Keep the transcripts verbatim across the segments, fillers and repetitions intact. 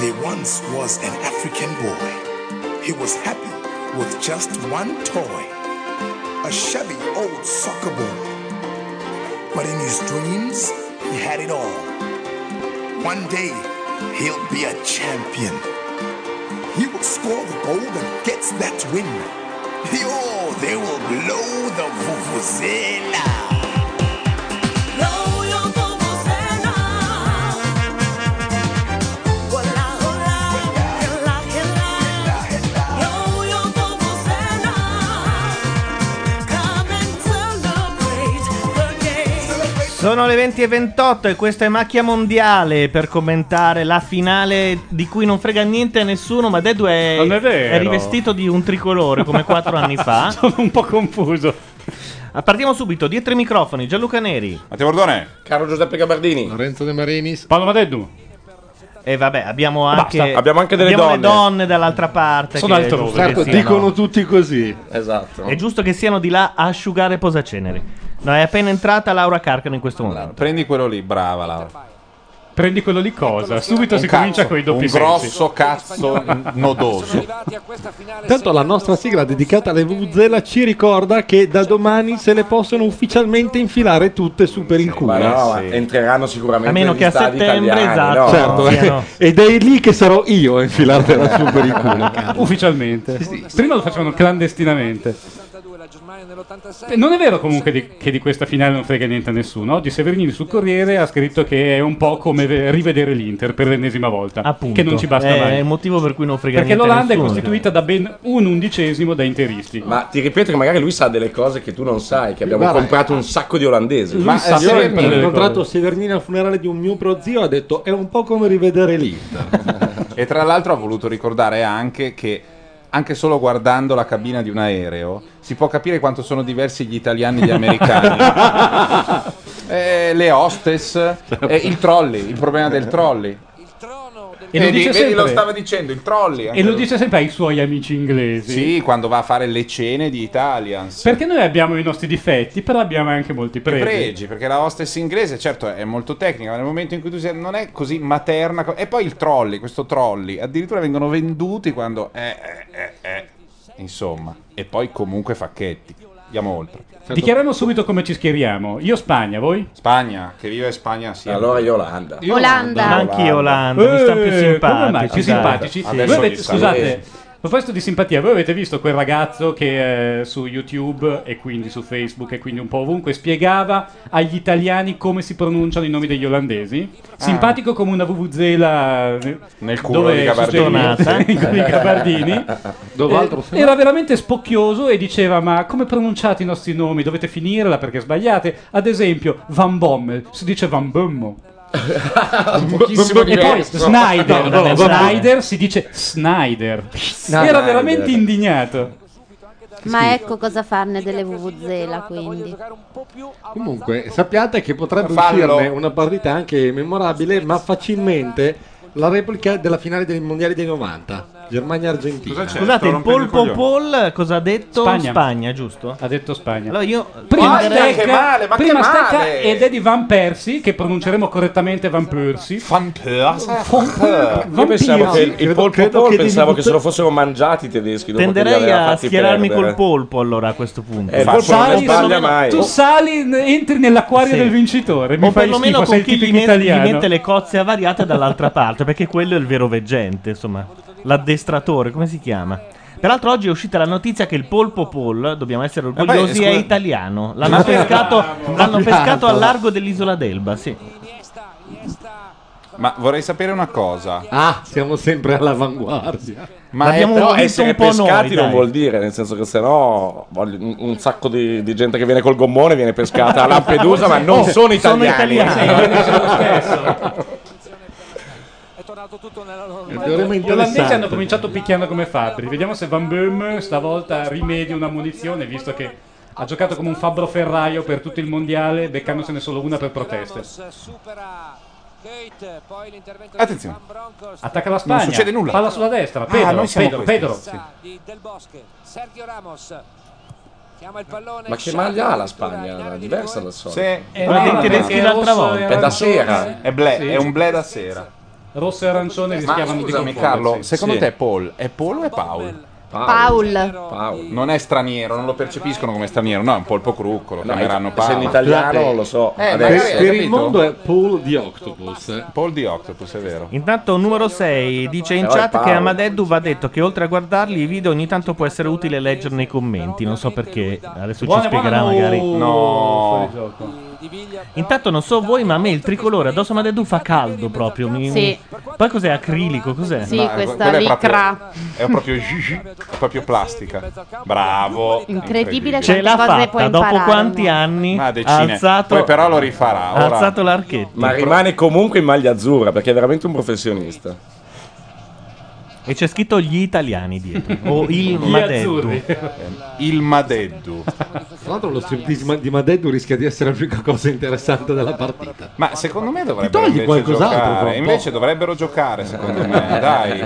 There once was an African boy. He was happy with just one toy, a shabby old soccer ball. But in his dreams, he had it all. One day, he'll be a champion. He will score the goal that gets that win. Yo, they will blow the vuvuzela. Sono le venti e ventotto e questa è Macchia Mondiale per commentare la finale di cui non frega niente a nessuno, ma Dedu è, Non è vero. è rivestito di un tricolore come quattro anni fa. Sono un po' confuso. Partiamo subito, dietro i microfoni, Gianluca Neri, Matteo Bordone, Carlo Giuseppe Gabardini, Lorenzo De Marinis, Paolo Madeddu. e vabbè abbiamo anche, Basta, abbiamo anche delle abbiamo donne. le donne dall'altra parte. Sono che è altrove. giusto che certo, siano- dicono tutti così. Esatto. È giusto che siano di là a asciugare posaceneri. No, è appena entrata Laura Carcano in questo momento. prendi quello lì, brava Laura. Prendi quello lì cosa? Subito Un si cazzo, comincia con i doppi un sensi. grosso cazzo nodoso. Tanto la nostra sigla dedicata alle Vuvuzela ci ricorda che da domani se le possono ufficialmente infilare tutte su per il culo. Ma no, ma sì. entreranno sicuramente A meno negli che a stadi settembre, italiani, esatto. no? Certo, Sì, eh. no. Ed è lì che sarò io a infilartela su per il culo, Carlo. Ufficialmente. Prima lo facevano clandestinamente. Eh, Non è vero comunque di- che di questa finale non frega niente a nessuno. Oggi Severini sul Corriere ha scritto che è un po' come ve- rivedere l'Inter per l'ennesima volta. Appunto. Che non ci basta è mai. il motivo per cui non frega Perché niente a l'Olanda è nessuno. costituita da ben un undicesimo da interisti. Ma ti ripeto che magari lui sa delle cose che tu non sai, che abbiamo Guarda, comprato un sacco di olandesi. Lui Ma sa è sempre sempre, ho delle incontrato cose. Severnini al funerale di un mio prozio, ha detto è un po' come rivedere l'Inter. E tra l'altro ha voluto ricordare anche che anche solo guardando la cabina di un aereo si può capire quanto sono diversi gli italiani e gli americani. Eh, le hostess, eh, il trolley, il problema del trolley. E lo Vedi, dice vedi, sempre- lo stava dicendo, il trolley. anche E lo lui. dice sempre ai suoi amici inglesi. Sì, quando va a fare le cene di Italians. Perché noi abbiamo i nostri difetti, però abbiamo anche molti I pregi. pregi, perché la hostess inglese, certo, è molto tecnica, ma nel momento in cui tu sei, non è così materna. co- E poi il trolley, questo trolley, addirittura vengono venduti quando. Eh, eh, eh, eh. Insomma, e poi comunque facchetti. Andiamo oltre. Dichiariamo subito come ci schieriamo. Io Spagna, voi? Spagna, che viva Spagna sì. Allora io Olanda. Olanda. Anch'io Olanda, mi sta più Eh, come mai? simpatico. Più dai. simpatici? Adesso Voi li avete- sa. scusate, a proposito di simpatia, voi avete visto quel ragazzo che eh, su YouTube e quindi su Facebook e quindi un po' ovunque spiegava agli italiani come si pronunciano i nomi degli olandesi? Simpatico come una vuvuzela eh, Nel culo dove di Gabardini. suonata con i Gabardini. Dov'altro Eh, era veramente spocchioso e diceva: ma come pronunciate i nostri nomi? Dovete finirla perché sbagliate. Ad esempio, Van Bommel si dice Van Bommo. Un pochissimo E poi diverso. Snyder, No, no, Snyder si dice Snyder. Era veramente indignato. Ma ecco cosa farne delle vuvuzela, quindi. Comunque, sappiate che potrebbe Fallo. uscirne una partita anche memorabile, ma facilmente la replica della finale dei mondiali dei novanta, Germania-Argentina. Cosa c'è? Scusate, Sto il rompendo i Polpo coglioni. Paul cosa ha detto? Spagna. Giusto? Ha detto Spagna. Allora io Prima Spagna, stecca, che male, ma che prima male! stecca ed è di Van Persie, che pronunceremo correttamente Van Persie. Fan Persie. Io pensavo che il, il Credo- polpo credo Paul che pensavo devi che se lo fossero mangiati i tedeschi dopo che li tenderei aveva a fatti schierarmi perdere. col polpo allora a questo punto. Eh, il polpo non Sali, sbaglia mai. tu sali, entri nell'acquario Sì. del vincitore. Mi O fai perlomeno schifo, sei con il chi gli, tipico met- gli italiano. mette le cozze avariate dall'altra parte, perché quello è il vero veggente, insomma, l'addestratore, come si chiama? Peraltro oggi è uscita la notizia che il Polpo Paul, dobbiamo essere orgogliosi, scusa- è italiano. L'hanno pescato, l'hanno pescato al largo dell'isola d'Elba, sì. Ma vorrei sapere una cosa. Ah, siamo sempre all'avanguardia. Ma L'abbiamo è- Però vinto essere un po' noi, pescati non dai. vuol dire, nel senso che sennò voglio- un, un sacco di, di gente che viene col gommone viene pescata a Lampedusa, ma non Oh, sono sono italiani. italiani. Il teorema Gli olandesi hanno interessante. cominciato picchiando come fabbri. Vediamo se Van Boom stavolta rimedia una munizione, visto che ha giocato come un fabbro ferraio per tutto il mondiale, beccandosene solo una per proteste. Attenzione. Attacca la Spagna. Non succede nulla. Palla sulla destra. Ah, Pedro, noi siamo Pedro, questi. Pedro. Ma che maglia ha la Spagna? Diversa dal solito. Sì. Era dei tedeschi perché l'altra rosso volta. e È da arancione. sera. È, ble- Sì. è un ble da sera. rosso e arancione Ma rischiavano di scusami confondersi. Carlo, secondo Sì. te Paul è Paul o è Paul? Paul. Paul. Non è straniero, non lo percepiscono come straniero, no, è un polpo crucco, lo No, chiameranno se Paul. in italiano non lo so. Eh, Adesso. magari hai Per il capito? mondo è Paul di Octopus. eh. Paul di Octopus, è vero. Intanto numero sei dice in Però è chat che Paolo. Amadeddu va detto che oltre a guardarli i video ogni tanto può essere utile leggerne i commenti, non so perché, adesso Buona, ci spiegherà buona, magari. no, No. fuori gioco. Intanto non so voi, ma a me il tricolore addosso a Amadeddu fa caldo proprio. mi- Sì. Poi cos'è, acrilico? Cos'è? Sì, No, questa quello è proprio- licra. È proprio Gigi, è proprio plastica. Bravo. Incredibile Ce l'ha quante cose può fatta dopo imparare. quanti uno. anni Ma ha decine. alzato, Poi però lo rifarà. ha Ora- alzato l'archetto. Ma rimane comunque in maglia azzurra perché è veramente un professionista. E c'è scritto gli italiani dietro. O il Gli Madeddu. azzurri. Il Madeddu. Tra l'altro lo striptease di Madeddu rischia di essere l'unica cosa interessante della partita. Ma secondo me dovrebbero togli invece qualcos'altro fra un giocare. po'. Invece dovrebbero giocare, secondo me. Dai.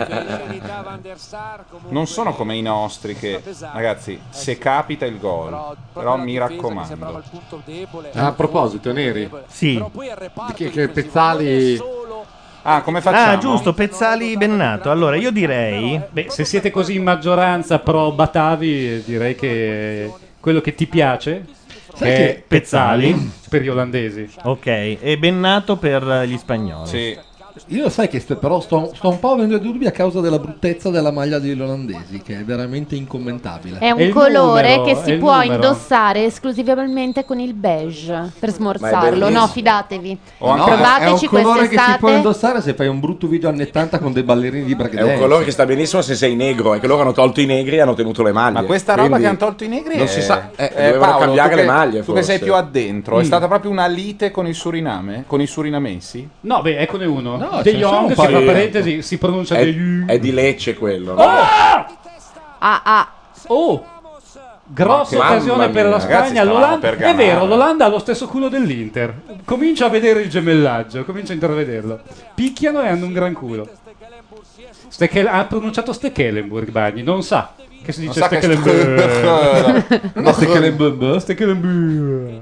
Non sono come i nostri che, ragazzi, se capita il gol, però mi raccomando. A proposito, Neri, Sì. che, che Pezzali... Ah, come facciamo? Ah, giusto, Pezzali Bennato. Allora, io direi... Beh, se siete così in maggioranza pro Batavi, direi che quello che ti piace Sai è che- Pezzali per gli olandesi. Ok, e Bennato per gli spagnoli. Sì. Io sai che st- però sto, sto un po' avendo dubbi a causa della bruttezza della maglia degli olandesi, che è veramente incommentabile. È un È il colore numero, che è si il può numero. indossare esclusivamente con il beige per smorzarlo. bellissimo. No, fidatevi. O anche- No, è un Provateci colore che si può quest'estate. indossare se fai un brutto video anni ottanta con dei ballerini di È breakdance. un colore che sta benissimo se sei negro, è che loro hanno tolto i negri e hanno tenuto le maglie. Ma questa roba Quindi che hanno tolto i negri non è... si sa, eh, eh, dovevano Paolo, cambiare tu le che- maglie, Tu che sei forse. più addentro, è stata proprio una lite con il Suriname? Con i surinamesi? No, beh, eccone uno. No, De ce ne sono Jong, un che paio. tra parentesi si pronuncia È, De Jong. è di Lecce quello. no? Ah ah. Oh! Grossa Ma che- occasione mamma per la mia. Spagna. Ragazzi, stavamo L'Olanda- per è ganare. vero, l'Olanda ha lo stesso culo dell'Inter. Comincia a vedere il gemellaggio, comincia a intravederlo. Picchiano e hanno un gran culo. Stekel- ha pronunciato Stekelenburg, Bagni, non sa che si Non dice sa che... Stekelenburg. No, se che le bub- Stekelenburg.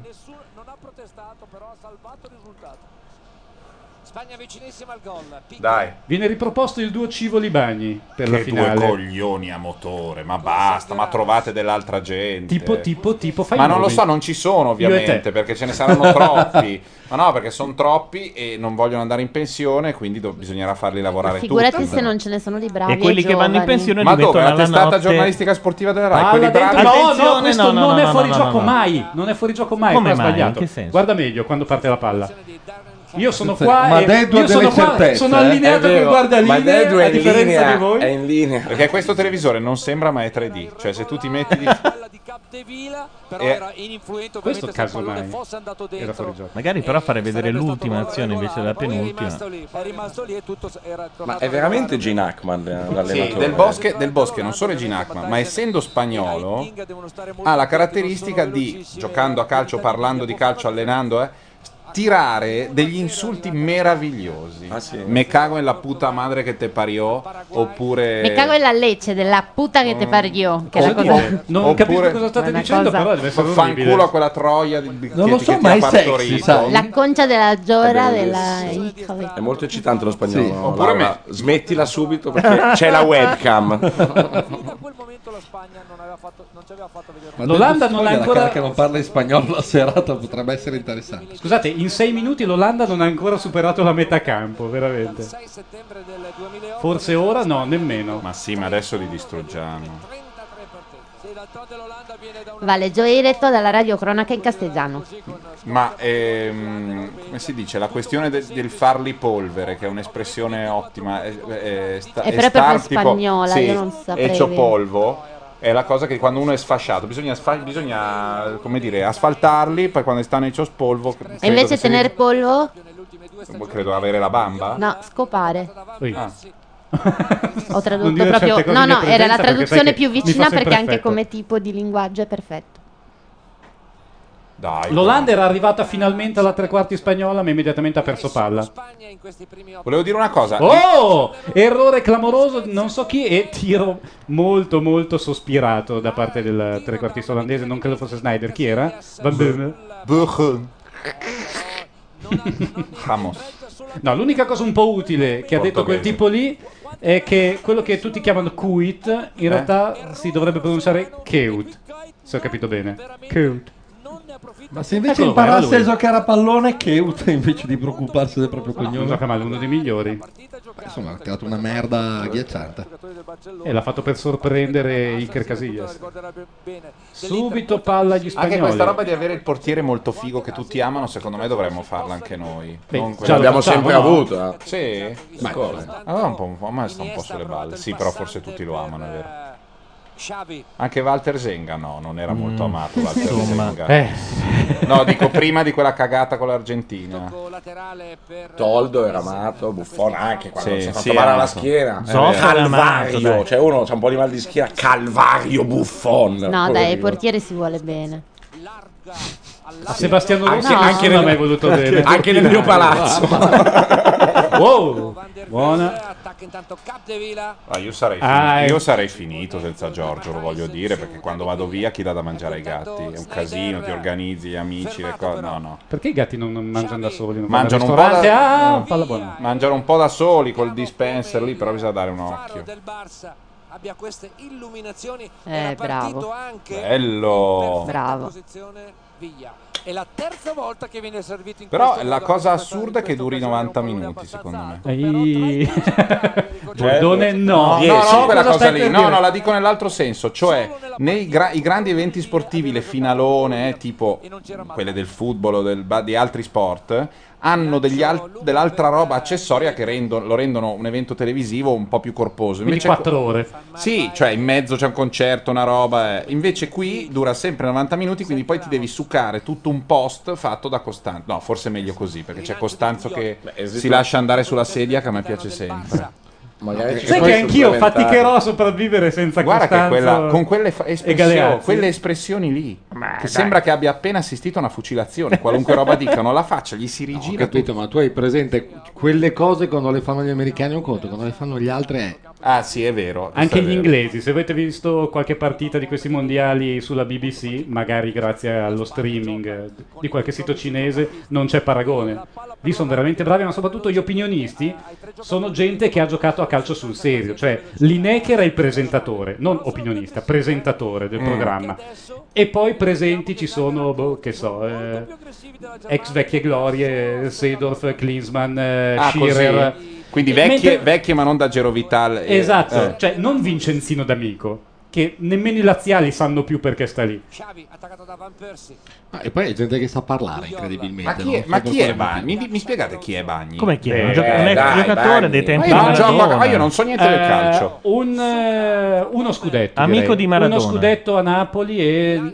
Dai. Viene riproposto il duo Civoli-Bagni per la Che due finale. coglioni a motore, ma basta, ma trovate dell'altra gente. Tipo, tipo, tipo, fai Ma i non lo nomi. so, non ci sono Io e ovviamente, te. perché ce ne saranno troppi. Ma no, perché sono troppi e non vogliono andare in pensione, quindi do- bisognerà farli lavorare Figurati tutti. se non ce ne sono di bravi E quelli che vanno in giovani. pensione Ma li dove? mettono La alla testata notte. giornalistica sportiva della Rai? Palla Quelli dentro. bravi? No, no, Attenzione, questo no, no, non no, è no, fuori no, gioco no, no. mai. Non è fuori gioco mai. Come qua ha mai? sbagliato. In che senso? Guarda meglio quando parte la palla. Io sono Sì, qua ma e Deddu ha io sono delle qua, certezze, sono eh? allineato È con vero, guardalinee ma Deddu è a in differenza linea, di voi. è in linea. Perché questo televisore non sembra ma è tre D, cioè se tu ti metti di... E- Questo caso mai era fuori gioco. Magari però fare vedere l'ultima azione invece della penultima. Ma è veramente Gene Hackman eh, l'allenatore? Sì, del Bosche, del Bosche non solo è Gene Hackman, ma essendo spagnolo ha la caratteristica di, giocando a calcio, parlando di calcio, allenando, eh, tirare degli insulti meravigliosi. Ah, sì? Me cago nella puta madre che te pariò, oppure... Mi cago nella lecce della puta che te pariò. Che è la Cosa cosa. dite? Non Oppure- capisco cosa state È una dicendo, cosa- però deve essere orribile. Fanculo a quella troia di, di- Non che, lo che so, ti ma ha è sexy, partorito. sai? La concia della Giora È della bellissimo. È molto eccitante lo spagnolo. Sì. Oppure Laura, smettila subito perché c'è la webcam. Ma L'Olanda Deddu non ha Sfoglia, ancora- la cara che non parla in spagnolo la serata potrebbe essere interessante. Scusate, in sei minuti l'Olanda non ha ancora superato la metà campo, veramente. Forse ora no, nemmeno. Ma sì, ma adesso li distruggiamo. Vale Gioiretto dalla radio cronaca in castigliano. Ma ehm, come si dice? La questione de- del farli polvere, che è un'espressione ottima, è, è, sta- È però proprio star tipo- spagnola, sì, io non saprei. Ecio polvo. È la cosa che quando uno è sfasciato bisogna, sfa- bisogna come dire, asfaltarli, poi quando stanno ecio spolvo. E invece tenere polvo? Credo avere la bamba. No, scopare. Ui. Ah. Ho Non tradotto dire proprio. certe cose No, in no, mia era la presenza, perché sai traduzione che più mi fa vicina sempre perché anche effetto. come tipo di linguaggio è perfetto. Dai. L'Olanda era arrivata finalmente alla tre quarti spagnola, ma immediatamente ha perso palla. Volevo dire una cosa. Oh! Errore clamoroso, non so chi, e tiro molto molto sospirato da parte del trequartista olandese, non credo fosse Snyder, chi era? Van Beume. Buchen. Ramos. No, l'unica cosa un po' utile che ha detto quel Portoghese. tipo lì è che quello che tutti chiamano Kuit in realtà si dovrebbe pronunciare Keut, se ho capito bene. Keut. Ma se invece Eccolo qua, era imparasse a lui. giocare a pallone, Keut invece di preoccuparsi del proprio No, non cognome. gioca male, uno dei migliori. Beh, insomma, ha creato una merda agghiacciante. E l'ha fatto per sorprendere Iker Casillas. Subito palla agli spagnoli. Anche questa roba di avere il portiere molto figo che tutti amano, secondo me dovremmo farla anche noi. Beh, Non già quella- L'abbiamo facciamo, sempre no? avuto. eh. Sì? Ma come? Allora un po', un po', a me sta un po' sulle balle. Sì, però forse tutti lo amano, è vero. Anche Walter Zenga no, non era molto amato Walter insomma. Zenga. Eh. No, dico prima di quella cagata con l'Argentina. Toldo era amato, Buffon anche quando Sì, si è fatto sì, male è alla amato. schiena. Zoff era amato, Calvario, dai. cioè uno c'ha un po' di mal di schiena, Calvario Buffon. No, Quello dai, ai dico. portieri si vuole bene. A Sebastiano Rossi Anche- anche, anche non ha nel- mai voluto bene. Anche nel mio palazzo. Wow, buona. Ah, io, sarei Ah, finito, eh. io sarei finito senza Giorgio, lo voglio dire, perché quando vado via chi dà da mangiare ai gatti? È un casino, ti organizzi, gli amici, le cose. No, no. Perché i gatti non non mangiano da soli? Non Mangiano un vanno al po' ristorante? da- Ah, palla buona. Mangiano un po' da soli col dispenser lì, però bisogna dare un occhio. Abbia queste illuminazioni. Eh, Era bravo. partito anche Bello. Bravo. posizione via. È la terza volta che viene servito in Però questo la modo cosa a questa- assurda è che in duri questa novanta occasione, un minuti, secondo me. Ehi. Bordone no. No, no, So no, quella cosa cosa stai lì. per No, dire. no, la dico nell'altro senso. Cioè, nei gra- i grandi eventi sportivi, le finalone, eh, tipo quelle del football o del ba- di altri sport, hanno degli al- dell'altra roba accessoria che rendono- lo rendono un evento televisivo un po' più corposo. Quindi Invece quattro ore. Sì, cioè in mezzo c'è un concerto, una roba. eh. Invece qui dura sempre novanta minuti, quindi poi ti devi succare tutto un post fatto da Costanzo. No, forse è meglio così, perché c'è Costanzo che esiste- si lascia andare sulla sedia, che a me piace sempre. Magari ci Sai puoi che anch'io supplementare. faticherò a sopravvivere senza Guarda che Costanzo quella, con quelle, fa- e espressioni, Galeazzi. quelle espressioni lì, che dai. sembra che abbia appena assistito a una fucilazione, qualunque roba dicano, la faccia gli si Ho rigira. capito, ma tu hai presente quelle cose quando le fanno gli americani un conto, quando le fanno gli altri è... Ah sì, è vero. questo Anche è gli vero. inglesi, se avete visto qualche partita di questi mondiali sulla B B C, magari grazie allo streaming eh, di qualche sito cinese, non c'è paragone. Lì sono veramente bravi, ma soprattutto gli opinionisti sono gente che ha giocato a calcio sul serio. Cioè, Lineker è il presentatore, non opinionista, presentatore del Mm. programma. E poi presenti ci sono, boh, che so, eh, ex vecchie glorie, Seedorf, Klinsmann, eh, Ah, Shearer. così. Quindi vecchie, Mentre- vecchie ma non da Gero Vital. eh, Esatto, eh. cioè non Vincenzino D'Amico, che nemmeno i laziali sanno più perché sta lì. Xavi attaccato da Van Persie. Ah, e poi è gente che sa parlare, incredibilmente. Ma chi non è, so ma per chi è quale Bagni? motivo. Mi, mi spiegate chi è Bagni? Come chi è? Eh, Un, gioca- un ex dai, giocatore Bagni. dei tempi Ma io di non gioco a- Maradona. ma io non so niente del Eh, calcio. un, eh, uno scudetto. Amico direi. di Maradona. Uno scudetto a Napoli e.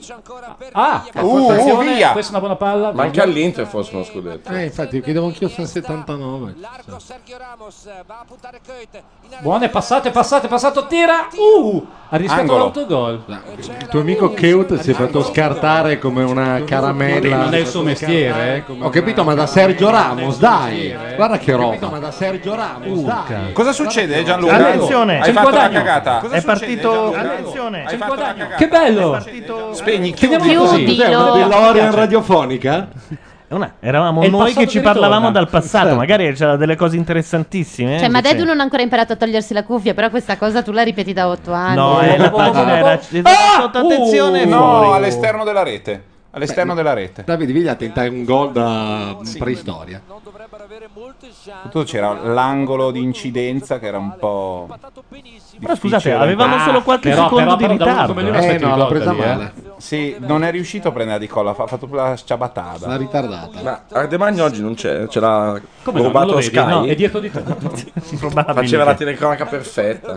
Ah, Uh, attenzione, via! questa è una buona palla. Ma anche all'Inter fosse uno scudetto. Eh, infatti, chiedevo anch'io se settantanove. Largo Sergio Ramos va a puntare Keut. In area- Buone passate, passate, passato, tira. Uh! Ha rischiato Angolo. l'autogol. Il tuo amico Keut si è fatto scartare come una caramella. Non è il suo mestiere, eh. Ho capito, ma da Sergio Ramos, dai! Guarda che roba! Ma da Sergio Ramos, dai! Cosa succede, Gianluca? Attenzione, Hai c'è il fatto la guadagno. cagata? È partito. Gianluca? Attenzione, Hai fatto la cagata? Che bello! Spegni, Chiudiamo chiudi. così. Chiudi. Cos'è una Dillo. DeLorean radiofonica? Una- eravamo È il noi passato che ci che parlavamo ritorna. dal passato, magari c'era delle cose interessantissime. eh, Cioè, ma invece- Dedu non ha ancora imparato a togliersi la cuffia, però questa cosa tu la ripeti da otto anni. No, è la pagina era sotto attenzione Uh, No, fuori. all'esterno della rete. All'esterno della rete. Davide Viglia tenta un gol da preistoria. Non dovrebbero avere molte chance. Soprattutto c'era l'angolo di incidenza che era un po'. Però scusate, difficile. avevamo Ah, solo qualche però- secondo però- di però da uno ritardo. come lui eh. non Eh aspetti no, il l'ha gol presa da lì, eh. male. Sì, non è riuscito a prendere di colla, ha fatto la L'ha sciabattada. ritardata. Ma Ardemagno oggi non c'è, ce l'ha Come no, non rubato lo vedi? Sky. No, è dietro di te. Faceva la Probabilmente. telecronaca perfetta.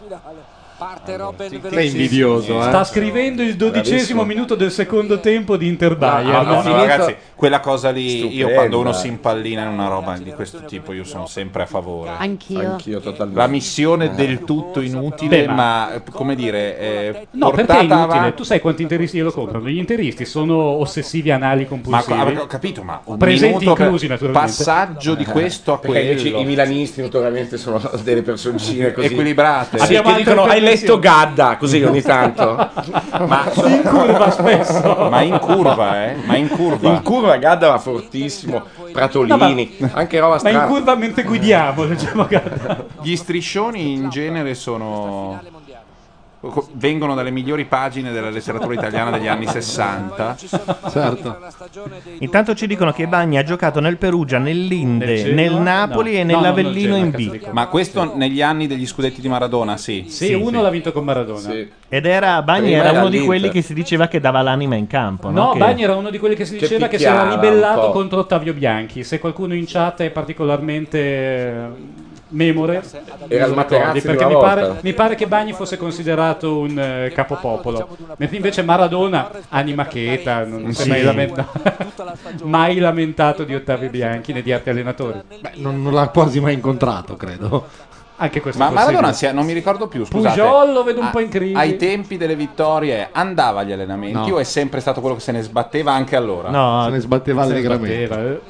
Parte Robben Sei velocissimo. invidioso, eh? Sta scrivendo il dodicesimo Bravissimo. minuto del secondo tempo di Inter No, Bayern. no, no, finito- ragazzi, quella cosa lì, io Stupenda. quando uno si impallina in una roba di questo tipo, io sono sempre a favore. Anch'io. Anch'io totalmente. La missione del tutto inutile, Beh, ma- ma, eh, come dire, eh, No, perché è portata inutile? avanti. Tu sai quanti interisti glielo comprano? Gli interisti sono ossessivi anali Ma compulsivi. ho capito, ma un Presenti minuto per- inclusi, naturalmente. passaggio di questo a Perché invece quello i milanisti notoriamente sono delle personcine così equilibrate. Sì, Abbiamo che altre dicono hai letto Detto Gadda, così ogni tanto. Ma in curva spesso. Ma in curva, eh? Ma in curva. In curva Gadda va fortissimo. Pratolini, No, ma- anche roba Ma in strana. curva mentre guidiamo, diciamo Gadda. Gli striscioni in genere sono vengono dalle migliori pagine della letteratura italiana degli anni sessanta. Certo. Intanto ci dicono che Bagni ha giocato nel Perugia, nell'Inde, Nel Genoa? nel Napoli No. e No, nell'Avellino no, no, in cazzo B. di Ma questo negli anni degli scudetti di Maradona, sì. Sì, uno l'ha vinto con Maradona. Ed era Bagni Prima era era uno di l'Inter. quelli che si diceva che dava l'anima in campo. No, No, Che- Bagni era uno di quelli che si Che diceva che, si era picchiava un ribellato po'. contro Ottavio Bianchi. Se qualcuno in chat è particolarmente eh, memore, Era il lo Materazzi ricordi, di perché una mi pare, volta. mi pare che Bagni fosse considerato un eh, capopopolo, mentre invece Maradona, anima cheta, non si è Sì. mai, lamenta- mai lamentato di Ottavio Bianchi né di altri allenatori. Beh, non, non l'ha quasi mai incontrato, credo. Anche questo Ma è possibile. Maradona si è- non mi ricordo più, scusate. Pujol lo vedo un A- po' in crisi. Ai tempi delle vittorie andava agli allenamenti No. o è sempre stato quello che se ne sbatteva anche allora? No, se ne sbatteva se ne allegramente. sbatteva, eh.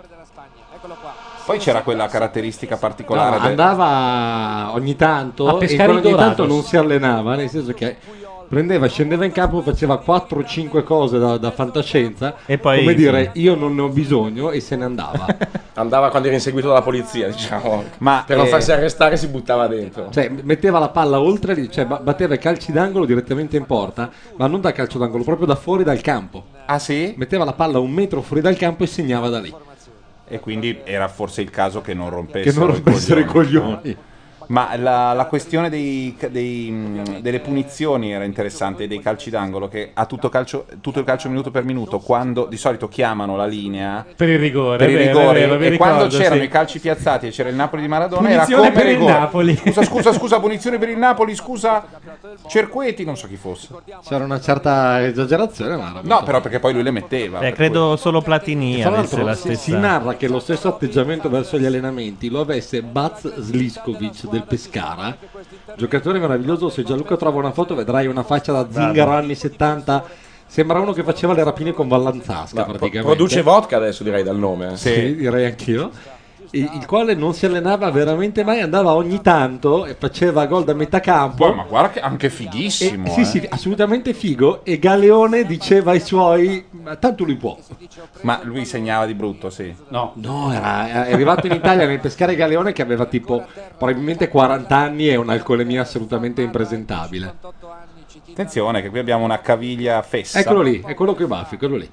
Poi c'era quella caratteristica No, particolare del- andava ogni tanto A e pescare quando i ogni Dorados. tanto non si allenava, nel senso che prendeva, scendeva in campo, faceva quattro o cinque cose da, da fantascienza E poi- come dire io non ne ho bisogno e se ne andava. Andava quando era inseguito dalla polizia, diciamo. Ma per non eh, farsi arrestare si buttava dentro. Cioè metteva la palla oltre, lì, cioè ba- batteva i calci d'angolo direttamente in porta, ma non da calcio d'angolo, proprio da fuori dal campo. Ah sì? Metteva la palla un metro fuori dal campo e segnava da lì. E quindi era forse il caso che non rompessero, Che non rompessero i coglioni. Ma la, la questione dei, dei, mh, delle punizioni era interessante, dei calci d'angolo, che a tutto, calcio, tutto il calcio minuto per minuto, quando di solito chiamano la linea Per il rigore, per i è vero, rigori, è vero, mi e quando ricordo, c'erano sì. i calci piazzati e c'era il Napoli di Maradona, Punizione era come per il rigore. Napoli. Scusa, scusa, scusa, punizione per il Napoli, scusa, Cerqueti, non so chi fosse. C'era una certa esagerazione, ma era No, però perché poi lui le metteva. Eh, per credo solo Platini E tra avesse l'altro la si, stessa. si narra che lo stesso atteggiamento verso gli allenamenti lo avesse Baz Sliskovic del Pescara, giocatore meraviglioso. Se Gianluca trova una foto vedrai una faccia da zingaro anni settanta. Sembra uno che faceva le rapine con Vallanzasca praticamente. Produce vodka adesso, direi, dal nome. eh. Sì, direi anch'io. Il, il quale non si allenava veramente mai, andava ogni tanto e faceva gol da metà campo. Poi, ma guarda che anche fighissimo. E- sì, eh. sì, assolutamente figo. E Galeone diceva ai suoi: "Ma tanto lui può". Ma lui segnava di brutto, sì. No, No, era, è arrivato in Italia nel Pescara Galeone che aveva tipo probabilmente quaranta anni e un'alcolemia assolutamente impresentabile. Attenzione che qui abbiamo una caviglia fessa. Eccolo lì, è quello che baffi, quello lì.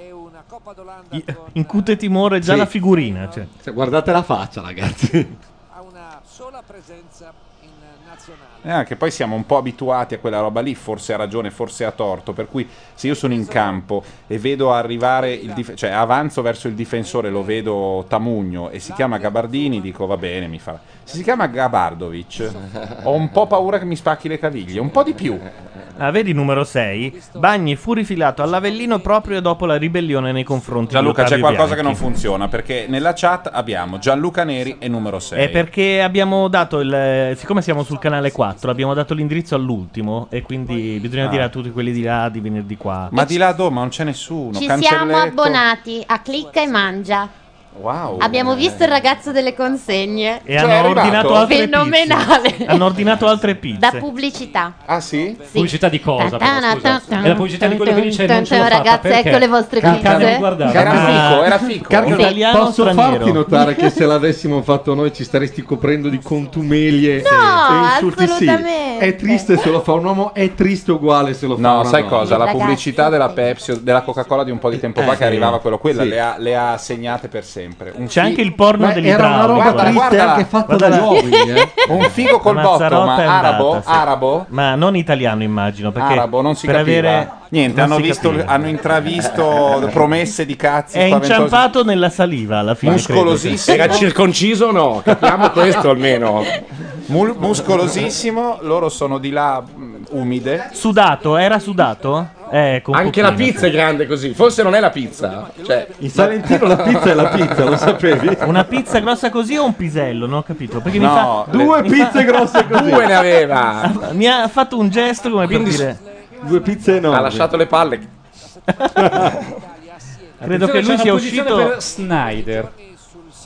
I- Incute timore già Sì. la figurina. Cioè. Se guardate la faccia, ragazzi. Eh, che poi siamo un po' abituati a quella roba lì, forse ha ragione, forse ha torto, per cui se io sono in campo e vedo arrivare il dif- cioè avanzo verso il difensore, lo vedo Tamugno e si chiama Gabardini, dico va bene, mi fa. Se si chiama Gabardovic, ho un po' paura che mi spacchi le caviglie, un po' di più. Ah, vedi numero sei? Bagni fu rifilato all'Avellino proprio dopo la ribellione nei confronti Gianluca, di c'è Ottavio qualcosa che Bianchi. non funziona, perché nella chat abbiamo Gianluca Neri e numero sei. È perché abbiamo dato il. Siccome siamo sul canale quattro, abbiamo dato l'indirizzo all'ultimo. E quindi bisogna Ah. dire a tutti quelli di là di venire di qua. Ma di là dove? Ma non c'è nessuno. Ci Cancelletto. siamo abbonati a Clicca e Mangia. Wow. Abbiamo visto il ragazzo delle consegne. E hanno ordinato altre Fenomenale. pizze. Hanno ordinato altre pizze. Da pubblicità. Ah sì? Pubblicità di cosa? però, Ta-ta-na, scusa? ta-ta. È la pubblicità di quello che dice non ce l'ho fatta, Ragazzi, perché? ecco le vostre Carcano pizze. mi guardava. Era Ah. fico, era fico. Carlo, Italiano o posso straniero? farti notare che se l'avessimo fatto noi ci staresti coprendo di contumelie No, e insulti? Sì, assolutamente. è triste se lo fa un uomo, è triste uguale se lo fa No, una sai donna. cosa? La Ragazzi. pubblicità della Pepsi o della Coca-Cola di un po' di tempo fa Eh, che arrivava quello, quella sì. le, ha, le ha segnate per sempre. Un C'è fi- anche il porno Ma era una roba dell'idraulico. Guarda, triste guardala. anche fatta Guardala. dagli uomini, eh. Un figo col La botto, Mazzarotta ma è arabo? andata, sì. Arabo? Ma non italiano, immagino. Perché Arabo, non si per capiva. avere. Niente, non hanno, si visto, capiva. hanno intravisto promesse di cazzi È spaventose. inciampato nella saliva alla fine. Muscolosissimo. Era circonciso o no? Capiamo questo almeno. Mul- muscolosissimo, loro sono di là mh, umide. credo. Sudato, era sudato? Eh, con Anche la pochino, pizza è grande così. Forse non è la pizza. Cioè, In Salentino la pizza è la pizza, lo sapevi? sì. Una pizza grossa così o un pisello? Non ho capito. Perché mi No, fa. Due mi pizze fa- grosse così. due ne aveva. Mi ha fatto un gesto come per Quindi- dire. Due pizze enormi. Ha lasciato le palle. Credo che lui Attenzione, c'è sia una posizione uscito. per Snyder.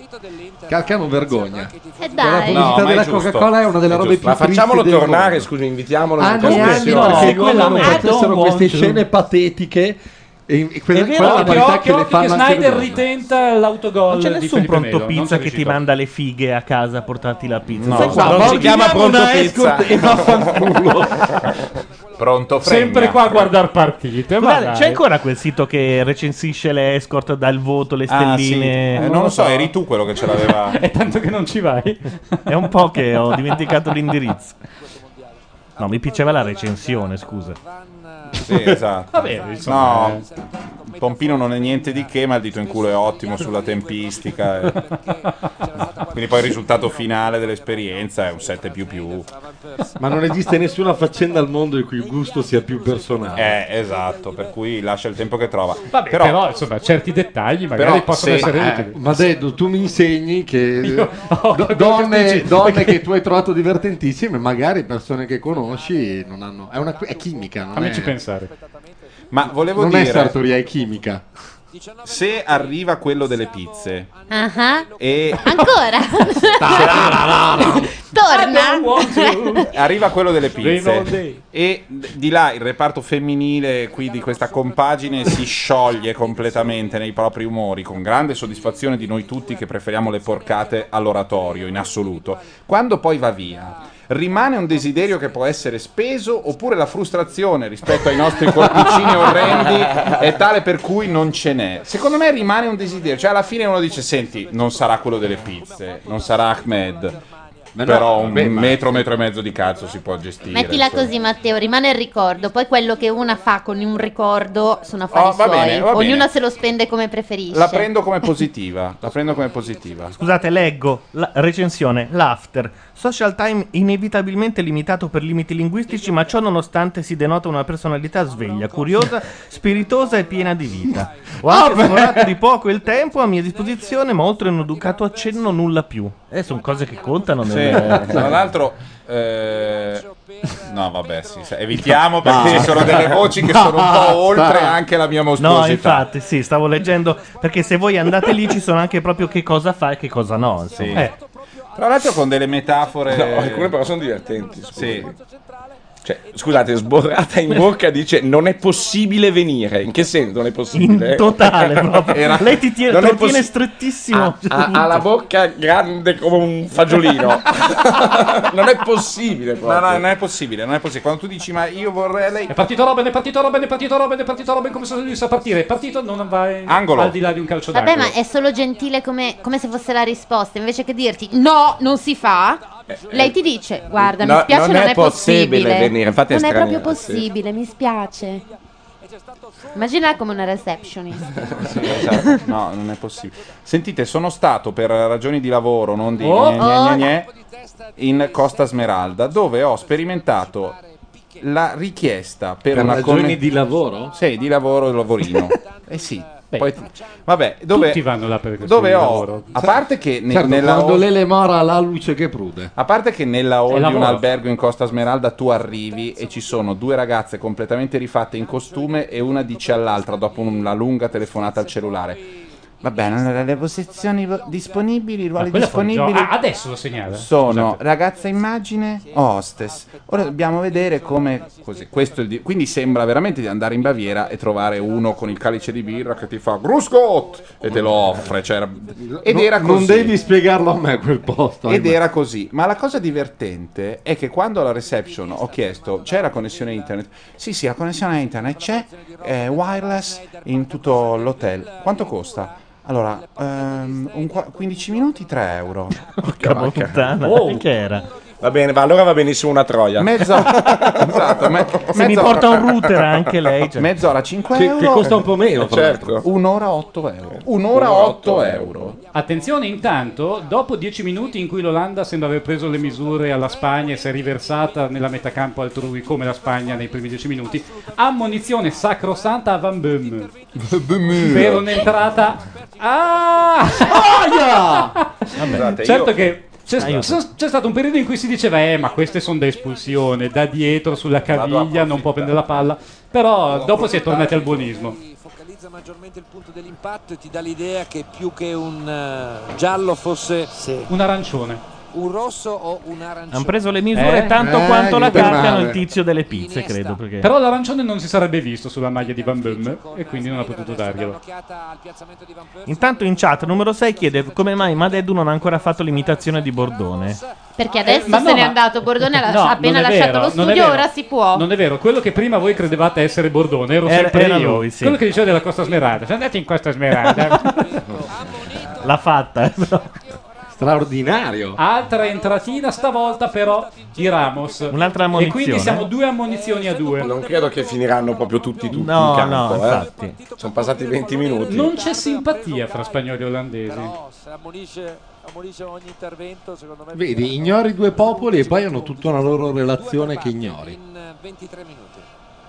Calcano vergogna. E La dai. pubblicità No, ma è della giusto. Coca-Cola è una delle È robe giusto. più Ma facciamolo tristi del tornare, mondo. scusi, invitiamolo in Anni e anni trasmissione. perché quella loro non- facessero I don't queste want to. scene patetiche e, e quella, È vero, quella è la Occhio, qualità occhio, che le occhio che fanno anche le Snyder donne. ritenta l'autogol Non c'è di nessun Felipe pronto Melo, non pizza c'è che ti riuscito. manda le fighe a casa a portarti la pizza. No, Sai qua, non si ordiniamo chiama pronto una pizza. escort e vaffanculo. Pronto fregna. Sempre qua a guardare partite. ma Scusate, dai. c'è ancora quel sito che recensisce le escort, dà il voto, le Ah, sì. stelline? Eh, non lo so, eri tu quello che ce l'aveva. È tanto che non ci vai. È un po' che ho dimenticato l'indirizzo. No, mi piaceva la recensione, scusa. Sì, esatto. Va bene, insomma, No, Pompino non è niente di che, ma il dito in culo è ottimo sulla tempistica. e- Quindi poi il risultato finale dell'esperienza è un sette più più. Ma non esiste nessuna faccenda al mondo in cui il gusto sia più personale. Eh, esatto, per cui lascia il tempo che trova. Vabbè, però, però, insomma, certi dettagli magari Però possono se- essere Eh, utili. ma Deddu, tu mi insegni che Io- do- quello che donne, dici, donne perché- che tu hai trovato divertentissime, magari persone che conosci non hanno. È, una, è chimica, non Fammici è, pensare. ma volevo non è dire, sartoria, è chimica. se arriva quello delle pizze Ah, e ancora? Torna? arriva quello delle Rain all pizze day. e d- di là il reparto femminile qui di questa compagine si scioglie completamente nei propri umori, con grande soddisfazione di noi tutti che preferiamo le porcate all'oratorio in assoluto. Quando poi va via, rimane un desiderio che può essere speso, oppure la frustrazione rispetto ai nostri corpicini orrendi è tale per cui non ce n'è? Secondo me rimane un desiderio, cioè alla fine uno dice: senti, non sarà quello delle pizze, non sarà Ahmed, Ma no, però un vabbè, ma- metro, metro e mezzo di cazzo si può gestire. Mettila insomma. così, Matteo, rimane il ricordo. Poi quello che una fa con un ricordo sono affari Oh, va suoi. bene, va bene. Ognuna se lo spende come preferisce. La prendo come positiva, la prendo come positiva. Scusate, leggo la recensione. L'after. Social time inevitabilmente limitato per limiti linguistici, ma ciò nonostante si denota una personalità sveglia, curiosa, spiritosa e piena di vita. Ho anche sforato di poco il tempo a mia disposizione, ma oltre un educato accenno nulla più. Eh, sono cose che contano Sì. nel... Tra l'altro, eh, no, vabbè, sì, sì, evitiamo perché ci sono delle voci che sono un po' oltre anche la mia mostruosità. No, infatti, sì, stavo leggendo perché se voi andate lì ci sono anche proprio che cosa fa e che cosa no. Insomma. Sì. Eh. Tra l'altro con delle metafore. No, alcune però sono divertenti. scusi. Sì. Cioè, scusate, sborrata in bocca dice non è possibile venire. In che senso non è possibile? In totale proprio. Era- Lei ti tiene, non te è lo tiene possi- strettissimo. Ha, ha- ha la bocca grande come un fagiolino. Non è possibile No, proprio. no, non è possibile, non è possibile. Quando tu dici, ma io vorrei lei. È partito Robben, è partito Robben, è partito Robben, è partito Robben, come se lui sa partire. È partito, non va in- Angolo. al di là di un calcio Vabbè, d'angolo. ma è solo gentile come, come se fosse la risposta. Invece che dirti no, non si fa, lei ti dice: guarda, mi no, spiace, non non, è possibile venire, infatti è non è proprio straniera, sì. possibile, mi spiace. Immagina come una receptionist. Sì, esatto. No, non è possibile. Sentite, sono stato per ragioni di lavoro, non di Oh. gne, gne, gne, gne, in Costa Smeralda, dove ho sperimentato la richiesta per, Per una ragioni conne- di lavoro? Sì, di lavoro, lavorino. Eh sì. Beh, Poi, vabbè, dove, tutti vanno là per questioni dove di ho, lavoro. a parte che ne- Certo, nella quando hall- l'Ele Mora ha la luce che prude. a parte che nella hall È di un lavoro. albergo in Costa Smeralda tu arrivi e ci sono due ragazze completamente rifatte in costume e una dice all'altra dopo una lunga telefonata al cellulare: va bene, allora le posizioni vo- disponibili, i Ma ruoli quello è fuori disponibili gioco. Ah, adesso lo segnala. sono Scusate. ragazza immagine, hostess. Ora dobbiamo vedere come così. Questo è il di- quindi sembra veramente di andare in Baviera e trovare uno con il calice di birra che ti fa Gruscott e te lo offre. Cioè, era- ed No, era così. Non devi spiegarlo a me quel posto. Ed ahimè. era così, ma la cosa divertente è che quando alla reception ho chiesto c'è la connessione internet, sì sì la connessione internet c'è, è wireless in tutto l'hotel, quanto costa? Allora, ehm, un qua- quindici minuti tre euro, Porca puttana, Oh. che era? Va bene, va, allora va benissimo una troia. mezz'ora, esatto, me- Se mi mezz'ora- porta un router anche lei. Cioè. mezz'ora cinque Che, euro, che costa un po' meno, tra Certo. l'altro. un'ora otto euro, un'ora otto euro. Attenzione, intanto, dopo dieci minuti in cui l'Olanda sembra aver preso le misure alla Spagna e si è riversata nella metacampo altrui come la Spagna nei primi dieci minuti, ammonizione sacrosanta a Van Boom per un'entrata. Ah! Scusate, Certo io- che c'è, c'è- c'è stato un periodo in cui si diceva eh ma queste sono da espulsione, da dietro sulla caviglia non può prendere la palla, però dopo si è tornati al buonismo. focalizza maggiormente il punto dell'impatto e ti dà l'idea che più che un eh, giallo fosse un arancione. un rosso o un arancione. Hanno preso le misure Eh? tanto Eh, quanto la niente carcano male. il tizio delle pizze, credo. Perché... Però l'arancione non si sarebbe visto sulla maglia di Van Böhm e quindi non ha potuto darglielo. Intanto in chat numero sei chiede come mai Madeddu non ha ancora fatto l'imitazione di Bordone. Perché adesso Eh, ma se no, n'è ma- andato Bordone, ha No, ha appena non è lasciato vero, lo non è studio, vero. ora si può. Non è vero, quello che prima voi credevate essere Bordone ero Era- sempre era io. lui, sì. Quello che diceva della Costa Smeralda. Siamo andati in Costa Smeralda. L'ha fatta. però. Straordinario. Altra entratina stavolta però di Ramos. Un'altra E ammonizione. quindi siamo due ammonizioni a due. Non credo che finiranno proprio tutti tutti No, in campo. no, eh. infatti. Sono passati venti minuti. Non c'è simpatia fra spagnoli e olandesi. Però se ammonisce, ammonisce ogni intervento, secondo me Vedi, ignori due popoli e poi hanno tutta una loro relazione che ignori. in ventitré minuti.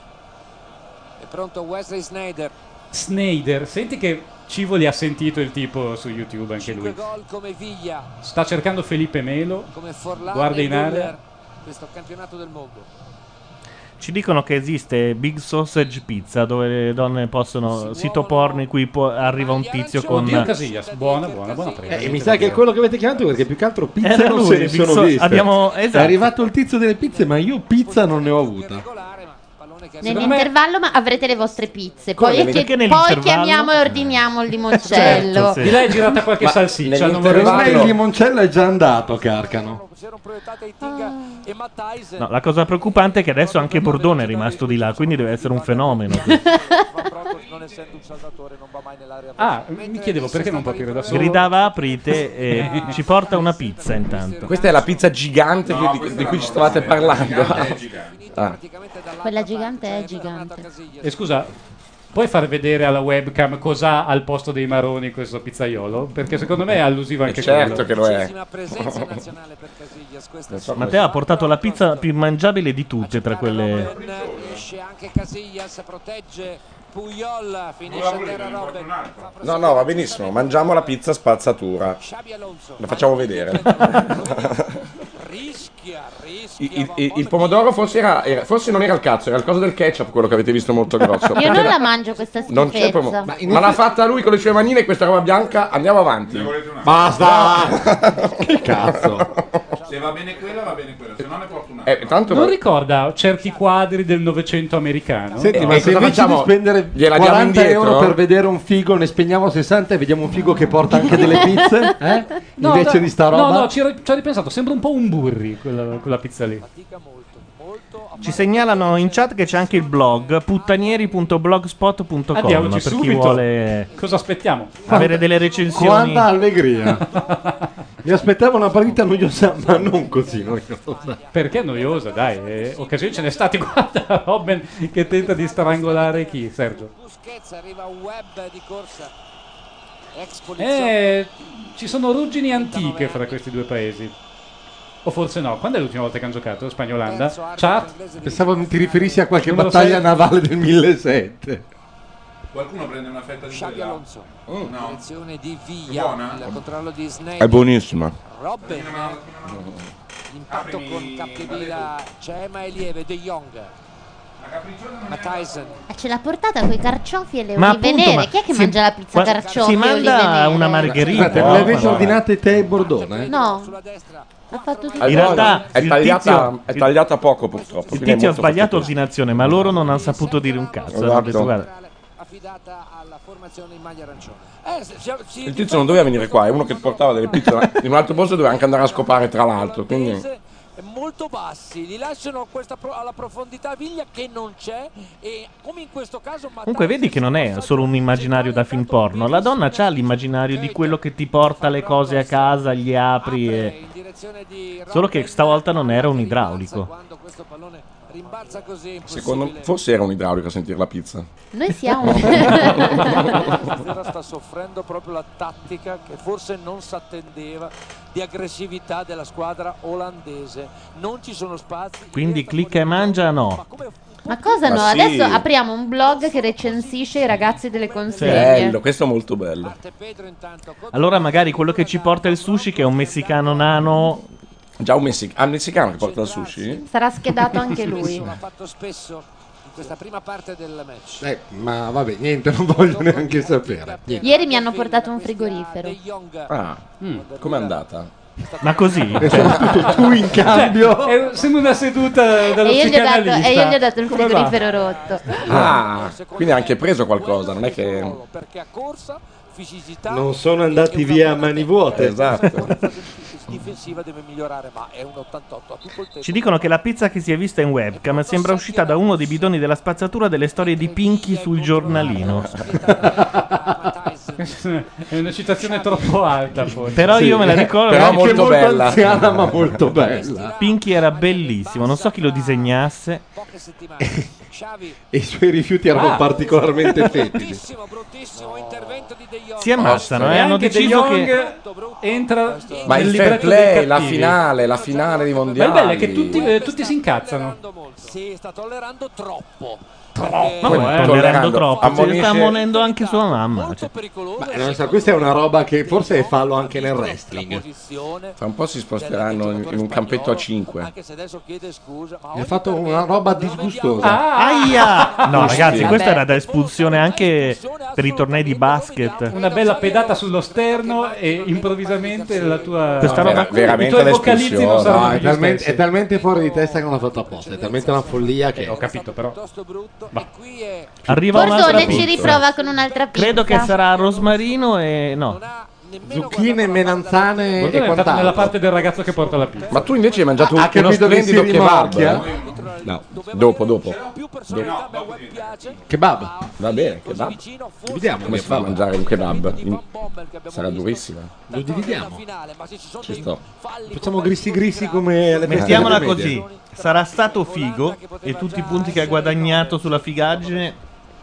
È pronto Wesley Sneijder. Sneijder, senti che Civoli ha sentito il tipo su YouTube anche lui. Gol come Viglia, Sta cercando Felipe Melo. come Forlan Guarda e in area. Müller, questo campionato del mondo. Ci dicono che esiste Big Sausage Pizza dove le donne possono sito porno in cui può- arriva un tizio con Oddio Casillas, buona, buona, buona presa. Eh, mi sa che è quello che avete chiamato perché più che altro pizza Era non lui, se ne Big sono So- viste. abbiamo- esatto. È arrivato il tizio delle pizze, ma io pizza non ne ho avuta. Nell'intervallo ma avrete le vostre pizze. Come Poi, perché che- nell'intervallo? poi chiamiamo e ordiniamo il limoncello. Certo, sì. Di lei è girata qualche Ma salsiccia. Non Per vorrei me il limoncello è già andato, Carcano. E Matt Tyson. No, la cosa preoccupante è che adesso anche Bordone è rimasto di là, quindi deve essere un fenomeno. non essendo un salvatore non va mai nell'area. Ah, mi chiedevo perché non può aprire da solo. Gridava aprite e ci porta una pizza intanto. Questa è la pizza gigante che- di, di cui ci stavate parlando. Ah. Quella gigante è gigante. E scusa, puoi far vedere alla webcam cos'ha al posto dei maroni questo pizzaiolo? Perché secondo me è allusivo anche certo quello. che lo è. presenza nazionale per Casillas, questa è Matteo ha portato la pizza più mangiabile di tutte tra quelle. esce anche Casillas, protegge Puyol, finisce a terra Robben. Fa No, no, va benissimo. Mangiamo la pizza spazzatura. Xabi Alonso. La facciamo vedere. Rischia, Il, rischia. il- il pomodoro forse, era, era- forse non era il cazzo, era il coso del ketchup quello che avete visto molto grosso. Io Perché non la- la mangio questa non c'è schifezza. pomo- ma, ma l'ha fatta lui con le sue manine questa roba bianca. Andiamo avanti. Basta! Che cazzo? Se va bene quella, va bene quella, se no ne porto una. Eh, tanto Non ricorda certi quadri del Novecento americano? Senti, Eh, ma eh, se cosa invece facciamo? di spendere Gliela diamo quaranta indietro? euro per vedere un figo ne spendiamo sessanta e vediamo un figo che porta anche delle pizze? Eh? No, Invece dai, di sta roba? No, no, ci ho ci ho ripensato, sembra un po' un burri quella, quella pizza lì. Ci segnalano in chat che c'è anche il blog puttanieri punto blogspot punto com Andiamoci per chi subito. vuole Cosa aspettiamo? avere delle recensioni. Quanta allegria! Mi aspettavo una partita noiosa, ma non così noiosa. Perché è noiosa, dai, eh, occasioni ce n'è state. Guarda Robben che tenta di strangolare chi, Sergio? Busquets, arriva un web di corsa. Ex poliziotto. Eh, ci sono ruggini antiche fra questi due paesi. O forse no, quando è l'ultima volta che hanno giocato? Spagna-Olanda? Chat? Pensavo ti riferissi a qualche Numero battaglia sei. navale del millesettecento. Qualcuno prende una fetta di Xabi quella? Alonso. Oh, no. Direzione di Viglia. Buona? Il controllo di Sneijder. buonissima. Robben. L'impatto con Capdevila. Cema e lieve. De Jong. Ma Tyson. Eh, Ce l'ha portata con i carciofi e le Ma olive appunto, nere. ma Chi è che si- mangia la pizza qua- carciofi si e olive manda nere? una margherita. Aspetta, No, le avete ma- ordinate te e Bordone? No, ha fatto tutto. In realtà è il tagliata, tizio- è tagliata poco purtroppo. Il quindi è tizio ha molto sbagliato faticoso. ordinazione, ma loro non hanno saputo dire un cazzo. Hanno Esatto. detto, guarda, Affidata alla formazione in maglia arancione. Eh, se- se- si- Il tizio non doveva venire qua, è uno che portava delle pizze in un altro posto dove anche andare a scopare tra l'altro. Quindi molto bassi, li lasciano questa pro- alla profondità Viglia che non c'è e come in questo caso comunque vedi che non è solo un immaginario da film porno. La donna ha l'immaginario di quello che ti porta le cose a casa, gli apri e... Solo che stavolta non era un idraulico. quando questo pallone rimbalza così è impossibile. secondo me forse era un idraulico a sentire la pizza. Noi siamo. Zero sta soffrendo proprio la tattica che forse non si attendeva di aggressività della squadra olandese. Non ci sono spazi. Quindi clicca e mangia no. Ma cosa Ma no? sì. Adesso apriamo un blog che recensisce i ragazzi delle consegne. Bello, questo è molto bello. Allora magari quello che ci porta il sushi, che è un messicano nano... Già un messicano, ah, un messicano che porta il sushi? Sarà schedato anche lui. L'ha fatto spesso questa prima parte del match. Eh, ma vabbè, niente, non voglio neanche sapere. Niente. Ieri mi hanno portato un frigorifero. Ah, com'è andata? Ma così? tu, tu in cambio Cioè, è- sembra una seduta dallo E io, gli ho dato, psicanalista. e io gli ho dato il Come va? frigorifero rotto. Ah, quindi ha anche preso qualcosa, non è che... Perché a corsa, fisicità non sono andati via a mani vuote. Esatto. difensiva deve migliorare, ma è un ottantotto, ha tutto il tempo. Ci dicono che la pizza che si è vista in webcam sembra uscita da uno dei bidoni della spazzatura delle storie di Pinky sul giornalino. È una citazione troppo alta, forse. Però Sì, io me la ricordo. però anche molto bella. anziana, ma molto bella. Pinky era bellissimo, non so chi lo disegnasse. E i suoi rifiuti erano Ah. particolarmente fetidi. Si ammazzano, E eh, hanno anche De deciso Jong che entra Ma nel il fair libretto dei play, la cattivi. finale, la finale di Ma il mondiali. bello è che tutti, eh, tutti si incazzano. Si sta tollerando troppo. Ma Perché- come, Tollerando. tollerando troppo, si Ammonisce- sta ammonendo anche sua mamma. Cioè. Ma non so, questa è una roba che forse è fallo anche nel wrestling. Tra un po' si sposteranno in, in un campetto a cinque. Anche se adesso chiede scusa, ma Ha fatto una roba disgustosa. Ah, Aia! No, ragazzi, Sì. questa era da espulsione anche per i tornei di basket. una bella pedata sullo sterno e improvvisamente la tua Questa roba Vera- veramente i tuoi vocalizzi non l'espulsione. saranno No, è più gli talmente, stessi. è talmente fuori di testa che non l'ha fatto apposta. È talmente una follia che. Ho capito, però. Arriva un'altra Bordone ci pizza. riprova con un'altra pizza. Credo che sarà rosmarino e no. Zucchine, melanzane e Bordone è entrato nella quant'altro. parte del ragazzo che porta la pizza. Ma tu invece hai mangiato Ha uno capito che splendido si kebab. rimorchia? eh? No, dopo, dopo. Kebab. Va bene, kebab. Dividiamo. Come si fa a mangiare un kebab? In- Sarà durissima. Lo dividiamo. Ci sto. Facciamo grissi grissi come le Mettiamola medie. così. Sarà stato figo e tutti i punti che ha guadagnato sulla figaggine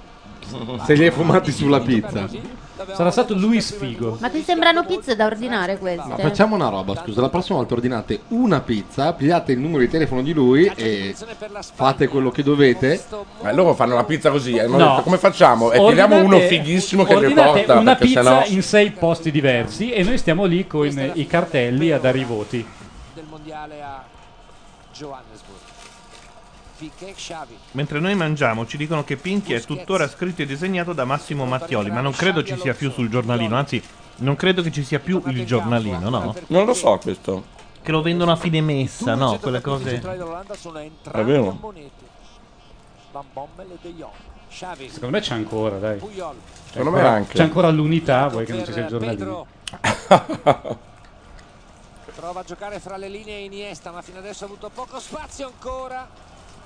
Se li hai fumati sulla pizza. Sarà stato Luis Figo. Ma ti sembrano pizze da ordinare queste? Ma facciamo una roba, scusa, la prossima volta ordinate una pizza, pigliate il numero di telefono di lui e fate quello che dovete. Ma loro fanno la pizza così. E hanno No. detto, come facciamo? E Ordinate- tiriamo uno fighissimo che ci ordinate porta. una Perché pizza sennò... in sei posti diversi e noi stiamo lì con i cartelli a dare i voti. del mondiale a Johannesburg. Piqué, Xavi. mentre noi mangiamo. Ci dicono che Pinky è tuttora scritto e disegnato da Massimo Mattioli, ma non credo ci sia più sul giornalino, anzi non credo che ci sia più il giornalino, no? Non lo so questo. Che lo vendono a fine messa, no? Quelle cose. centrali dell'Olanda sono È entrambi vero. ammoniti. Van Bommel e De Jong. Xavi. Secondo me c'è ancora, dai. Puyol. Secondo me anche. C'è ancora l'unità, vuoi che non ci sia il Per giornalino? Pedro. Prova a giocare fra le linee Iniesta, ma fino adesso ha avuto poco spazio ancora.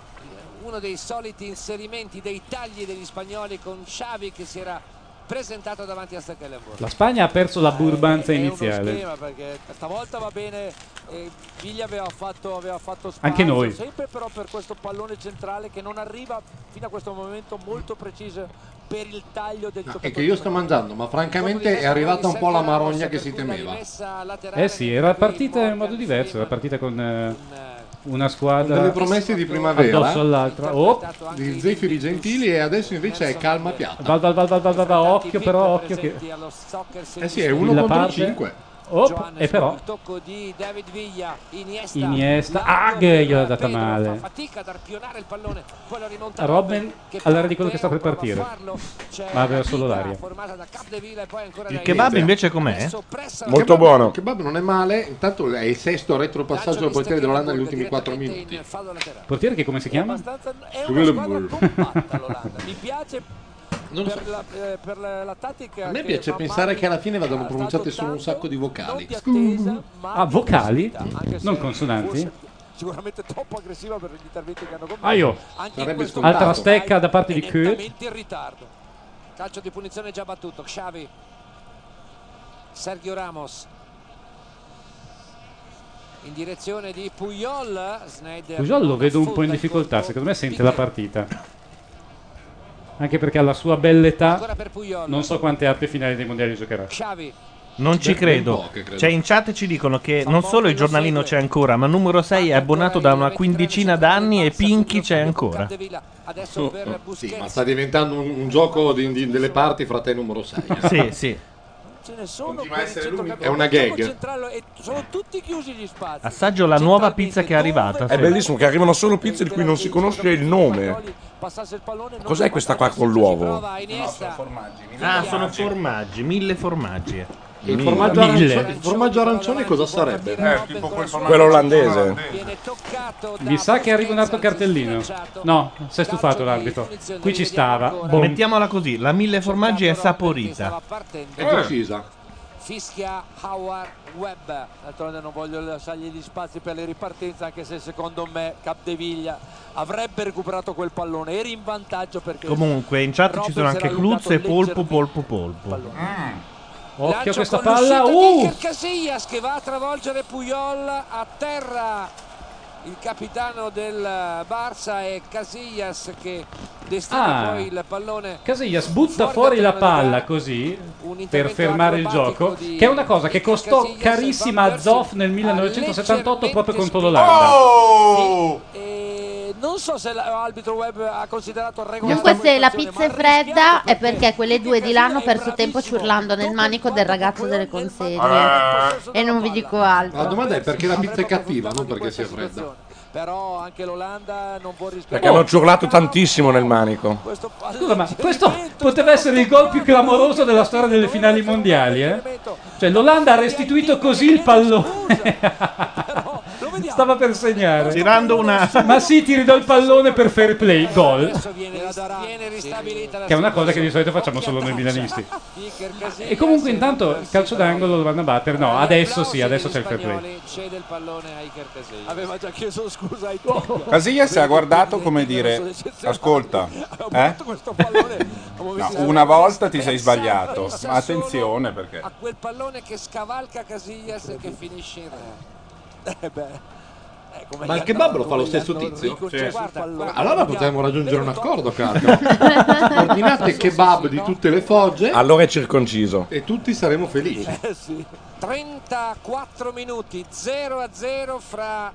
Uno dei soliti inserimenti dei tagli degli spagnoli con Xavi che si era presentato davanti a Stekelenburg. La Spagna ha perso la burbanza È uno iniziale. schema, perché stavolta va bene, eh, Viglia aveva fatto, aveva fatto spazio, Anche noi. sempre però per questo pallone centrale che non arriva fino a questo momento molto preciso per il taglio del giocatore. È che io sto mangiando, ma francamente è arrivata un po' la marogna che si temeva. Eh sì, era partita in modo diverso, era partita con eh, una squadra Delle promesse di primavera addosso all'altra. Oh, di Zefiri Gentili e adesso invece è calma piatta. val, val, val, val, val, val, val, occhio però, occhio che Eh sì, è uno la contro parte- cinque. Oh, e però il tocco di David Villa, Iniesta, Iniesta, ah, che gliel'ha data Pedro male. fa fatica ad arpionare il pallone, poi la rimonta Robben che all'area di quello parte, che sta per prova a partire, farlo. C'è ma aveva la solo picca l'aria. formata da Capdevila e poi ancora Il da kebab Iniesta. invece com'è? Adesso pressa la Molto Kebab- buono. Kebab non è male, intanto è il sesto retropassaggio del portiere dell'Olanda negli ultimi quattro direttamente minuti. in fallo laterale. Portiere che come si chiama? Abbastanza- è una squadra compatta l'Olanda. Mi piace Non per, so. la, eh, per la, la tattica. A me che piace Van pensare Malen che alla fine vadano ha pronunciate stato solo un sacco di vocali. non di attesa, ma Ah, di vocali? aggressività, anche se Non consonanti? forse Sicuramente troppo aggressiva per gli interventi che hanno compiuto. Ah, io. Anche Sarebbe in questo scontato. Altra stecca da parte di è Kurt. nettamente in ritardo. Calcio di punizione già battuto. Xavi. Sergio Ramos. In direzione di Puyol. Sneijder Pujol lo non vedo un po' in affonda il difficoltà, colpo. secondo me sente Piqué. la partita. Anche perché alla sua bella età Ancora per Puyol. non so quante altre finali dei mondiali giocherà. Xavi. Non ci Ben- ben credo. poche, credo. Cioè in chat ci dicono che non solo il giornalino c'è ancora, ma numero sei è abbonato da una quindicina d'anni e Pinky c'è ancora. Adesso per Sì, Busquets. ma sta diventando un, un gioco di- di- delle parti fra te numero sei. Sì, sì. ce ne sono Continua a per il essere l'unico. centrocampo. È una Il gioco gag. centrale è- sono tutti chiusi gli spazi. Assaggio la nuova pizza che è arrivata. È sì. bellissimo che arrivano solo pizze di cui non si conosce il nome. Cos'è questa qua con l'uovo? No, sono formaggi. mille Ah, sono formaggi. formaggi, mille formaggi. Il Mille. formaggio, Mille. arancione, il formaggio arancione cosa sarebbe? Eh, tipo quel formaggio Quello olandese. Mi sa che arriva un altro cartellino. No, si è stufato l'arbitro. Qui ci stava. Boh. Mettiamola così, la mille formaggi è saporita. È decisa. Fischia Howard Webb. D'altronde non voglio lasciargli gli spazi per le ripartenze, anche se secondo me Capdeviglia avrebbe recuperato quel pallone. Eri in vantaggio perché Comunque in chat ci sono anche Cluz e Polpo, Polpo, Polpo. Occhio a questa con palla. l'uscita di Uh! Iker Casillas che va a travolgere Puyol a terra. Il capitano del Barça è Casillas che destina Ah. poi il pallone. Casillas butta fuori la palla così per fermare il gioco, che è una cosa che costò carissima a Zoff nel millenovecentosettantotto proprio contro l'Olanda. Oh! E non so se l'arbitro Webb ha considerato regolare. Comunque se la pizza è fredda è perché quelle due di là hanno perso tempo ciurlando nel manico del ragazzo delle consegne. E non vi dico altro. La domanda è perché la pizza è cattiva, non perché sia fredda. Però anche l'Olanda non può rispettare. Perché hanno ciurlato tantissimo nel manico. Scusa, ma questo poteva essere il gol più clamoroso della storia delle finali mondiali, eh? Cioè l'Olanda ha restituito così il pallone. Stava per segnare. Tirando una... Ma sì, ti ridò il pallone per fair play, gol. Adesso viene, viene ristabilita la Che è una cosa che di solito facciamo solo noi milanisti. E comunque intanto il calcio d'angolo lo vanno a battere. No, adesso sì, adesso c'è il fair play. Cede il pallone a Iker Casillas. Aveva già chiesto scusa ai tuoi. Casillas ha guardato come dire: ascolta, eh? No, una volta ti sei sbagliato, ma attenzione perché. A quel pallone che scavalca Casillas e che finisce in re. Eh beh. Eh, come Ma gli il kebab hanno- lo fa lo come gli stesso hanno tizio? riconce- Sì. guarda, guarda, Allora guarda. potremmo raggiungere un accordo, caro. Ordinate kebab di tutte le fogge Allora è circonciso. e tutti saremo felici. Eh sì. trentaquattro minuti, zero a zero fra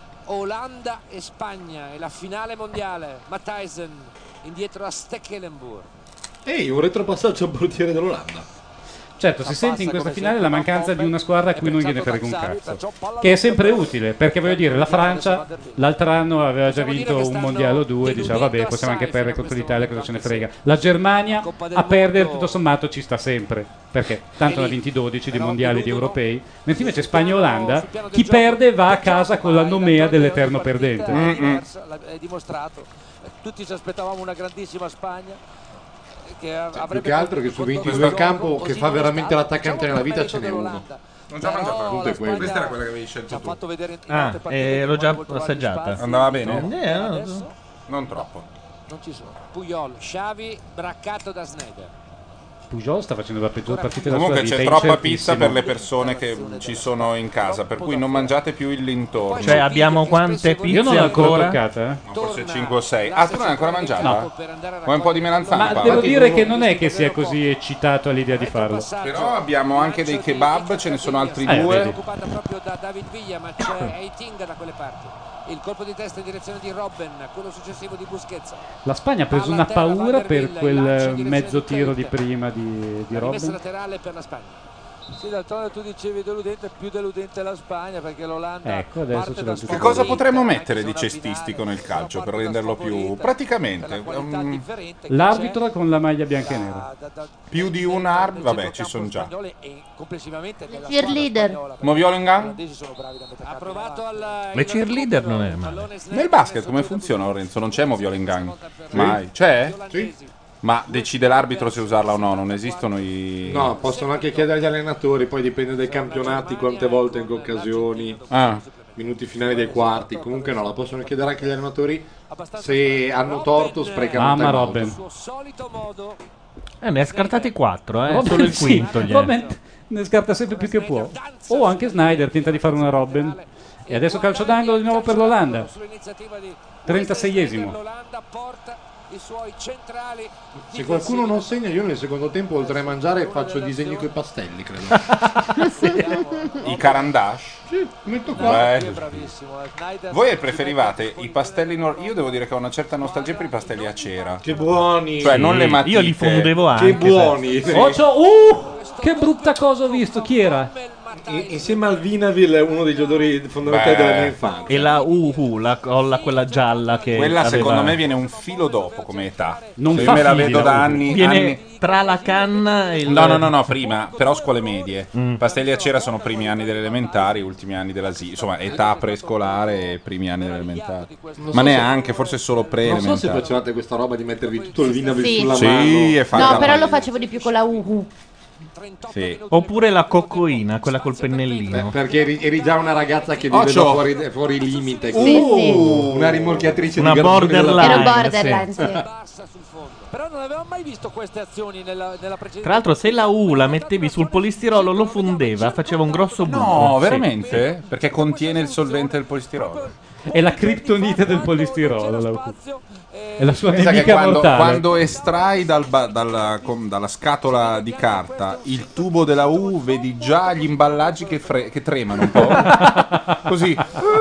Olanda e Spagna e la finale mondiale. Matthijsen indietro a Stekelenburg. Ehi, un retropassaggio al portiere dell'Olanda. Certo, si sente in questa finale la mancanza di una squadra a cui non gliene frega un cazzo. Che è sempre utile, perché voglio dire, la Francia l'altro anno aveva già vinto un mondiale o due, diceva vabbè, possiamo anche perdere contro l'Italia, cosa ce ne frega. La Germania a perdere tutto sommato ci sta sempre, perché tanto ne ha vinti dodici di mondiali di europei, mentre invece Spagna e Olanda, chi perde va a casa con la nomea dell'eterno perdente. È dimostrato. Tutti ci aspettavamo una grandissima Spagna. Che Cioè, più che altro che su ventidue al campo che fa veramente l'attaccante nella vita ce n'è uno. Non già mangiato Punto è quello. Questa era quella che avevi scelto tu. Ah, eh, l'ho già assaggiata. Andava bene? Eh, no, Non troppo. Non ci sono. Puyol, Xavi, braccato da Sneijder. Pujol sta facendo la peggior partita della sua Comunque vita. c'è è troppa incertissimo. pizza per le persone che ci sono in casa, per cui non mangiate più il l'intorno. Cioè abbiamo quante pizze Io non l'ho ancora ancora? toccata, eh. No, forse cinque o sei. Ah, tu non l'hai ancora mangiata? No. Come un po' di melanzana. Ma devo dire che non è che sia così eccitato all'idea di farlo. Però abbiamo anche dei kebab, ce ne sono altri Eh, due. vedi. Occupata proprio da David Villa, ma c'è Eiting da quelle parti. Il colpo di testa in direzione di Robben, quello successivo di Busquets. La Spagna ha preso una paura per quel mezzo tiro di prima di, di La rimessa Robben. laterale per la Spagna. Sì, d'altronde tu dicevi deludente, più deludente la Spagna perché l'Olanda Ecco, adesso parte ce da l'ho Che giusto. cosa potremmo mettere di cestistico nel calcio per renderlo più praticamente um, L'arbitro con la maglia bianca e nera. più di un arbitro? Vabbè, ci sono già. Cheerleader. Moviolo in gang? Ha provato al Le cheerleader non è male. Nel basket come funziona, Lorenzo? Non c'è moviolo in gang? Mai? C'è? Sì. Ma decide l'arbitro se usarla o no, non esistono i... No, possono anche chiedere agli allenatori, poi dipende dai campionati quante volte in che occasioni, Ah. minuti finali dei quarti. Comunque no, la possono chiedere anche agli allenatori se hanno torto, sprecano un Mamma timeout. Robben. Eh, ne ha scartati quattro, eh. Robben Solo il sì, quinto. gli è. Robben ne scarta sempre più che può. O anche Snyder tenta di fare una Robben. E adesso calcio d'angolo di nuovo per l'Olanda. trentaseiesimo. L'Olanda porta i suoi centrali. Se qualcuno non segna, io nel secondo tempo, oltre a mangiare, faccio disegni coi pastelli, credo. I carandash? Sì, metto qua. Bello. Bravissimo. Snyder Voi preferivate i pastelli nor- Io devo dire che ho una certa nostalgia per i pastelli a cera. Che buoni. Cioè non le matite. Io li fondevo anche. Che buoni. Ocio, uh! Che brutta cosa ho visto, chi era? I- insieme al Vinavil, uno degli odori fondamentali Beh. della mia infanzia. E la Uhu, la colla quella gialla che Quella aveva- secondo me viene un filo dopo come età. Non Cioè, fa io me la fili vedo la da Uhu. anni. Viene anni- tra la canna e il... No, no, no, no, prima, però scuole medie. Mm. Pastelli a cera sono primi anni delle elementari, ultimi anni dell'asilo, insomma, età prescolare e primi anni delle elementari. Non so Ma se- neanche, forse solo Non so se pre-elementari. facevate questa roba di mettervi tutto il Vinavil Sì. sulla Sì, mano. e fa- No, però lo facevo di più con la Uhu. Sì. Oppure la coccoina, quella col pennellino. Perché eri, eri già una ragazza che viveva Occhio. fuori, fuori limite. Sì, sì. Una rimorchiatrice Una di garzoni borderline, della- Ero borderline, sì. Però non avevamo mai visto queste azioni nella, nella precedente. Tra l'altro se la U la mettevi sul polistirolo lo fondeva, faceva un grosso buco. No, Sì. veramente? Perché contiene il solvente del polistirolo. È la criptonite del polistirolo. La Uhu. È la sua Pensa che nemica quando, mortale. quando estrai dal ba- dalla, com- dalla scatola di carta il tubo della U, vedi già gli imballaggi che, fre- che tremano un po'. Così.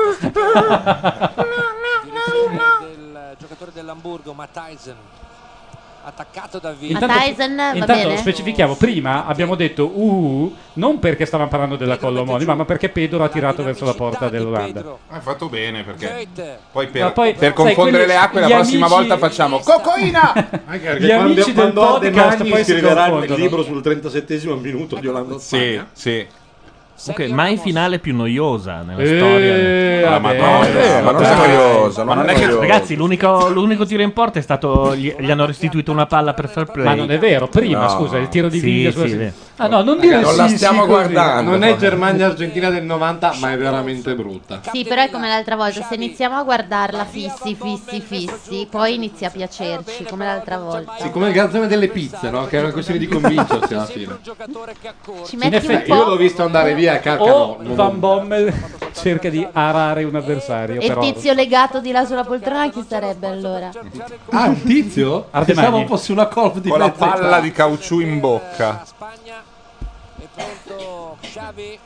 Del giocatore dell'Hamburgo, Matthijsen, attaccato da Villa. Intanto, Tyson, va intanto bene? specifichiamo, prima abbiamo detto uh, non perché stavamo parlando della colla omonima, ma perché Pedro ha tirato verso la porta dell'Olanda. Hai fatto bene perché poi per, Ma poi, per sai, confondere quelli- le acque la gli prossima amici- volta facciamo cocoina. Anche perché Gli quando, amici del quando De podcast Magni poi si scriverà il confondono. libro sul trentasettesimo minuto di Olanda Sì, Spagna. sì. Comunque, mai finale più noiosa nella Eh, storia. La vabbè. Madonna, Eh, ma non è dai. noiosa, Ma non non è è che noiosa. Ragazzi, l'unico, l'unico tiro in porta è stato. Gli, gli hanno restituito una palla per fair play. Ma non è vero, prima No. scusa, il tiro di Sì, Viglia sì, sulla sì. sinistra. Ah no, non dire non sì, la sì, stiamo così. guardando. Non è Germania-Argentina del novanta, ma è veramente brutta. Sì, però è come l'altra volta, se iniziamo a guardarla fissi, fissi, fissi, poi inizia a piacerci, come l'altra volta. Sì, come il garzone delle pizze, no? Che è una questione di convincersi alla fine. Ci In metti un effetti, Io po'. l'ho visto andare via a Carcano. O non- Van Bommel cerca di arare un avversario. E il però... tizio legato di là sulla poltrona chi sarebbe allora? Ah, un tizio? Ardemagni. Pensavo fosse una colf di Con la mezza età. palla di caucciù in bocca. Spagna è pronto Xavi.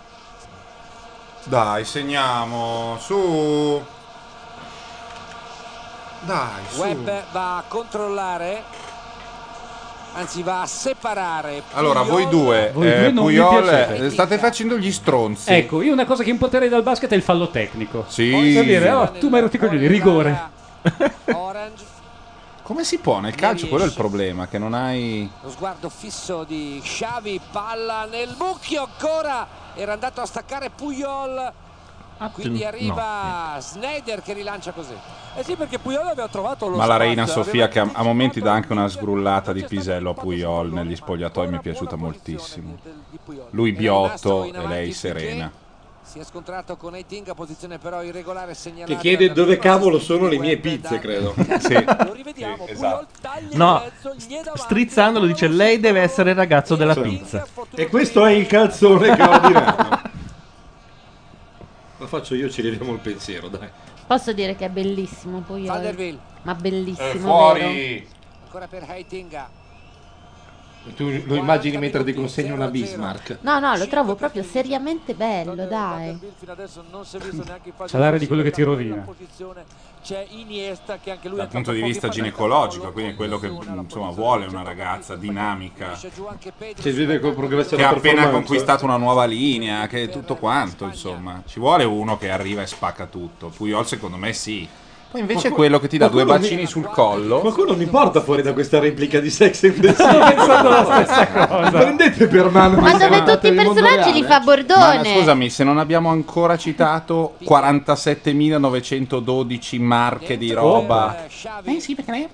Dai, segniamo. Su. Dai, su. Webb va a controllare, anzi va a separare. Allora, voi due, Voi eh, due non mi Puyol, piacete. eh, state facendo gli stronzi. Ecco, io una cosa che importerei dal basket è il fallo tecnico. Sì. Per dire, oh, tu mi hai rotto i coglioni, rigore. Orange, Come si può nel calcio? Quello è il problema, che non hai... lo sguardo fisso di Xavi, palla nel mucchio ancora, era andato a staccare Puyol. Quindi arriva Sneijder che rilancia così. Eh sì, perché Puyol aveva trovato lo Ma la spazio, Reina Sofia, aveva che a, a momenti dà anche una sgrullata di pisello a Puyol negli spogliatoi, mi è piaciuta moltissimo. Lui biotto e lei serena. Si è scontrato con Eitinga, posizione però irregolare segnalata. Che chiede dove cavolo sono le mie pizze, credo. Sì. Lo rivediamo, Sì, Puyol esatto. taglia No, in mezzo, gli è davanti. strizzandolo dice lei deve essere il ragazzo della pizza. E questo è il calzone che ho ordinato. Lo faccio io, ci leviamo il pensiero, dai. Posso dire che è bellissimo Puyol, Vanderbilt. ma bellissimo, È vero? fuori! Ancora per Eitinga. Tu lo immagini mentre ti consegno una Bismarck? No, no, lo trovo proprio seriamente bello, dai. Fino adesso non si è visto neanche in fase C'è l'aria di di quello che ti posizione. rovina. Posizione. C'è Iniesta che anche lui Dal ha punto di fatto vista pochi ginecologico, falli. quindi quello che insomma vuole una ragazza dinamica, Che vive col progresso che ha della appena performance. conquistato una nuova linea, che è tutto quanto, insomma. Ci vuole uno che arriva e spacca tutto. Puyol secondo me sì. Poi invece è quello che ti dà Ma due quello bacini mi- sul collo. Ma quello mi porta fuori da questa replica di Sex and the Stavo City. pensando la stessa cosa. Prendete per mano. Ma mi dove sembra tutti i il mondo personaggi li reale. fa Ma Bordone? scusami, se non abbiamo ancora citato quarantasetteminanovecentododici marche di roba. Eh sì, E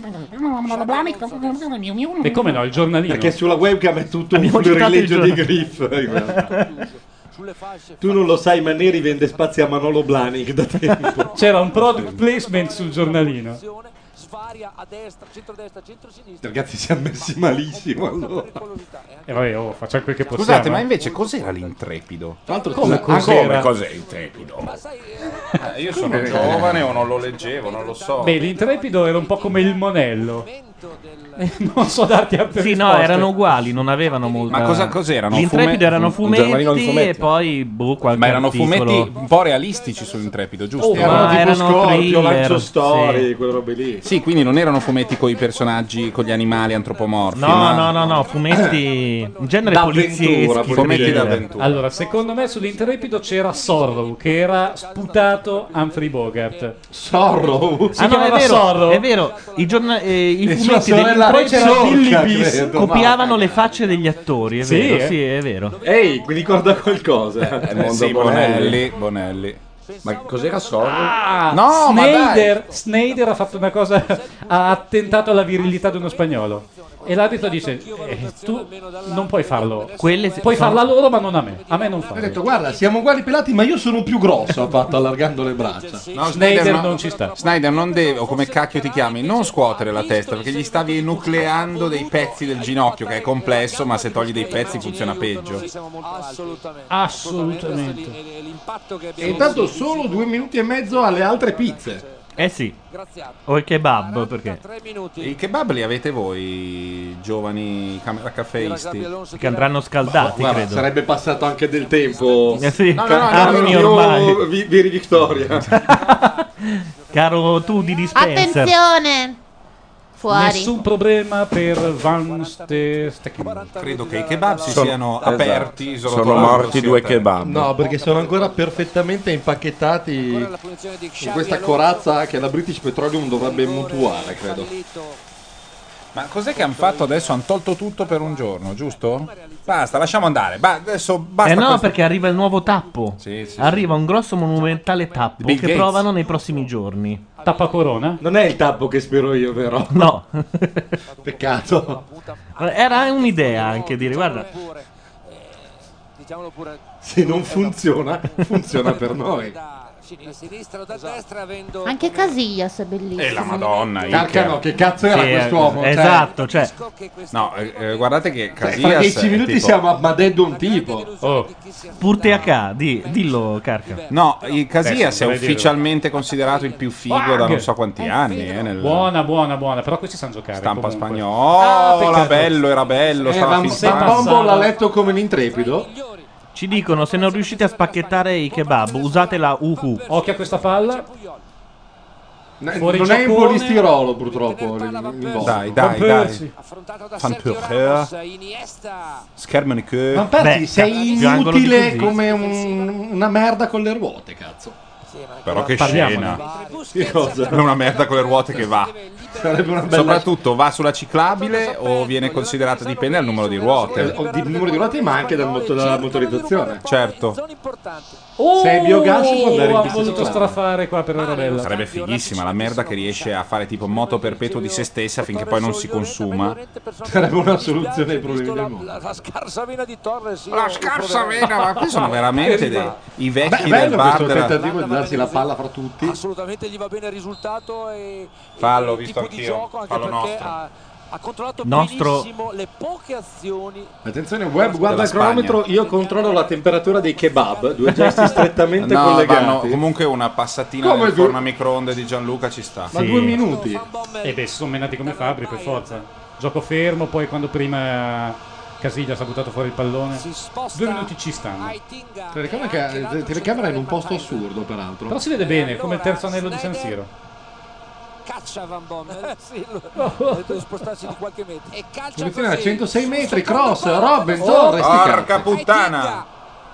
come no, il giornalino. Perché sulla webcam è tutto un Abbiamo citato il florileggio di giorno. griff. in realtà. Sulle fasce Tu non lo sai, ma Neri vende spazi a Manolo Blahnik da tempo. C'era un product placement sul giornalino. svaria a destra, centro-destra, centro-sinistra. Ragazzi, siamo messi malissimo allora. E vabbè, oh, facciamo quel che possiamo. Scusate, ma invece cos'era l'intrepido? Tra l'altro, Come scusa, cos'era? Come cos'è intrepido? Eh, io sono giovane o non lo leggevo, non lo so. Beh, l'intrepido era un po' come il monello. Non so darti altre Sì, no, risposte. erano uguali, non avevano molta... Ma cosa- cos'erano? L'intrepido Fume- erano un giornalino di fumetti, fumetti. e poi boh, qualche Ma erano articolo. fumetti un po' realistici sull'intrepido, giusto? Oh, erano ma tipo erano Scorpio, thriller, Lancio Story, sì. quelle robe lì. Sì, quindi quindi non erano fumetti con i personaggi, con gli animali antropomorfi. No, ma... no, no, no, fumetti in genere polizieschi. Fumetti d'avventura. Allora, secondo me sull'Intrepido c'era Sorrow, che era sputato Humphrey Bogart. Sorrow? Si Ah, no, è chiamava vero, Sorrow. è vero. I, giorna- eh, i E sua fumetti sorella degli c'era Intrepido Billy Beast, copiavano le facce degli attori, è Sì, vero, eh? sì, è vero. Ehi, mi ricorda qualcosa. È il mondo Sì, Bonelli. Bonelli, Bonelli. Ma cos'era Sorrow? Ah, No, ma Snyder, Snyder ha fatto una cosa, ha attentato alla virilità di uno spagnolo. E l'arbitro dice: eh, tu non puoi farlo. Quelle Puoi sono- farla loro, ma non a me. A me non Ha farlo. detto, guarda, siamo uguali pelati, ma io sono più grosso, ha fatto allargando le braccia. No, Snyder no- non ci sta. Snyder non deve, o come cacchio ti chiami, non scuotere la testa perché gli stavi enucleando dei pezzi del ginocchio che è complesso, ma se togli dei pezzi funziona peggio. Assolutamente. Assolutamente. E, e l'impatto che E abbiamo intanto avuto- solo due minuti e mezzo alle altre pizze. Eh sì. O il kebab, perché I kebab li avete voi, giovani camera caffeisti? che andranno scaldati, Guarda, credo. sarebbe passato anche del tempo. Eh sì, No, no, no, anni Io- ormai. Vi- Viri Victoria. Caro tu di dispenser. Attenzione! Fuori. Nessun problema per Van Ste- Stecken. Credo che i kebab si Sono- siano esatto. aperti. Sono srotolandosi morti a due terra. kebab. No, perché sono ancora perfettamente impacchettati in questa corazza che la British Petroleum dovrebbe mutuare, credo. Ma cos'è che hanno fatto adesso? Hanno tolto tutto per un giorno, giusto? Basta, lasciamo andare. Ba- adesso basta. Eh no, questo- perché arriva il nuovo tappo. Sì, sì, Arriva un grosso monumentale tappo Bill che Gates. provano nei prossimi giorni. Tappa corona? Non è il tappo che spero io, vero? No. Peccato. Era un'idea anche dire, guarda, Diciamolo pure. Se non funziona, funziona per noi. Da sinistra o da destra avendo Anche Casillas è bellissimo. E la Madonna, Carcano, che cazzo era Sì, eh, quest'uomo? Cioè, esatto, cioè, No, eh, eh, guardate che cioè, fra Casillas dieci è minuti tipo- siamo a Madeddo un tipo. Oh, purte a ca, di, dillo, Carca. No, il Casillas Adesso è dovrei dirlo. ufficialmente considerato il più figo da non so quanti anni. Eh, nel buona, buona, buona. Però questi sanno giocare. stampa comunque. spagnola. Ah, Oh, peccato. la bello, era bello. Eh, stava Van fissando. Bombo l'ha letto come l'intrepido. Ci dicono, se non riuscite a spacchettare i kebab, usate la uhu. Occhio a questa palla. Eh, Fuori non è in giocone. polistirolo, purtroppo. l'in- Dai, Van dai, dai. Persie. affrontato da Van Sergio Persie. Ramos, Iniesta. Schermani che. Ma Persi, Beh, sei più angolo di inutile così. come un- una merda con le ruote, cazzo. Però che Parliamone. scena. Che cosa? È una merda con le ruote che va. Sarebbe una bella... Soprattutto va sulla ciclabile o viene considerato, dipende dal numero di Eh, ruote. o di numero di ruote, ma anche dal moto- dalla motorizzazione. Certo. Zone importanti. Oh, Se è biogas può andare in ha pista voluto ciclabile. strafare qua per Arabella. Sarebbe fighissima la merda che riesce a fare tipo moto perpetuo di se stessa finché poi non si consuma. Sarebbe una soluzione ai problemi Visto del la, mondo. la, la scarsa vena di Torres. io La lo scarsa proverei. vena, ma qui sono veramente dei, i Beh, vecchi è del bello bar questo della... tentativo di darsi la palla fra tutti. Assolutamente gli va bene il risultato e Fallo, e il visto tipo di anch'io. gioco, anche Fallo perché nostro. ha, ha controllato Nostro- benissimo le poche azioni. Attenzione, web, guarda Della il cronometro, io controllo la temperatura dei kebab, due gesti strettamente No, collegati. vanno, comunque una passatina Come nel due- forno a microonde di Gianluca ci sta. Ma Sì. due minuti. E beh, si sono menati come fabbri per forza. Gioco fermo, poi quando prima Casillas ha buttato fuori il pallone. Si sposta Due minuti ci stanno. Aitinga. Telecamera, che- telecamera in un posto assurdo, peraltro. Però si vede bene, come il terzo anello di San Siro. Caccia Van Bommel. sì, lo- deve spostarsi di qualche metro. E calcia Posizione a così. centosei metri, Secondo cross, palo. Robben, Oh, Torres, sti Porca cazzi. puttana! Aitinga.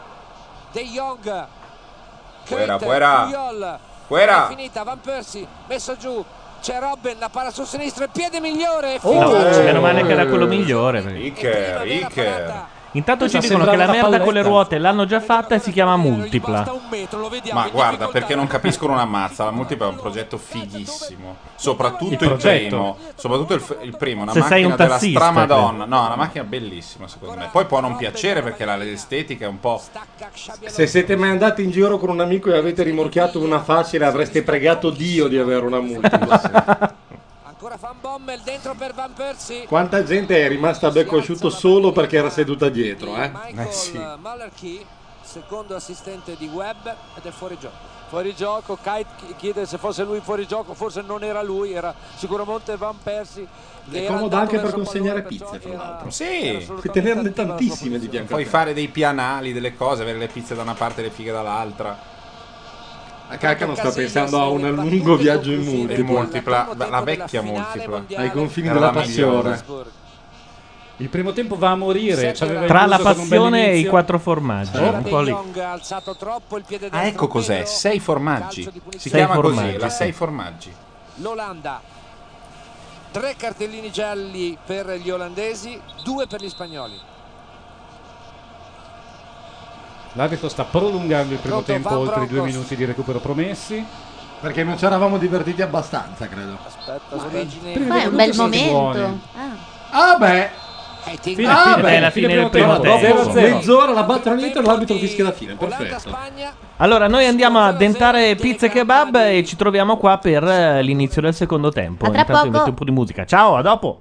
De Jong. Fuera, Keita, fuera. Puyol. Fuera. È finita Van Persie, messo giù. C'è Robben, la palla sul sinistro, il piede migliore. e No, finisce. Oh. meno male che era quello migliore. perché- Iker, Iker. Intanto ci Questa dicono che la sembrava una merda con le palletta. ruote l'hanno già fatta e si chiama Basta multipla. un metro, lo vediamo, Ma in guarda, difficoltà. perché non capiscono una mazza. La multipla è un progetto fighissimo. Soprattutto Il il, progetto. primo. Soprattutto il, f- il primo. Una Se sei macchina un della tassista, stramadonna. No, una macchina bellissima, secondo me. Poi può non piacere perché la- l'estetica è un po'. Stacca Xabi Se siete mai andati in giro con un amico e avete rimorchiato una facile, avreste pregato Dio di avere una multipla. Ancora Van Bommel dentro per Van Persie. Quanta gente è rimasta a becco asciutto solo perché era seduta dietro, eh? Michael Eh sì. Mallarkey, secondo assistente di Webb, ed è fuori gioco. Fuori gioco, Kite chiede se fosse lui fuori gioco, forse non era lui, era sicuramente Van Persie. che È era comodo andato anche per verso il consegnare pallone, pizze, perciò fra era- l'altro. Sì. era Puoi assolutamente tenerne attiva la sua tantissime di posizione. fianco a Puoi te. fare dei pianali, delle cose, avere le pizze da una parte e le fighe dall'altra. A Cacca non sta pensando a un lungo viaggio in multipla. In multipla, la vecchia multipla. Ai confini Era della la migliore. passione. Il primo tempo va a morire. c'aveva Tra illuso la con un passione e i bell'inizio. quattro formaggi. Un po' lì. Ah, ecco cos'è, sei formaggi. Si Sei chiama formaggi, così, la sì. sei formaggi. L'Olanda, tre cartellini gialli per gli olandesi, due per gli spagnoli. L'arbitro sta prolungando il primo Pronto, tempo Van oltre i due Bronckhorst. minuti di recupero promessi. Perché non ci eravamo divertiti abbastanza, credo. Ma è un bel momento. Ah. Ah beh. Fine, ah fine, beh, fine, fine del primo dopo tempo. zero a zero. mezz'ora la battono indietro e l'arbitro fischia la fine. Perfetto. Allora, noi andiamo a dentare pizza e kebab e ci troviamo qua per eh, l'inizio del secondo tempo. A tra Intanto vi poco. metto un po' di musica. Ciao, a dopo.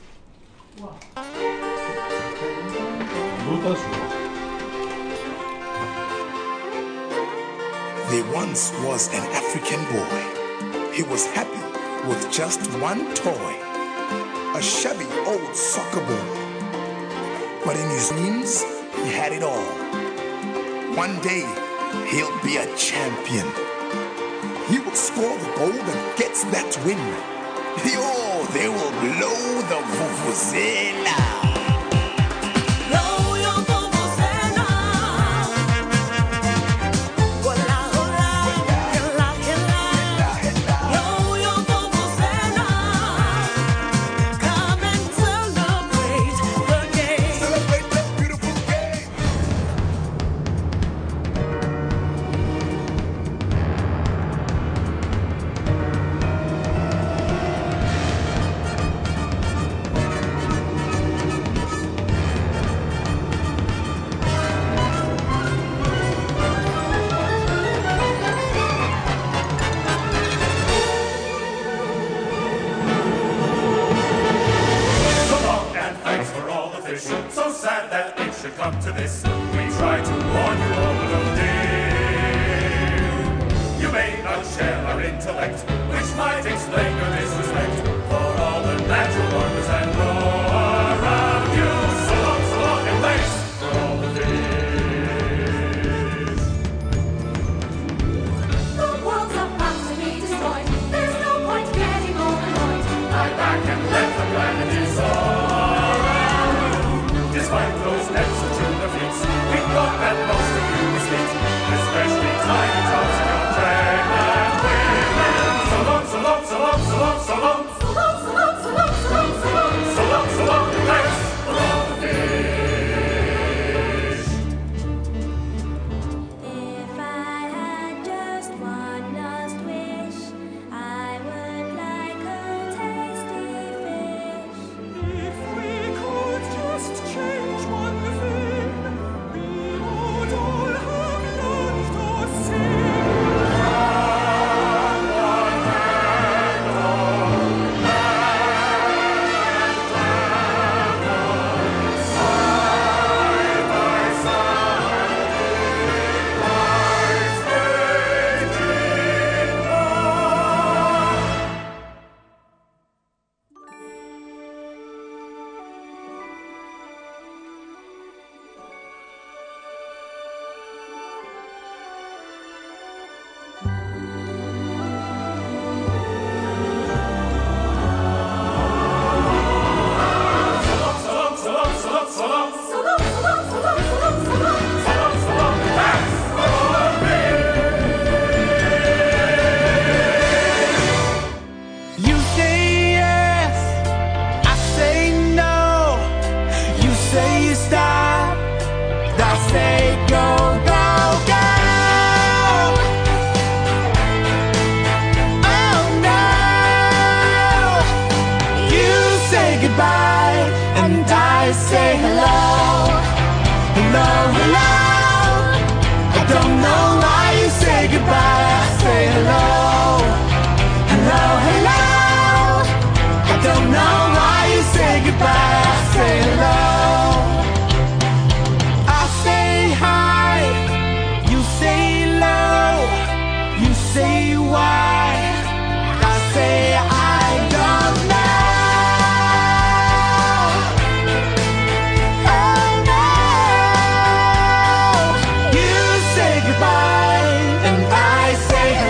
There once was an African boy. He was happy with just one toy, a shabby old soccer ball. But in his dreams, he had it all. One day, he'll be a champion. He will score the goal and gets that win. Oh, they will blow the vuvuzela. So sad that it should come to this. We try to warn you all, but oh dear. You may not share our intellect, which might explain your disrespect for all the natural wonders that grow around you. So long, so long, and thanks for all the fish. The world's about to be destroyed. There's no point getting all annoyed. Lie back and let the planet dissolve. Despite those nets and tuna fleets, we thought that most of you was fleet, especially tiny tots and your pregnant women. So long, so long, so long, so long, so long. So long, so long, so long, so long, so long. So long, so long, thanks for all the fish. If I had just one last wish, I would like a tasty fish. If we could just change one thing, we would all have learned to sing. Hand on hand, oh, hand and side by side, lies raging on. So long, so long, so long, so long, so long. So long, so long, so long, so long, so long. So long, so long, thanks for all the You say yes, I say no. You say you stop, I say go, go, go. Oh no, you say goodbye and I say hello, hello, hello. I don't know why you say goodbye, I say hello. Hello, hello. I don't know why you say goodbye. I say hello. I say hi. You say low. You say why. I say I don't know. Oh no. You say goodbye and I say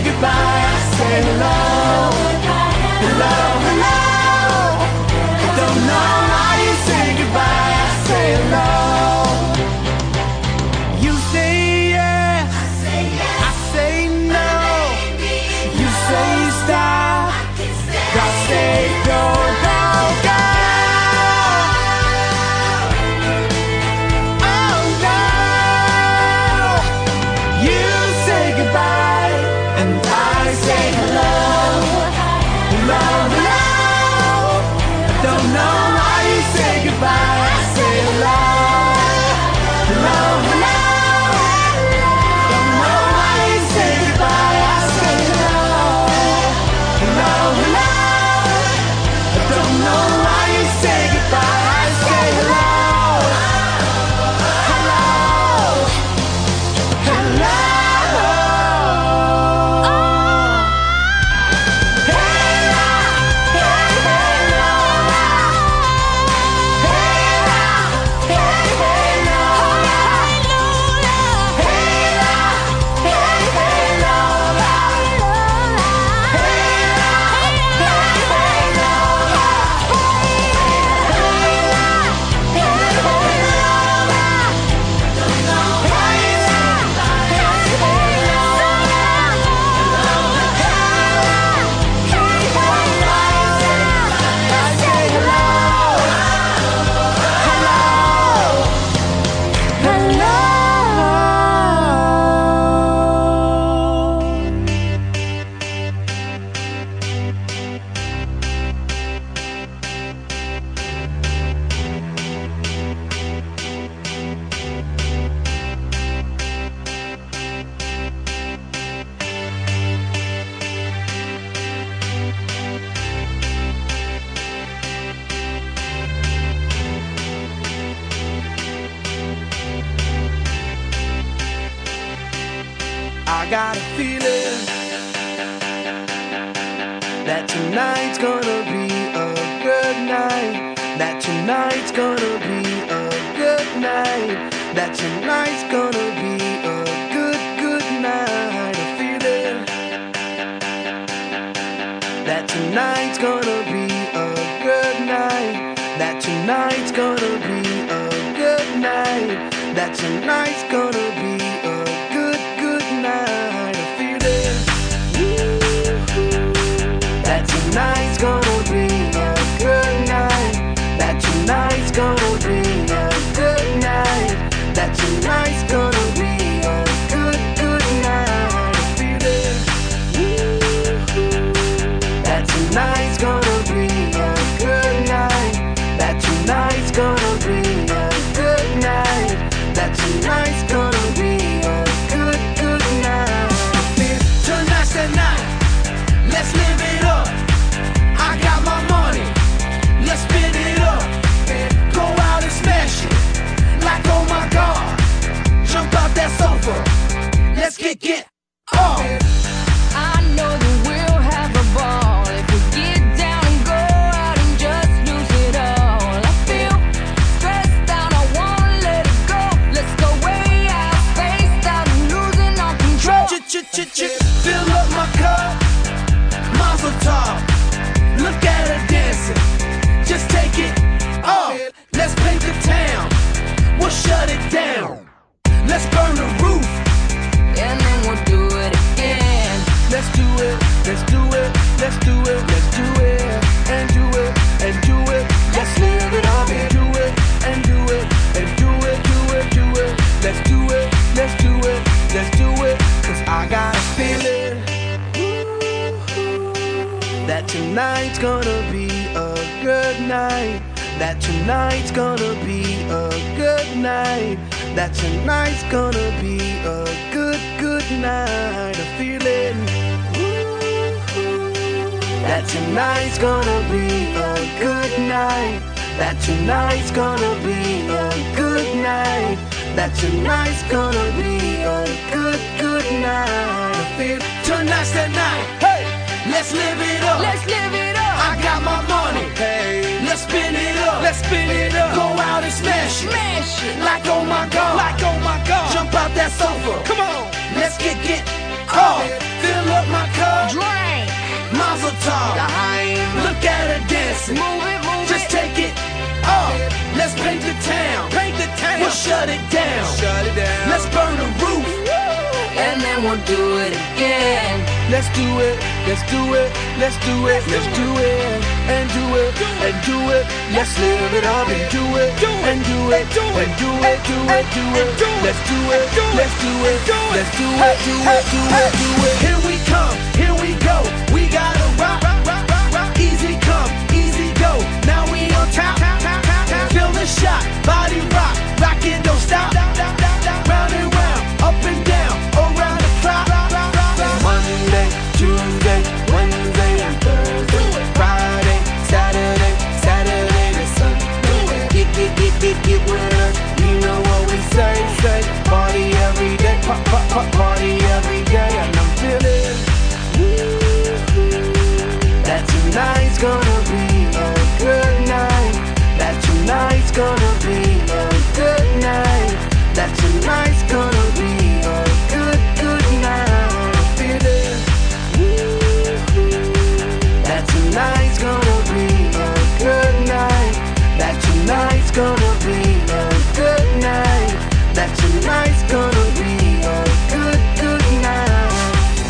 goodbye, I say hello. Hello, hello. I don't know why you say goodbye, I say hello. You say yes, I say yes. I say no, you say stop, I say go, go, go. Oh no, you say goodbye and I say hello. Hello, hello. I don't know why you say goodbye, I say hello. Hello, hello. Don't know why you say goodbye, I say hello. Hello, hello. I don't know why you say goodbye, I say hello. Hello. Hello. I got a feeling that tonight's gonna be a good night. That tonight's gonna be a good night. That tonight's gonna be a good, good night. A feeling that tonight's gonna be a good night. That tonight's gonna be a good night. That tonight's gonna be a good, good night. A feeling that tonight's gonna be a good night. That tonight's gonna be a good night. That tonight's gonna be a good, good night. A feeling that tonight's gonna be a good night. That tonight's gonna be a good night. That tonight's gonna be a good, good night. Tonight's the night, let's live it up. I got my money, let's spin it up. Go out and smash it, like oh my god. Jump out that sofa, let's get get off. I know that we'll have a ball if we get down and go out and just lose it all. I feel stressed out, I wanna let it go. Let's go way out, spaced out and losing all control. Fill up my cup, Mazel tov. Look at her dancing, just take it off. Let's paint the town, we'll shut it down. Let's burn the roof, and then we'll do it again. Let's do it, let's do it, let's do it, let's do it, and do it, and do it. Let's live it up and do it, and do it, and do it, do it, do it. Let's do it, let's do it, let's do it. Cause I got a feeling that tonight's gonna be a good night. That tonight's gonna be a good night. That tonight's gonna be a good, good night. A feeling that tonight's gonna be a good night. That tonight's gonna be a good night. That tonight's gonna be a good, good night. I feel tonight's the night. Hey, let's live it up. Let's live it up. I got my money. Hey, let's spin it up. Let's spin it up. Go out and smash it. Smash it. Like oh my god. Like oh my god. Jump out that sofa. Come on. Let's get get off. Fill up my it. Move it, move Just it. take it. Oh, let's paint the town. Paint the town. We'll shut it down. Shut it down. Let's burn the roof. And then we'll do it again. Let's do it. Let's do it. Let's do it. Let's do it. And do it. And do it. Let's live it up and do it. And do it. And do it. Do it. Do it. Let's do it. Let's do it. Let's do it. Do it. Do it. Do it. Here we come. Here we go. We gotta rock. Easy come. Easy go. Now we on top. Feel the shot. Body rock. Rock it. Don't stop. Round and round. Up and down. Around the clock. Monday, Tuesday, Wednesday, and Thursday, Friday, Saturday, Saturday to Sunday. Get, get, get, get, get with us. You know what we say, say. Party every day, pop, pop, pop, party every day, and I'm feeling that tonight's gonna be a good night. That tonight's gonna be a good night. That tonight's gonna be a good, good night. I'm feeling that tonight's gonna be a good night. That tonight's gonna be a good night. That tonight's gonna be a good, good night.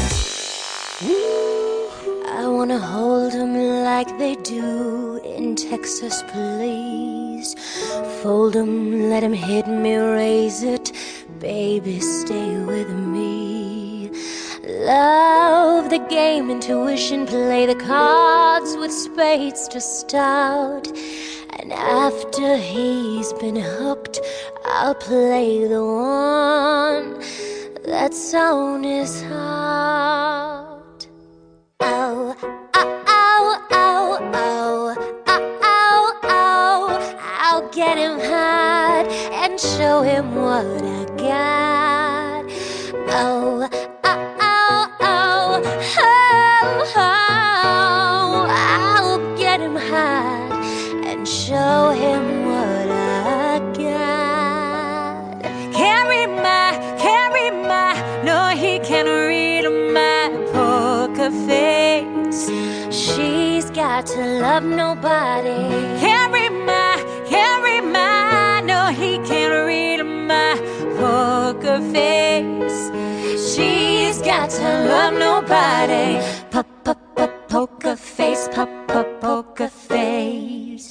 I wanna hold him like they do in Texas, please. Fold him, let him hit me, raise it. Baby, stay with me. Love the game, intuition, play the cards with spades to start. And after he's been hooked, I'll play the one that's on his heart. Oh, oh, oh, oh, oh, oh, oh, oh. I'll get him hard and show him what I got. Oh, oh, oh, oh, oh, oh. I'll get him hard and show him what I got. Can't read my, can't read my, no, he can't read my poker face. She's got to love nobody. Can't read my, can't read my, no, he can't read my poker face. She's got to love nobody. Poker face, poker face.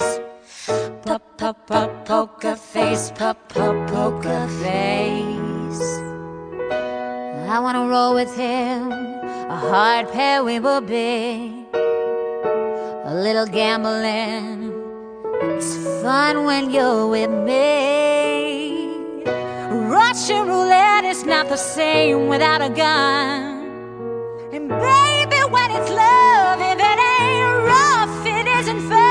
Poker face, poker face. I wanna roll with him, a hard pair we will be. A little gambling, it's fun when you're with me. Russian roulette is not the same without a gun. And baby, when it's love, if it ain't rough, it isn't fun.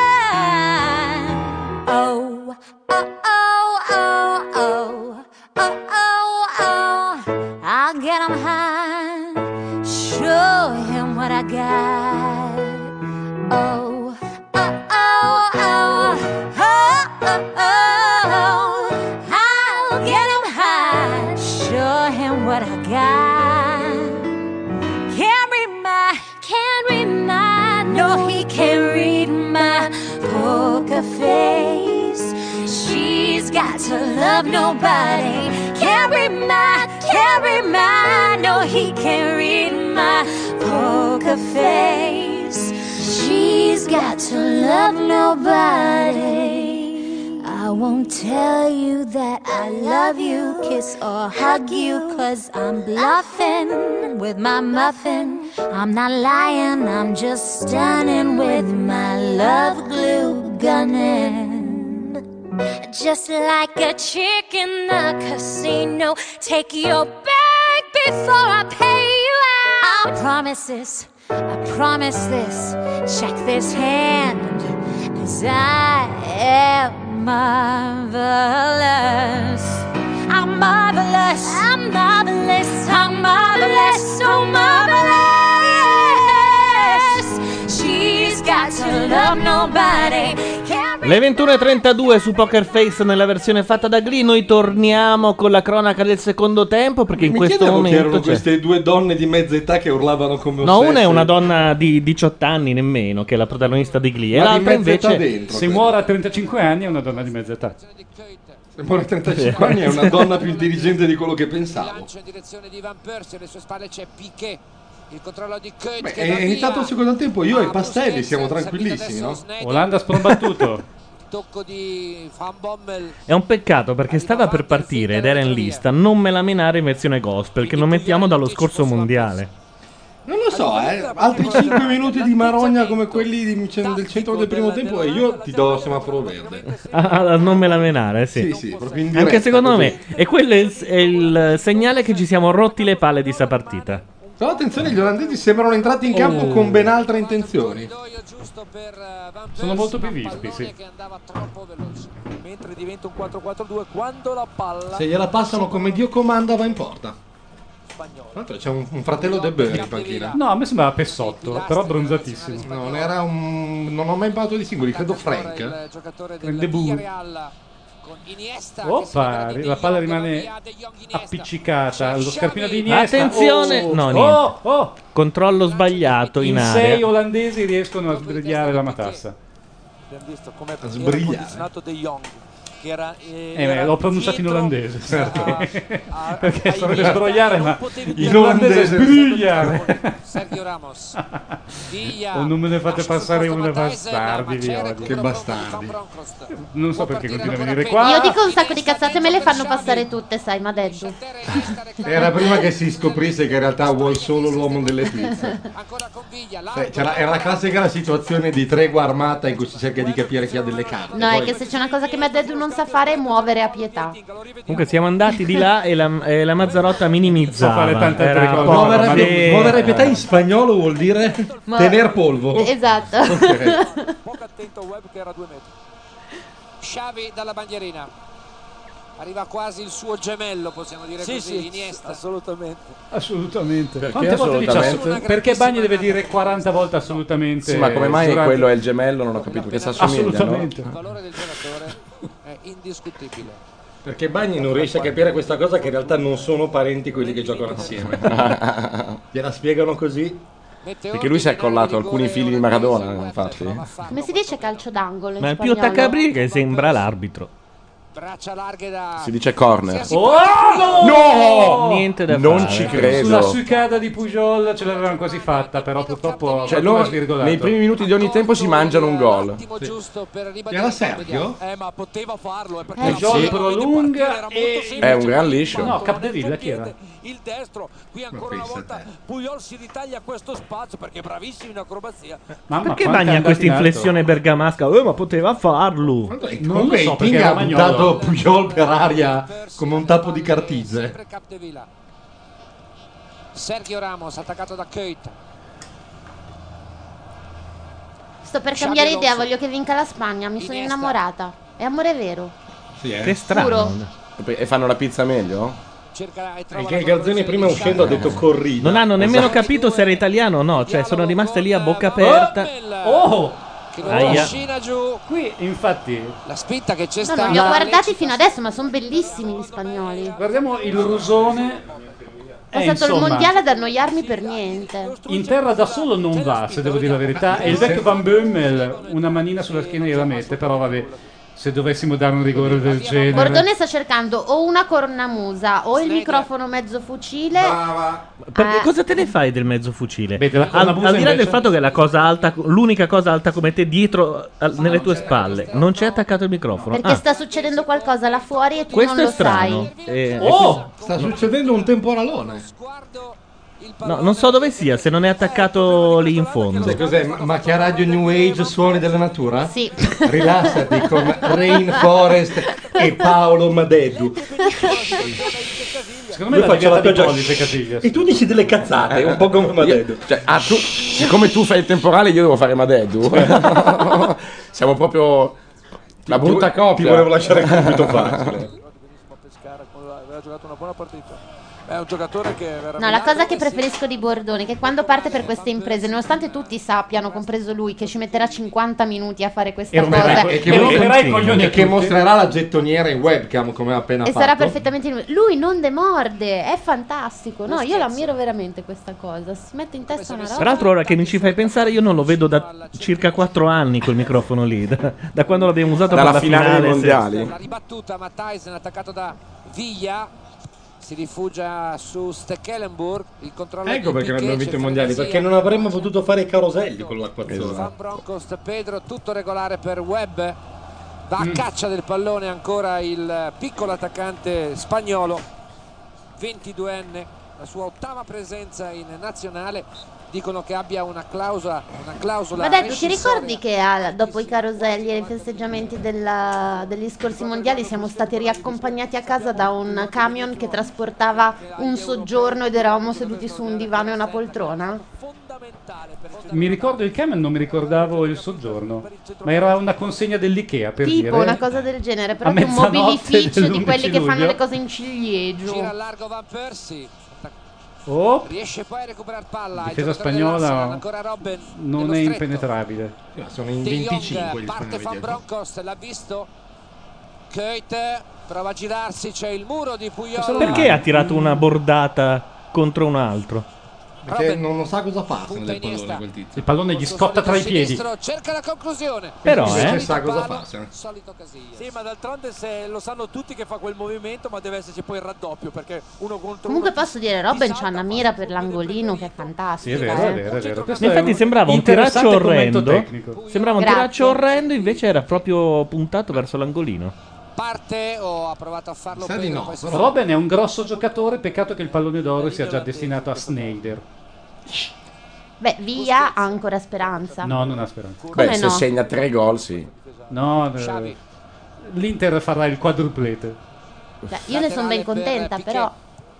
Oh, oh, oh, oh, oh, oh, oh, oh. I'll get him high, show him what I got. Oh, oh, oh, oh, oh, oh, oh. I'll get him high, show him what I got. Can't read my, can't read my, no, he can't read my poker face. She's got to love nobody. Can't read my, can't read my, no, he can't read my poker face. She's got to love nobody. I won't tell you that I love you, kiss or hug you, cause I'm bluffing with my muffin. I'm not lying, I'm just stunning with my love glue gunning. Just like a chick in the casino, take your bag before I pay you out. I promise this, I promise this, check this hand, cause I am marvelous. I'm marvelous, I'm marvelous, I'm marvelous, so marvelous. She's got to love nobody. Can't Le ventuno e trentadue su Poker Face nella versione fatta da Glee. Noi torniamo con la cronaca del secondo tempo perché in Mi questo chiedevo che momento erano c'è- queste due donne di mezza età che urlavano come No, ossesse. una è una donna di diciotto anni nemmeno, che è la protagonista di Glee, e Ma di l'altra mezza età invece dentro, Se muore a trentacinque anni è una donna di mezza età. Se muore a trentacinque anni è una donna più intelligente di quello che pensavo. Lancia in direzione di Van Persie, alle sue spalle c'è Piquet. Il controllo di Keut Beh, che è va via. iniziato il secondo tempo, io e i Pastelli siamo tranquillissimi, no? Olanda sprombattuto. Tocco di Van Bommel. è un peccato perché stava per partire ed era in lista. Non me la menare in versione gospel, che non mettiamo dallo scorso mondiale. Non lo so, eh. Altri cinque minuti di marogna come quelli di- del centro del primo tempo e io ti do semaforo verde. Ah, ah, non me la menare, sì. Sì, sì, proprio in diretta, Anche secondo così. me. E quello è il, è il segnale che ci siamo rotti le palle di sta partita. Però attenzione, gli olandesi sembrano entrati in campo Oh. con ben altre intenzioni. Sono molto più vispi, sì. Mentre diventa un quattro quattro due quando la palla Se gliela passano come Dio comanda va in porta. Tra l'altro c'è un, un fratello De Boer in panchina. No, a me sembrava Pessotto, però bronzatissimo. No, non era un. Non ho mai imparato di singoli, credo Frank. Il debut. Oppa, la palla rimane appiccicata. Lo scarpino di Iniesta. Attenzione! Oh, No, oh, niente. oh. Controllo sbagliato in, In area. sei olandesi riescono a sbrigliare la matassa. abbiamo visto come era sbrigliare. condizionato De Jong che era, eh, Eh, era beh, l'ho pronunciato in dietro olandese, certo. a- a- Perché ai sarebbe miei- sbrogliare, ma potevi in dire- olandese sbrigliare. Sergio Ramos. Via. O non me ne fate passare una Matthijsen, bastardi di ma c'era oggi. Che bastardi. Non so perché continua a venire qua. Io dico un sacco di cazzate, me le fanno passare tutte, sai, ma Deddu. Era prima che si scoprisse che in realtà vuoi solo l'uomo delle pizze. Cioè, c'era- era la classica situazione di tregua armata in cui si cerca di capire chi ha delle carte. No, è Poi- che se c'è una cosa che Deddu non sa fare è muovere a pietà. Comunque siamo andati di là e la, e la Mazzarotta minimizzava. So fare tante altre Era cose. poco, Muovere, ma a- le- muovere a pietà in spagnolo vuol dire Ma- tener polvo. Esatto. poco attento Webb che era a due metri. Xavi dalla bandierina. Arriva quasi il suo gemello, possiamo dire Sì, così, sì, Iniesta. assolutamente. Assolutamente. Perché Quante volte dice assolutamente? assolut- Perché Bagni deve dire quaranta volte assolutamente? Sì, ma come mai durante- quello è il gemello? Non ho capito che si assomigliano. Assolutamente. Il valore del giocatore è indiscutibile. Perché Bagni non riesce a capire questa cosa che in realtà non sono parenti quelli che giocano assieme. Gliela spiegano così. Perché lui si è accollato alcuni fili di Maradona, infatti. Come si dice calcio d'angolo in Ma è più spagnolo? Taccabri che sembra l'arbitro. Braccia larghe da Si dice corner. Oh, No! Niente da Non fare. ci credo. Sulla suicada di Pujol ce l'avevano quasi fatta, però purtroppo Cioè, qualcuno ha loro svirgolato. nei primi minuti di ogni tempo si mangiano un gol. giusto per ribadire Era il Sergio? Eh, ma poteva farlo, eh, perché Eh, Pujol sì. prolunga e... È un gran liscio. No, Capdeville chi era? il destro, qui ancora una pensa volta Puyol si ritaglia questo spazio perché è bravissimo in acrobazia. Mamma, Perché quanti Bagni ha andati questa in alto? inflessione bergamasca? Eh, ma poteva farlo. Comunque so, il perché King era ha Magnolo. buttato Pujol per aria come un tappo di cartise. sempre Capdevila. Sergio Ramos attaccato da Keut. Sto per Xabi cambiare idea, Alonso. voglio che vinca la Spagna, mi sono Iniesta. innamorata. È amore vero. Sì, eh. Che strano. Giuro. E fanno la pizza meglio? Cerca e trova Perché la il Garzoni collaborazione prima di uscendo ha Xavi. detto corrida. Non hanno nemmeno Esatto. capito se era italiano o no, cioè sono rimaste lì a bocca aperta. Oh! Che lo Aia. trascina giù. Qui, infatti, La spinta che c'è No, stata. non li ho guardati fino adesso, ma sono bellissimi gli spagnoli. guardiamo il Rusone. Ho Eh, passato il insomma, mondiale ad annoiarmi per niente. in terra da solo non va, se devo dire la verità. E il vecchio Van Bommel una manina sulla schiena gliela mette, però vabbè, se dovessimo dare un rigore del genere... Bordone sta cercando o una cornamusa o il microfono mezzo fucile. Perché Eh. cosa te ne fai del mezzo fucile? Beh, della Al, cornamusa al di là del invece? fatto che è la cosa alta, l'unica cosa alta come te dietro al- nelle tue spalle, non c'è attaccato il microfono. Perché Ah, sta succedendo qualcosa là fuori e tu questo non è lo strano. sai. E- e Oh! Sta succedendo un temporalone. No, non so dove sia, se non è attaccato lì in fondo. Sai cos'è? Ma- Macchia Radio New Age Suoni della Natura? Sì. Rilassati con Rainforest e Paolo Madeddu. Secondo me Io la faccio la diventa di tua pollice Casillas. E tu dici delle cazzate, un po' come Madeddu. Cioè, ah, tu, siccome tu fai il temporale, io devo fare Madeddu. Siamo proprio la brutta Ti coppia. volevo lasciare il compito facile. aveva giocato una buona partita. È un giocatore che veramente... No, la cosa che preferisco di Bordoni è che quando parte per queste imprese, nonostante tutti sappiano, compreso lui, che ci metterà cinquanta minuti a fare questa cosa e che, mostra- e che mostrerà la gettoniera in webcam come ha appena e fatto. sarà perfettamente in- lui non demorde, è fantastico. No, io l'ammiro veramente questa cosa. Si mette in testa una roba. Peraltro, ora che mi ci fai pensare, io non lo vedo da circa quattro anni quel microfono lì. Da, da quando l'abbiamo usato Dalla per la finale finale, dei sì. mondiali. La ribattuta, ma Tyson attaccato da Viglia. Si rifugia su Stekelenburg, il controllo Ecco di perché Piquet, abbiamo vinto i c'è mondiali, frenesia. perché non avremmo potuto fare i caroselli con l'acquazzone. Van Bronckhorst, Pedro, tutto regolare per Webb, va a Mm. caccia del pallone ancora il piccolo attaccante spagnolo, ventiduenne, la sua ottava presenza in nazionale. Dicono che abbia una clausola, una clausola Ma detto, ti rescissoria. ricordi che ah, dopo i caroselli e i festeggiamenti della- degli scorsi mondiali siamo stati riaccompagnati a casa da un camion che trasportava un soggiorno ed eravamo seduti su un divano e una poltrona? Mi ricordo il camion, non mi ricordavo il soggiorno. Ma era una consegna dell'Ikea, per Tipo dire. una cosa del genere, però A di un mezzanotte mobilificio di dell'undici quelli che fanno luglio. le cose in ciliegio. Gira a largo Van Persie. Oh, Riesce poi a recuperare palla. il difesa giocatore dell'Arsenal, spagnola ancora Robben non nello è stretto. impenetrabile. Sono in De Jong, venticinque gli parte spagnoli Van dietro. Bronckhorst, l'ha visto. Keut prova a girarsi, c'è il muro di Puyol. Perché ha tirato una bordata contro un altro? Perché non, non sa cosa farsene del pallone quel tizio. Il pallone gli scotta tra i piedi. Sinistro, cerca la conclusione. Però, Invece eh. sa cosa Palo, farsene. solito Casillas. Sì, ma d'altronde se lo sanno tutti che fa quel movimento, ma deve esserci poi il raddoppio, perché uno contro Comunque uno... posso dire, Robben c'ha una mira per l'angolino che è fantastica. Sì, è vero, eh. è vero, è vero. Questo Ma è infatti un sembrava un interessante tiraccio commento orrendo. tecnico. Sembrava un Grazie. tiraccio orrendo, invece era proprio puntato verso l'angolino. Parte o ha provato a farlo Sa di Pedro, no, poi si- Robben è un grosso giocatore, peccato che il pallone d'oro sia già destinato a Sneijder. Beh, via ha ancora speranza. No, non ha speranza. Come Beh, se no? segna tre gol, sì. No, eh, Xavi. l'Inter farà il quadruplete. Beh, io ne sono ben Laterale per contenta, Piquet. però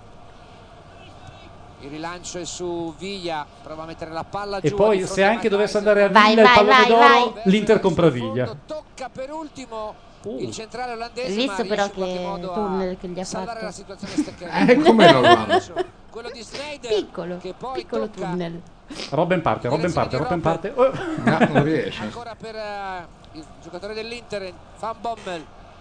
Il rilancio è su Viglia, prova a mettere la palla E giù. poi di se fronte a anche Matthyssen. dovesse andare a Vai, Villa il vai, pallone vai, d'oro, vai. l'Inter compra Viglia. Tocca per ultimo Uh. il centrale olandese. hai visto ma però riesce in qualche che modo tunnel che gli a ha salvare la fatto? situazione Stekelenburg. Eh, come no, guarda. Quello di Sneijder Piccolo, che poi piccolo tocca tunnel. Robben parte, Robben parte, Robben parte. Oh. No, non riesce. ancora per eh, il giocatore dell'Inter Van Bommel.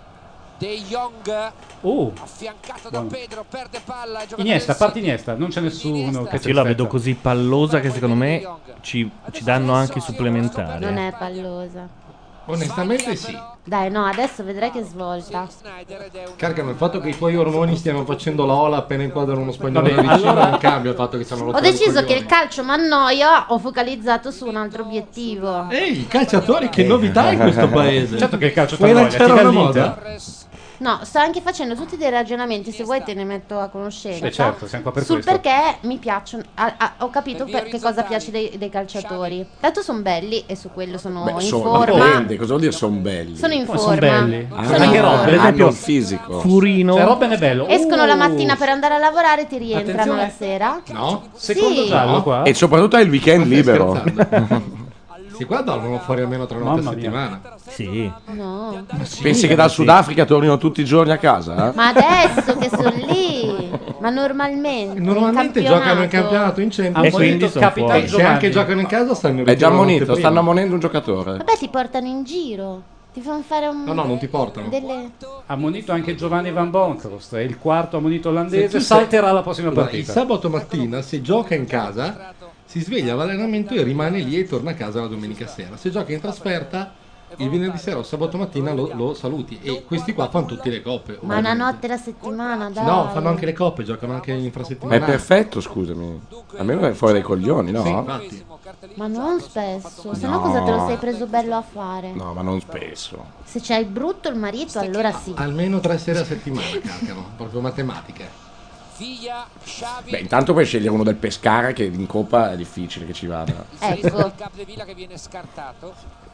De Jong Uh, affiancato buono. da Pedro, perde palla. il giocatore Iniesta, del parte City. Iniesta, non c'è nessuno che Io la vedo spezza. così pallosa che secondo me ci, ci danno anche i supplementari. Non eh. è pallosa. Onestamente sì. Dai, no, adesso vedrai che svolta. Sneijder ed è un- Caricano il fatto che i tuoi ormoni stiano facendo la ola appena inquadrano uno spagnolo Vabbè, da vicino allora- non cambia il fatto che siano Ho deciso che il calcio mi annoia, ho focalizzato su un altro obiettivo. Ehi, i calciatori, che novità in questo paese. Certo che il calcio Puoi t'annoia, ti lanciare dà una l'Inter. moda? No, sto anche facendo tutti dei ragionamenti, se vuoi te ne metto a conoscenza. Eh, certo, siamo qua per sul questo. perché mi piacciono. ah, ah, ho capito Per via per che cosa orizzontali. piace dei, dei calciatori. Tanto sono belli e su quello sono Beh, in sono, forma. dipende, cosa vuol dire sono belli? Sono in Poi forma. sono belli. Ah, Sono in Anche forma. Robben, Per esempio, hanno il fisico. Furino. Cioè, Robben è bello. Escono Uh, la mattina per andare a lavorare e ti rientrano Attenzione. la sera. No? Secondo Sì. giallo qua. E soprattutto hai il weekend Stai libero. scherzando? Sì, qua dormono fuori almeno tre notti a Mamma mia. settimana. Sì. No. Pensi che dal Sudafrica tornino tutti i giorni a casa? eh? Ma adesso che sono lì. Ma normalmente. Normalmente in giocano in campionato in Ha Champions. E quindi ammonito sono Capitan fuori. E se Giovanni. anche giocano in casa stanno in È già ritiro la notte ammonito, prima. stanno ammonendo un giocatore. Vabbè, ti portano in giro. Ti fanno fare un. No, no, non ti portano. Delle. Ammonito anche Giovanni Van Bronckhorst, è il quarto ammonito Se olandese, tu sei- salterà la prossima Guarda, il partita. sabato mattina se gioca in casa si sveglia all'allenamento e rimane lì e torna a casa la domenica sera. Se gioca in trasferta il venerdì sera o sabato mattina lo, lo saluti. E questi qua fanno tutte le coppe. Ma una ovviamente. notte la settimana, dai. No, fanno anche le coppe, giocano anche in Ma è infrasettimanale. perfetto, scusami. Almeno è fuori dai coglioni, no? Sì, infatti. Ma non spesso. Se no, cosa te lo sei preso bello a fare? No, ma non spesso. Se c'hai brutto il marito, allora sì. Almeno tre sere a settimana, carcano, proprio matematiche. Viglia, Xavi. Beh, intanto puoi scegliere uno del Pescara che in Coppa è difficile che ci vada. Sinistro Ecco. del Capdevilla che viene scartato.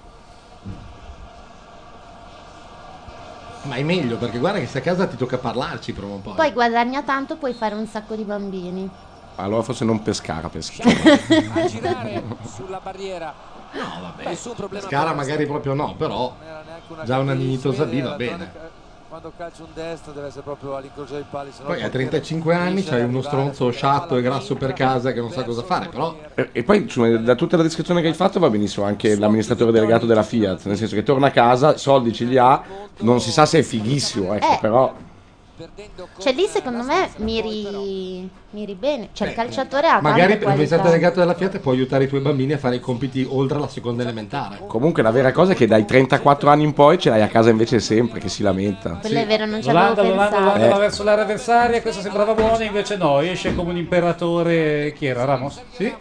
Ma è meglio perché guarda che se a casa ti tocca parlarci prima o poi. Poi guadagna tanto, puoi fare un sacco di bambini. Allora forse non Pescara, Pescara. A girare sulla barriera. No, vabbè. Nessun problema. Pescara per magari proprio no, però Non era neanche una già una grande dignitosa fede, B va la bene. zona- quando calci un destro deve essere proprio all'incrocio dei pali, sennò Poi il a portiere trentacinque anni finisce c'hai ad uno arrivare, stronzo sciatto e grasso per casa che non sa cosa fare, però E, e poi insomma, da tutta la descrizione che hai fatto va benissimo anche l'amministratore delegato della Fiat, nel senso che torna a casa, soldi ce li ha, non si sa se è fighissimo, ecco, Eh. però Cioè lì secondo me miri, miri bene. Cioè il calciatore ha magari tante l'amministratore qualità. delegato della Fiat può aiutare i tuoi bambini a fare i compiti oltre la seconda elementare. comunque la vera cosa è che dai trentaquattro anni in poi ce l'hai a casa invece sempre, che si lamenta. Quello è vero, non ci avevo L'Olanda, l'Olanda, pensato. l'Olanda va Eh. verso l'area avversaria, questo sembrava buono, invece no, esce come un imperatore. Chi era? Ramos? Sì.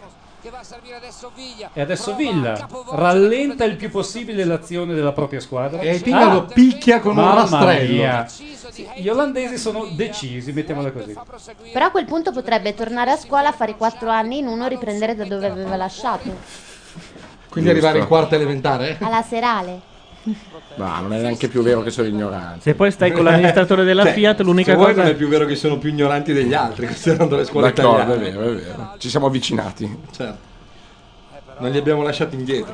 E adesso Villa rallenta il più possibile l'azione della propria squadra. E Tinga lo picchia con un mamma rastrello. mia. Sì, gli olandesi sono decisi, mettiamola così. Però a quel punto potrebbe tornare a scuola, fare i quattro anni in uno, riprendere da dove aveva lasciato. Quindi arrivare in quarta elementare? Alla serale. No, non è neanche più vero che sono ignoranti. Se poi stai con l'amministratore della Cioè, Fiat, l'unica se vuoi cosa non è più vero che sono più ignoranti degli altri, considerando le scuole D'accordo, italiane. è vero, è vero. Ci siamo avvicinati. Certo. Non li abbiamo lasciati indietro.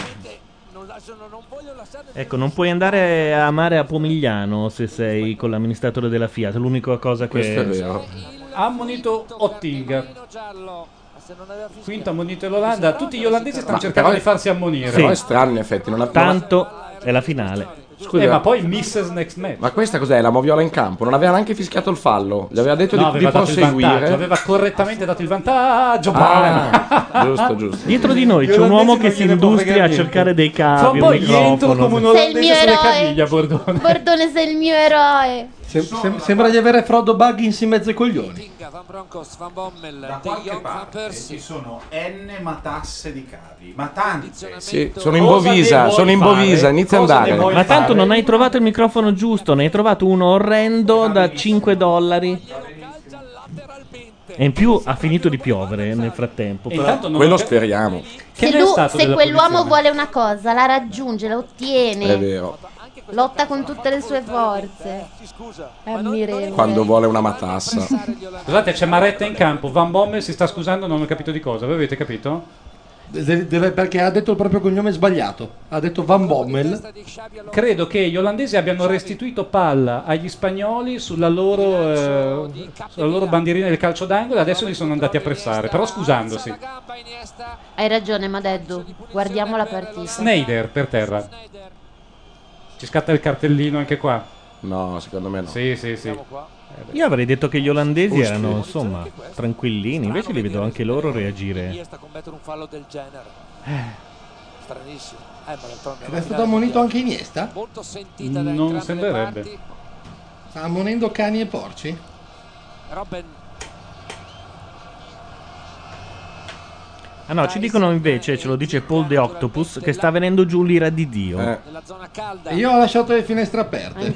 Ecco, non puoi andare a mare a Pomigliano se sei con l'amministratore della Fiat, l'unica cosa che... Questo è vero. Ha ammonito Ottinga. Quinto ammonito l'Olanda. Tutti gli olandesi stanno Ma cercando però di farsi ammonire. Però è strano in effetti. Non ha, Tanto è la finale. Scusa, Eh, ma poi misses next match. ma questa cos'è? La moviola in campo? Non aveva neanche fischiato il fallo. Gli aveva detto No, di, aveva di dato il vantaggio, proseguire. aveva correttamente dato il vantaggio. Ah, giusto, giusto. Dietro di noi c'è un uomo che si industria a cercare dei cavi, Fra un po' un gli entro microfono. come un Sei il mio olandese sulle eroe. caviglia, Bordone. Bordone, sei il mio eroe. Sem- sem- sembra di avere Frodo Baggins in mezzo ai coglioni. Van Bronckhorst, Van Bommel, Da De qualche Jong, Van parte Persie. ci sono n matasse di cavi, ma tante. Sì, sono in Bovisa, sono in Bovisa, inizia a andare. Ma tanto non hai trovato il microfono giusto, ne hai trovato uno orrendo da cinque dollari. E in più ha finito di piovere nel frattempo. Però... Quello speriamo. Se, lui- se quell'uomo vuole una cosa, la raggiunge, la ottiene. È vero. Lotta con tutte le sue forze. È ammirevole. Quando vuole una matassa. Scusate, c'è Maretta in campo. Van Bommel si sta scusando, non ho capito di cosa. Voi avete capito? De- deve- perché ha detto il proprio cognome sbagliato. Ha detto Van Bommel. Credo che gli olandesi abbiano restituito palla agli spagnoli sulla loro, eh, sulla loro bandierina del calcio d'angolo e adesso li sono andati a pressare, però scusandosi. Hai ragione, Madeddu. Guardiamo la partita. Sneijder per terra. Ci scatta il cartellino anche qua? No, secondo me no. Sì, sì, sì. Io avrei detto che gli olandesi Usti. erano insomma tranquillini, invece li vedo anche loro reagire. Iniesta commettere un fallo del genere. Stranissimo. Eh, ma d'altronde Ed la è finale stato ammonito anche Iniesta? molto sentita da Non entrambe le sembrerebbe. parti. Sta ammonendo cani e porci? Robben Ah no, ci dicono invece, ce lo dice Paul The Octopus, che sta venendo giù l'ira di Dio. Eh. nella zona calda. E io ho lasciato le finestre aperte.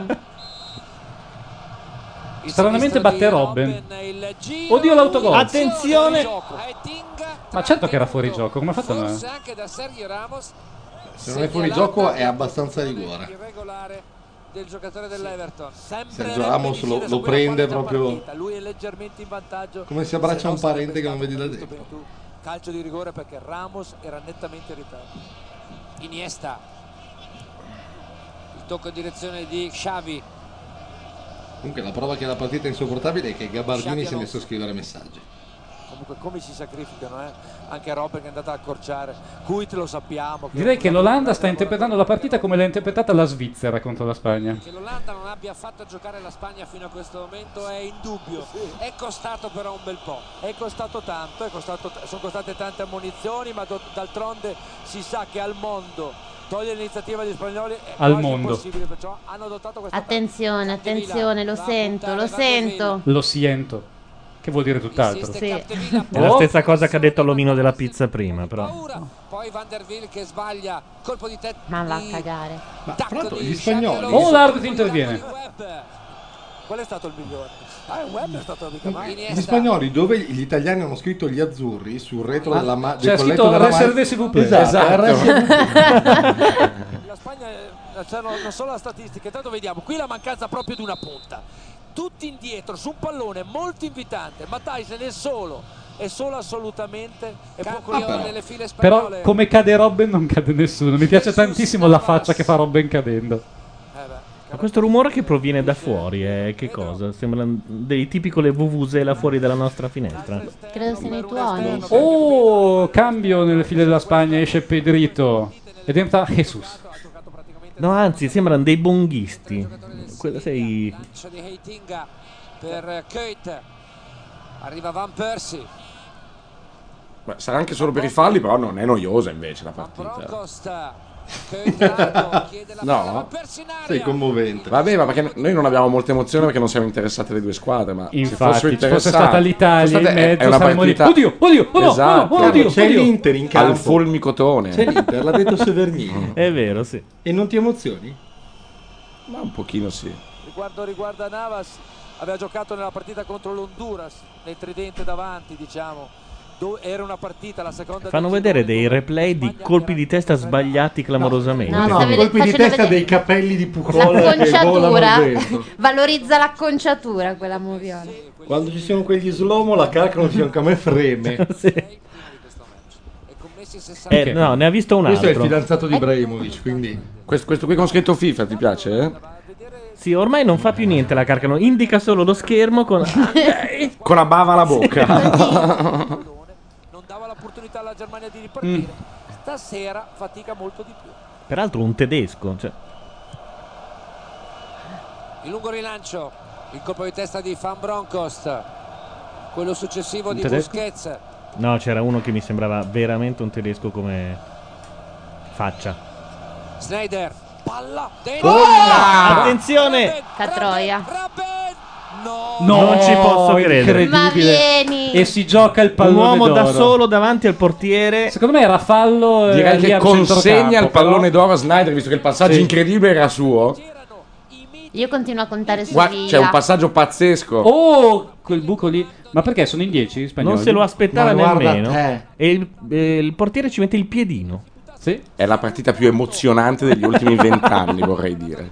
Stranamente batte Robben. Oddio l'autogol. Attenzione! Ma certo che era fuori gioco, come ha fatto? a- Forse anche da Sergio Ramos. Se non è fuori gioco è abbastanza rigore. Irregolare del giocatore dell'Everton. Sempre Sergio Ramos lo, lo prende proprio lui è leggermente in vantaggio. come si abbraccia un parente che non vedi da dentro. Calcio di rigore perché Ramos era nettamente in ritardo. Iniesta. Il tocco in direzione di Xavi. Comunque la prova che la partita è insopportabile è che Gabardini si è messo a scrivere messaggi. Comunque come si sacrificano, eh? Anche Robben che è andata a accorciare. Kuit lo sappiamo. Direi che l'Olanda sta interpretando la partita come l'ha interpretata la Svizzera contro la Spagna. Che l'Olanda non abbia fatto giocare la Spagna fino a questo momento è indubbio. È costato però un bel po'. È costato tanto, è costato, sono costate tante ammonizioni, ma do- d'altronde si sa che al mondo togliere l'iniziativa agli spagnoli è Al quasi mondo. impossibile, perciò hanno adottato questa Attenzione, attenzione, lo sento, lo sento. Lo siento. Che vuol dire tutt'altro. Sì. È la stessa cosa che ha detto all'omino della pizza prima, però. poi Van der Wiel che sbaglia colpo di testa. Ma va a cagare. Ma tra l'altro gli spagnoli. Oh, l'arbitro interviene. Qual è stato il migliore? Ah, Webb è stato mica male. Gli spagnoli, dove gli italiani hanno scritto gli azzurri sul retro Ah, della ma- c'è del colletto scritto della reserve ma- s'il vous plaît. Esatto, Esatto. R S V. La Spagna eh, cioè, non non solo la statistica, intanto vediamo qui la mancanza proprio di una punta. Tutti indietro su un pallone molto invitante, ma Tyson è solo, è solo assolutamente e può cogliere nelle file Però spagnole. come cade Robben non cade nessuno. Mi piace tantissimo la faccia che fa Robben cadendo. Ma questo rumore che proviene da fuori è che cosa? Sembrano dei tipico le vuvuzela fuori dalla nostra finestra. Credo siano i tuoni. Oh, cambio nelle file della Spagna, esce Pedrito ed entra Jesus. No, anzi, sembrano dei bonghisti. Quello sei. Lancio di Heitinga per Keut. Arriva Van Persie. Beh, sarà anche solo per i falli, però non è noiosa invece la partita. Costa. Keut largo, chiede la palla a Van No? Persie in aria. Sei commovente. Vabbè, ma perché noi non abbiamo molta emozione perché non siamo interessati alle due squadre, ma se Infatti, fossero ci fosse interessati, stata l'Italia fosse stata- in è- mezzo, è una saremmo lì. partita. Oddio, oddio, oh no, esatto. oh no, oddio, C'è oddio. l'Inter in campo al fulmicotone. C'è l'Inter, l'ha detto Severnini. È vero, sì. E non ti emozioni? Ma un pochino sì. Riguardo riguarda Navas, aveva giocato nella partita contro l'Honduras, nel tridente davanti, diciamo. Do- era una partita, la seconda Fanno vedere dei replay di colpi di testa sbagliati clamorosamente. No, no, sta vede- colpi di facendo testa vedere- dei capelli di Pucola che volano L'acconciatura al vento. valorizza l'acconciatura quella moviola. Quando ci sono quegli slomo la carcano di fianco a me freme. Eh, no, ne ha visto un Questo altro. è il fidanzato di Ibrahimovic, quindi Questo, questo qui con scritto FIFA ti piace? Eh? Sì, ormai non fa più niente la carcano, indica solo lo schermo con. Con la bava alla bocca. Non dava l'opportunità alla Germania di ripartire. Stasera fatica molto di più. Peraltro un tedesco. Cioè. Il lungo rilancio, il colpo di testa di Van Bronckhorst, quello successivo Un di tedesco? Busquets. No, c'era uno che mi sembrava veramente un tedesco come faccia. Sneijder, palla dentro. Oh! Attenzione! Catroia. No, Non ci posso credere. Ma vieni. E si gioca il Un pallone uomo da d'oro. solo davanti al portiere. Secondo me era fallo. eh, Direi lì che al consegna centrocampo, il pallone però- d'oro a Snyder, visto che il passaggio Sì. incredibile era suo. Io continuo a contare su Guarda, c'è un passaggio pazzesco. Oh, quel buco lì. Ma perché sono in dieci spagnoli? Non se lo aspettava Ma guarda nemmeno. te. E il, eh, il portiere ci mette il piedino. Sì. È la partita più emozionante degli ultimi vent'anni, vorrei dire.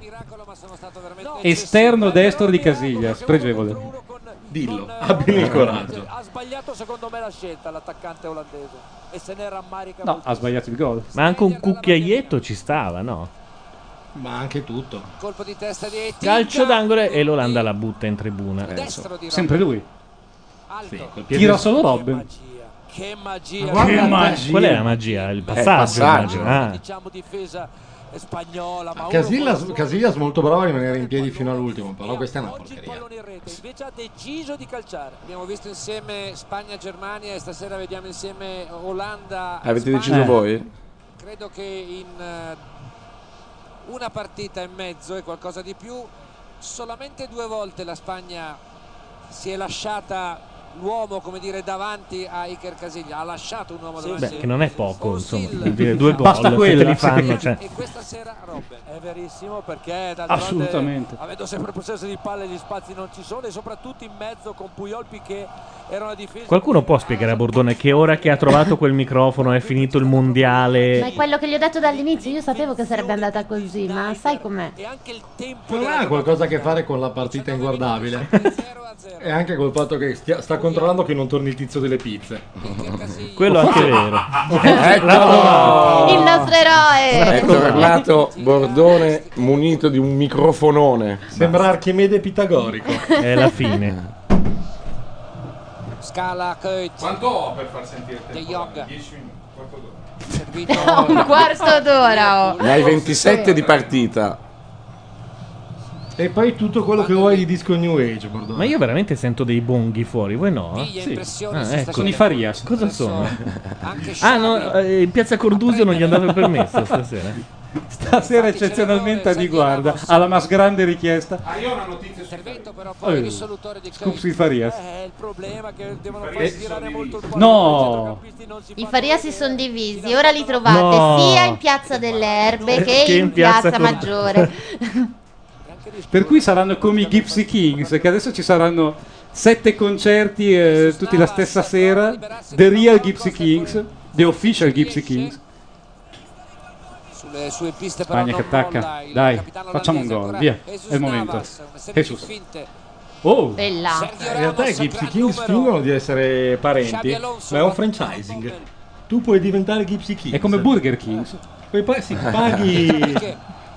Esterno destro di Casillas, pregevole. dillo, abbi il coraggio. Ha sbagliato secondo me la scelta l'attaccante olandese e se ne rammarica No, molto. ha sbagliato il gol. Ma anche un cucchiaietto ci stava, no? Ma anche tutto. Colpo di testa di Heitinga. Calcio d'angolo e l'Olanda la butta in tribuna. Destro di Sempre lui. Alto. Tira solo Robben. Che magia. Ma che magia. Qual è la magia? Il passaggio, passaggio. immagino. Ah. Diciamo difesa spagnola, ma Casillas, Casillas molto bravo a rimanere in piedi fino all'ultimo, però questa è una porcheria. invece ha deciso di calciare. Abbiamo visto insieme Spagna-Germania e stasera vediamo insieme Olanda. Avete Spagna. deciso voi? Credo che in eh, una partita e mezzo e qualcosa di più, solamente due volte la Spagna si è lasciata l'uomo, come dire, davanti a Iker Casillas. Ha lasciato un uomo davanti. Beh, che non è poco, insomma, vuol dire due gol Basta che quella, te li fanno, sì. cioè. E questa sera Robben è verissimo, perché d'altronde, Assolutamente. avendo sempre possesso di palle gli spazi non ci sono, e soprattutto in mezzo con Puyol, Piqué era una difesa. Qualcuno può spiegare a Bordone che ora che ha trovato quel microfono è finito il Ma è mondiale? quello che gli ho detto dall'inizio, io sapevo che sarebbe andata così, ma sai com'è? Non ha qualcosa a che fare con la partita inguardabile. E anche col fatto che stia- sta controllando che non torni il tizio delle pizze. Quello è anche vero. Eccolo! Il nostro eroe! È tornato Bordone munito di un microfonone. Sembra Archimede pitagorico. È la fine. Scala, Keut. Quanto ho per far sentire il De tempo? Jong. dieci minuti, quarto d'ora. Un quarto d'ora, oh. Ne hai ventisette di partita. E poi tutto quello che vuoi di disco New Age, Bordone. Ma io veramente sento dei bonghi fuori, voi no? Sì. Ah, ecco. Sono i Farias. Cosa sono? Anche Ah, no, eh, in piazza Cordusio non gli è andato il permesso stasera. Stasera eccezionalmente a riguarda. Alla mas grande richiesta. Ah, io ho una notizia su Intervento però poi Eh, risolutore di Scoop sui Farias. Eh, è il problema che devono far Farias girare sono molto il divisi. pallone. No. I Faria si sono divisi, ora li trovate No. sia in Piazza delle Erbe che, Che in in Piazza, Piazza Cor- Maggiore. Per cui saranno come i Gypsy Kings, che adesso ci saranno sette concerti eh, tutti la stessa sera. The Real Gypsy Kings, The Official Gypsy Kings. Sulle sue piste però Spagna non che attacca. molla il Dai, capitano facciamo un olandese, gol, ancora via. Jesus È il momento. Navas, una serie di Jesus. finte. Oh, Bella. Sergio In realtà i Ramos, Gypsy gran Kings numero. fingono di essere parenti, Xabi Alonso, ma è un battuto franchising. con- Tu puoi diventare Gypsy Kings. è come Burger Kings. Poi poi si paghi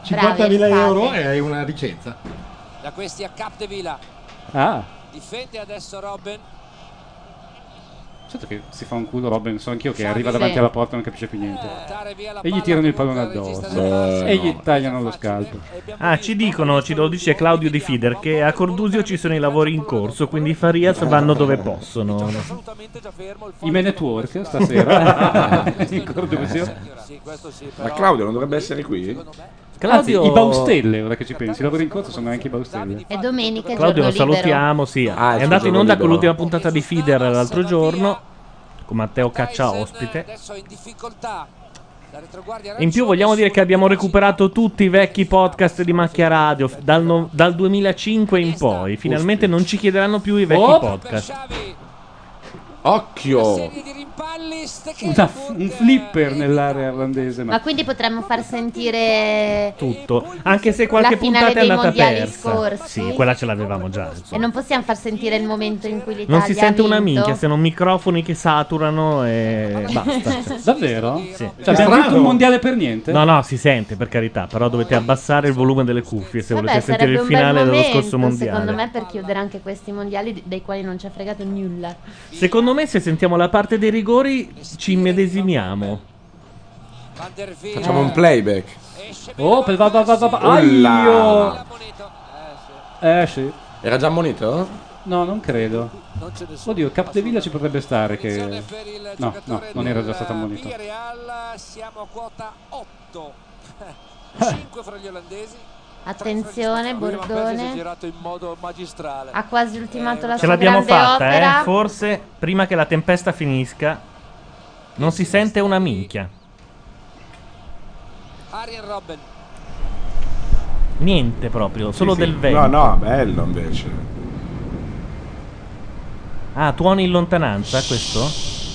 cinquantamila Bravi, euro fate. e hai una licenza. Da questi a Capdevila. Ah, Difende adesso Robben. certo che si fa un culo Robben, so anch'io che Sì. arriva davanti Sì. alla porta e non capisce più niente. la E gli tirano il pallone addosso. e gli tagliano lo scalpo. Ah, ci dicono, ci lo dice Claudio Di Fider, che a Cordusio ci sono i lavori in corso, quindi i Farias vanno dove possono. I Men at Work stasera in Cordusio. Ma Claudio non dovrebbe essere qui? Claudio... Anzi, i Baustelle, ora che ci pensi, i lavori in corso sono anche i Baustelle. È domenica, è Claudio lo giorno libero. salutiamo, sì. Ah, il è suo andato in giorno onda libero. con l'ultima puntata di Feeder l'altro giorno, con Matteo Caccia ospite. Adesso è in difficoltà. La retroguardia E in più vogliamo dire che abbiamo recuperato tutti i vecchi podcast di Macchia Radio f- dal, no- dal duemilacinque in poi. Finalmente non ci chiederanno più i vecchi Oh. podcast. Occhio! Una- un flipper nell'area irlandese. Ma quindi potremmo far sentire Tutto. Anche se qualche la finale puntata è dei andata mondiali persa. scorsi. Sì, quella ce l'avevamo già. E insomma. non possiamo far sentire il momento in cui l'Italia Non si sente ha una vinto? minchia se non microfoni che saturano e basta. Davvero? Sì. Cioè, abbiamo vinto un mondiale per niente? No, no, si sente per carità, però dovete abbassare il volume delle cuffie se Vabbè, volete sentire sarebbe il un bel finale dello momento, scorso mondiale. secondo me, per chiudere anche questi mondiali di- dei quali non ci ha fregato nulla. Secondo me se sentiamo la parte dei rigori ci immedesimiamo. Facciamo un playback. Oh, per va va va va va. Ulla. Aio. Eh sì. Era già ammonito? No, non credo. Oddio, Capdevila ci potrebbe stare che... No, no, non era già stato ammonito. Real, siamo a quota otto. cinque fra gli olandesi. Attenzione, Lui Van Persie si è Bordone girato in modo magistrale. ha quasi ultimato la Ce sua l'abbiamo grande fatta, opera. eh? Forse prima che la tempesta finisca non si sente una minchia. Arjen Robben. Niente proprio, solo Sì, sì. del vento. No, no, bello invece. Ah, tuoni in lontananza, questo?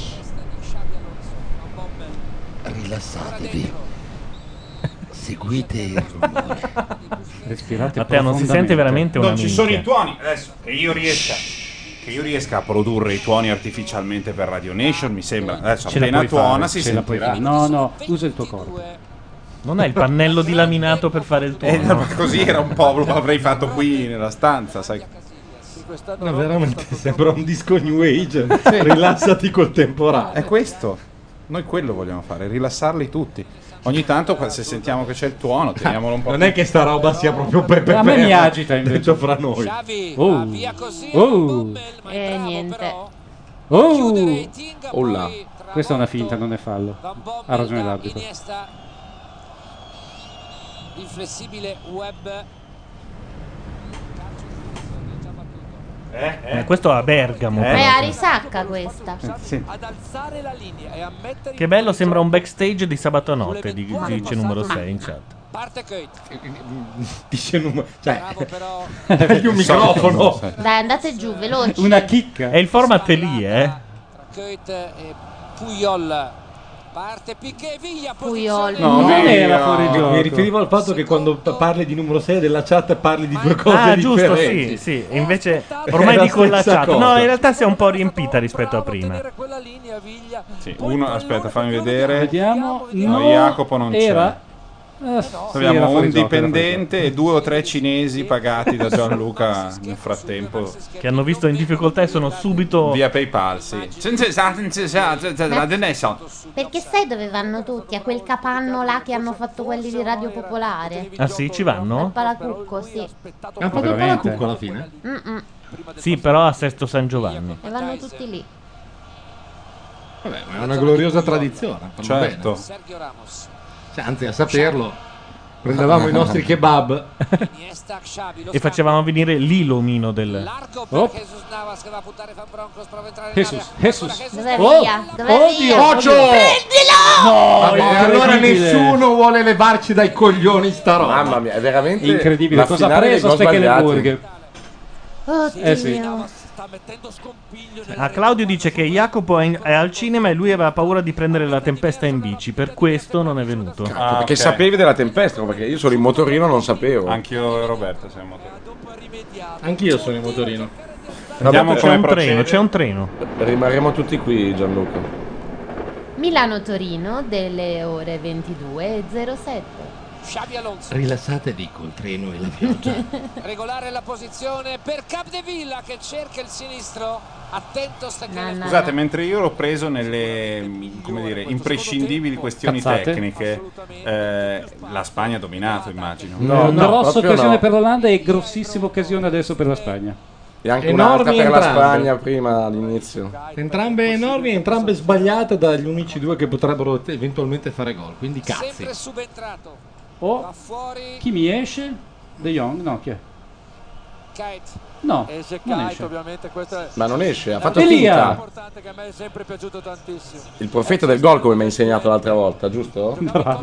Rilassatevi. Seguite il rumore. Respirate Matteo, non si sente veramente una Non ci minchia. sono i tuoni. Adesso che io riesca che io riesca a produrre i tuoni artificialmente per Radio Nation, mi sembra. Adesso Ce la appena puoi tuona fare, si ce la puoi sentirà. fare. No, no, usa il tuo corpo. Non è il pannello di laminato per fare il tuono? Eh, no, ma così era un po', lo avrei fatto qui nella stanza, sai. No, veramente sembra un disco new age. Rilassati col temporale. È questo. Noi quello vogliamo fare, rilassarli tutti. Ogni tanto se sentiamo che c'è il tuono, teniamolo un po'. Non è che sta roba sia proprio pepe. A me mi agita invece. Detto fra noi. Oh. Oh. E niente. Oh. Oh là. Questa è una finta, non è fallo. Ha ragione l'arbitro. Il flessibile web. Eh, questo a Bergamo. È proprio. a risacca questa. Sì. Ad alzare la linea e a mettere Che bello, sembra un backstage di sabato notte, di- dice numero sei in chat. parte Keut. Dice numero. Cioè, però. tagli un microfono. Dai, andate giù, veloci. Una chicca. E il format è lì, eh. Keut e Puyol. Parte Piqué, via. Puyol. No, non mi- era fuori mi- gioco. Mi riferivo al fatto che quando p- parli di numero sei della chat parli di due cose Ah, giusto, differenti. sì, sì. Invece ormai È la dico la stessa chat. cosa. No, in realtà si è un po' riempita rispetto a prima. Sì, uno, aspetta, fammi vedere. Vediamo. No, No, Jacopo non era. c'è. Eh, sì, Abbiamo era fuori un gioco, era fuori dipendente e due o tre cinesi pagati da Gianluca nel frattempo. Che hanno visto in difficoltà e sono subito. Via PayPal, sì. Perché sai dove vanno tutti? A quel capanno là che hanno fatto quelli di Radio Popolare. Ah sì, ci Al vanno? Palacucco, sì. Ha fatto il Palacucco alla fine? Mm-mm. Sì, però a Sesto San Giovanni. E vanno tutti lì. Vabbè, ma è una gloriosa tradizione. fanno Certo. bene. Cioè, anzi, a saperlo, prendevamo i nostri kebab E facevamo venire lì l'omino del. Oh. Jesus, Jesus. Dov'è Oh, via? Dov'è oddio, via? Ocio! Prendilo! No, Vabbè, allora incredibile. nessuno vuole levarci dai coglioni sta roba. Mamma mia, è veramente Incredibile. la Cosa ha finale dei preso gol Stekelenburg? Oddio. Eh sì. Ah, Claudio dice che Jacopo è, in- è al cinema e lui aveva paura di prendere la tempesta in bici, per questo non è venuto. Ah, perché ok. sapevi della tempesta, perché io sono in motorino non sapevo. Anch'io e Roberto siamo. Anch'io sono in motorino. Vediamo C'è come un procede. treno, c'è un treno. Rimarremo tutti qui, Gianluca. Milano-Torino delle ore ventidue e zero sette. Xabi Alonso. Rilassatevi col treno e la pioggia. Regolare la posizione per Capdevilla che cerca il sinistro. Attento Stecchele. Scusate, mentre io l'ho preso nelle, come dire, imprescindibili questioni Cazzate. tecniche, eh, la Spagna ha dominato, immagino. No, no, grossa proprio occasione no. per l'Olanda e grossissima occasione adesso per la Spagna. E anche Enormi un'altra per la entrambe. Spagna prima all'inizio. Entrambe enormi, entrambe sbagliate dagli unici due che potrebbero eventualmente fare gol. Quindi cazzi. Sempre subentrato. Oh, Va fuori. chi mi esce? De Jong? No, chi è? Kite. No, Esce non Kite, esce. ovviamente questo è Ma non esce, ha fatto Elia. finta. importante che a me è sempre piaciuto tantissimo. Il profeta del gol come mi ha insegnato l'altra volta, giusto?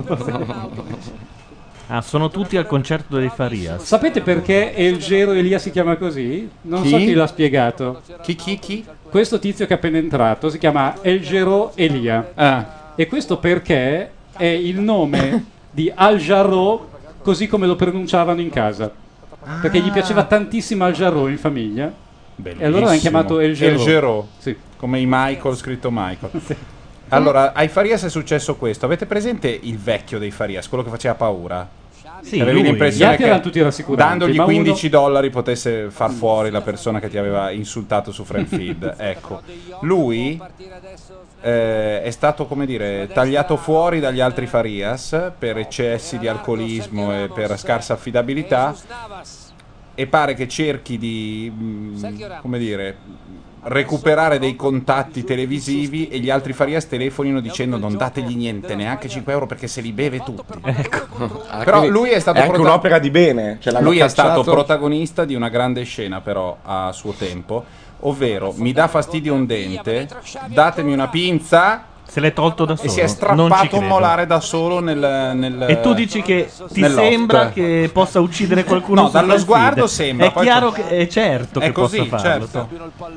Ah, sono tutti al concerto dei Farias. Sapete perché El Gero Elia si chiama così? Non Chi? so chi l'ha spiegato. Chi, chi, chi? Questo tizio che è appena entrato si chiama El Gero Elia. Ah. E questo perché è il nome di Al Jarreau così come lo pronunciavano in casa. Perché gli piaceva tantissimo Al Jarreau in famiglia. E allora l'hanno chiamato El Gero. El Gero. Sì. Come i Michael, scritto Michael. Allora, ai Farias è successo questo. Avete presente il vecchio dei Farias, quello che faceva paura? Sì, Avevi lui. l'impressione Gli altri che erano tutti rassicuranti, dandogli ma uno- quindici dollari potesse far fuori la persona che ti aveva insultato su Friend Feed. Ecco, lui eh, è stato, come dire, tagliato fuori dagli altri Farias per eccessi di alcolismo e per scarsa affidabilità, e pare che cerchi di, mh, come dire, recuperare dei contatti televisivi, e gli altri Farias telefonino dicendo non dategli niente, neanche cinque euro, perché se li beve tutti. Ah, Però quindi lui è stato è anche prota- un'opera di bene. Cioè, l'hanno lui è stato cacciato- protagonista di una grande scena però a suo tempo, ovvero mi dà fastidio un dente, datemi una pinza. Se l'è tolto da solo. E si è Non ci strappato un credo. molare da solo nel, nel E tu dici che ti nell'otto. sembra che possa uccidere qualcuno? No, su dallo Friend sguardo Feed? sembra, È poi chiaro c'è- che è certo è che così, possa farlo. certo.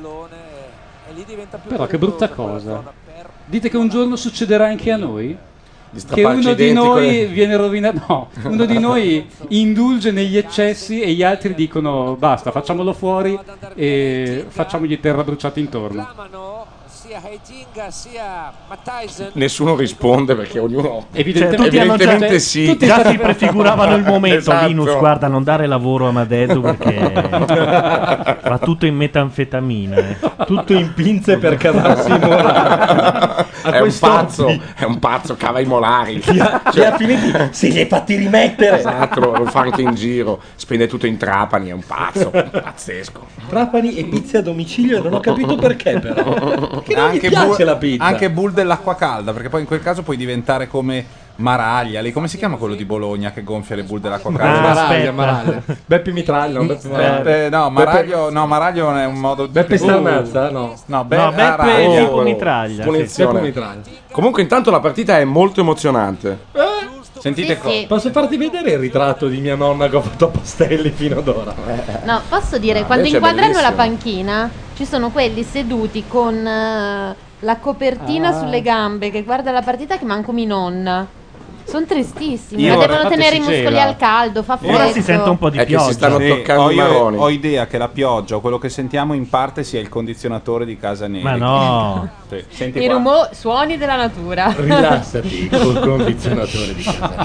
Però che brutta cosa. Dite che un giorno succederà anche a noi? Che strapparci uno i di denti noi con le- viene rovinato. No, uno di noi indulge negli eccessi e gli altri dicono basta, facciamolo fuori e facciamogli terra bruciata intorno. Sia Heitinga sia Matthijsen. Nessuno risponde perché ognuno Evidentemente- Cioè, tutti hanno già, evidentemente sì. tutti già si prefiguravano il momento. Esatto. Linus, guarda, non dare lavoro a Madeddu perché fa tutto in metanfetamina. eh. Tutto in pinze per cavarsi i molari. È un pazzo, è un pazzo, cava i molari. Li ha, li ha finiti, se li hai fatti rimettere. Esatto, lo, lo fa anche in giro, spende tutto in trapani, è un pazzo, pazzesco. Trapani e pizze a domicilio e non ho capito perché però. Che non gli piace Bull, la pizza. anche Bull dell'acqua calda, perché poi in quel caso puoi diventare come Maraglia. Lì, come si chiama quello di Bologna che gonfia le Bull dell'acqua calda? Ah, Maraglia, Maraglia. Beppe Mitraglia, no, Beppe Maraglia. Beppe- no, Maraglio, no, Maraglio non è un modo. Beppe Starnazza? No. No, Be- No, Beppe Maraglia. è tipo mitraglia. Punizione. Beppe Mitraglia. Comunque intanto la partita è molto emozionante. Sentite Sì, cosa. sì. Posso farti vedere il ritratto di mia nonna che ho fatto a Pastelli fino ad ora? No, posso dire, Ah, quando invece è inquadrano la bellissimo. panchina ci sono quelli seduti con eh, la copertina Ah. sulle gambe che guarda la partita che manco mi nonna. Sono tristissimi, Io ma ora- devono infatti tenere i si muscoli gela. al caldo, fa freddo. Ora si sente un po' di È che si pioggia. stanno Sì, toccando ho, i io- maroni. ho idea che la pioggia o quello che sentiamo in parte sia il condizionatore di casa Neri. Ma no. Sì, senti I qua. rumo- suoni della natura. Rilassati col condizionatore di casa.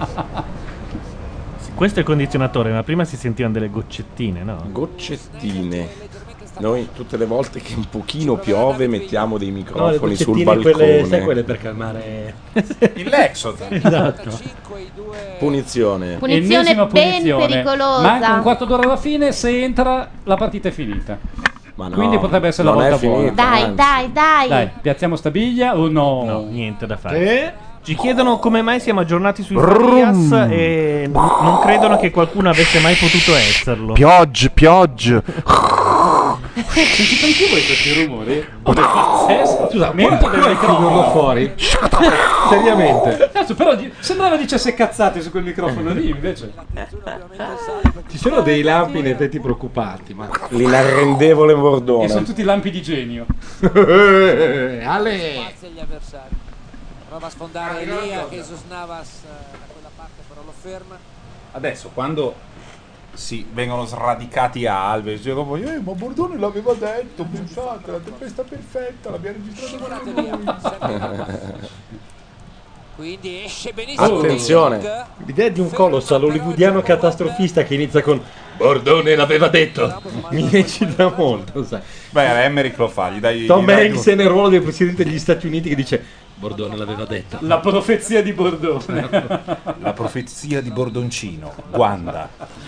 Questo è il condizionatore, ma prima si sentivano delle goccettine, no? Goccettine. Noi tutte le volte che un pochino piove mettiamo dei No, le microfoni sul goccettine, balcone. quelle, sai quelle per calmare. Il Lexot. Esatto. Punizione. Punizione Ennesima ben punizione. pericolosa. Manca un quarto d'ora alla fine, se entra la partita è finita. Ma no, Quindi potrebbe essere la non è volta buona. finita, Dai, anzi. dai, dai. Dai, piazziamo sta biglia o no? No, niente da fare. Eh? Ci chiedono come mai siamo aggiornati sui Farias e n- non credono che qualcuno avesse mai potuto esserlo. Pioggia, pioggia. Sentite anche voi questi rumori? Pazzesco. Scusa, Merito puoi del dirlo microfono. fuori? Seriamente. Cazzo, però di- sembrava dicesse cazzate su quel microfono lì, invece. Ci sono dei lampi in effetti preoccupanti, ma. L'inarrendevole E sono Bordone. tutti lampi di genio. Ale! Spazia gli avversari. Prova a sfondare Elia, Jesus Navas eh, da quella parte però lo ferma. Adesso quando si vengono sradicati a Alves, dicono, eh, ma Bordone l'aveva detto, pensate, la tempesta perfetta, l'abbiamo registrata con noi. Quindi esce benissimo. Attenzione. L'idea di un colossal hollywoodiano catastrofista che inizia con Bordone l'aveva detto. Mi eccita molto, sai. Beh, Emmerich lo fa, gli dai Tom gli dai Hanks due- è nel ruolo del presidente degli Stati Uniti che dice Bordone l'aveva detto. La profezia di Bordone. La profezia di Bordoncino, Wanda.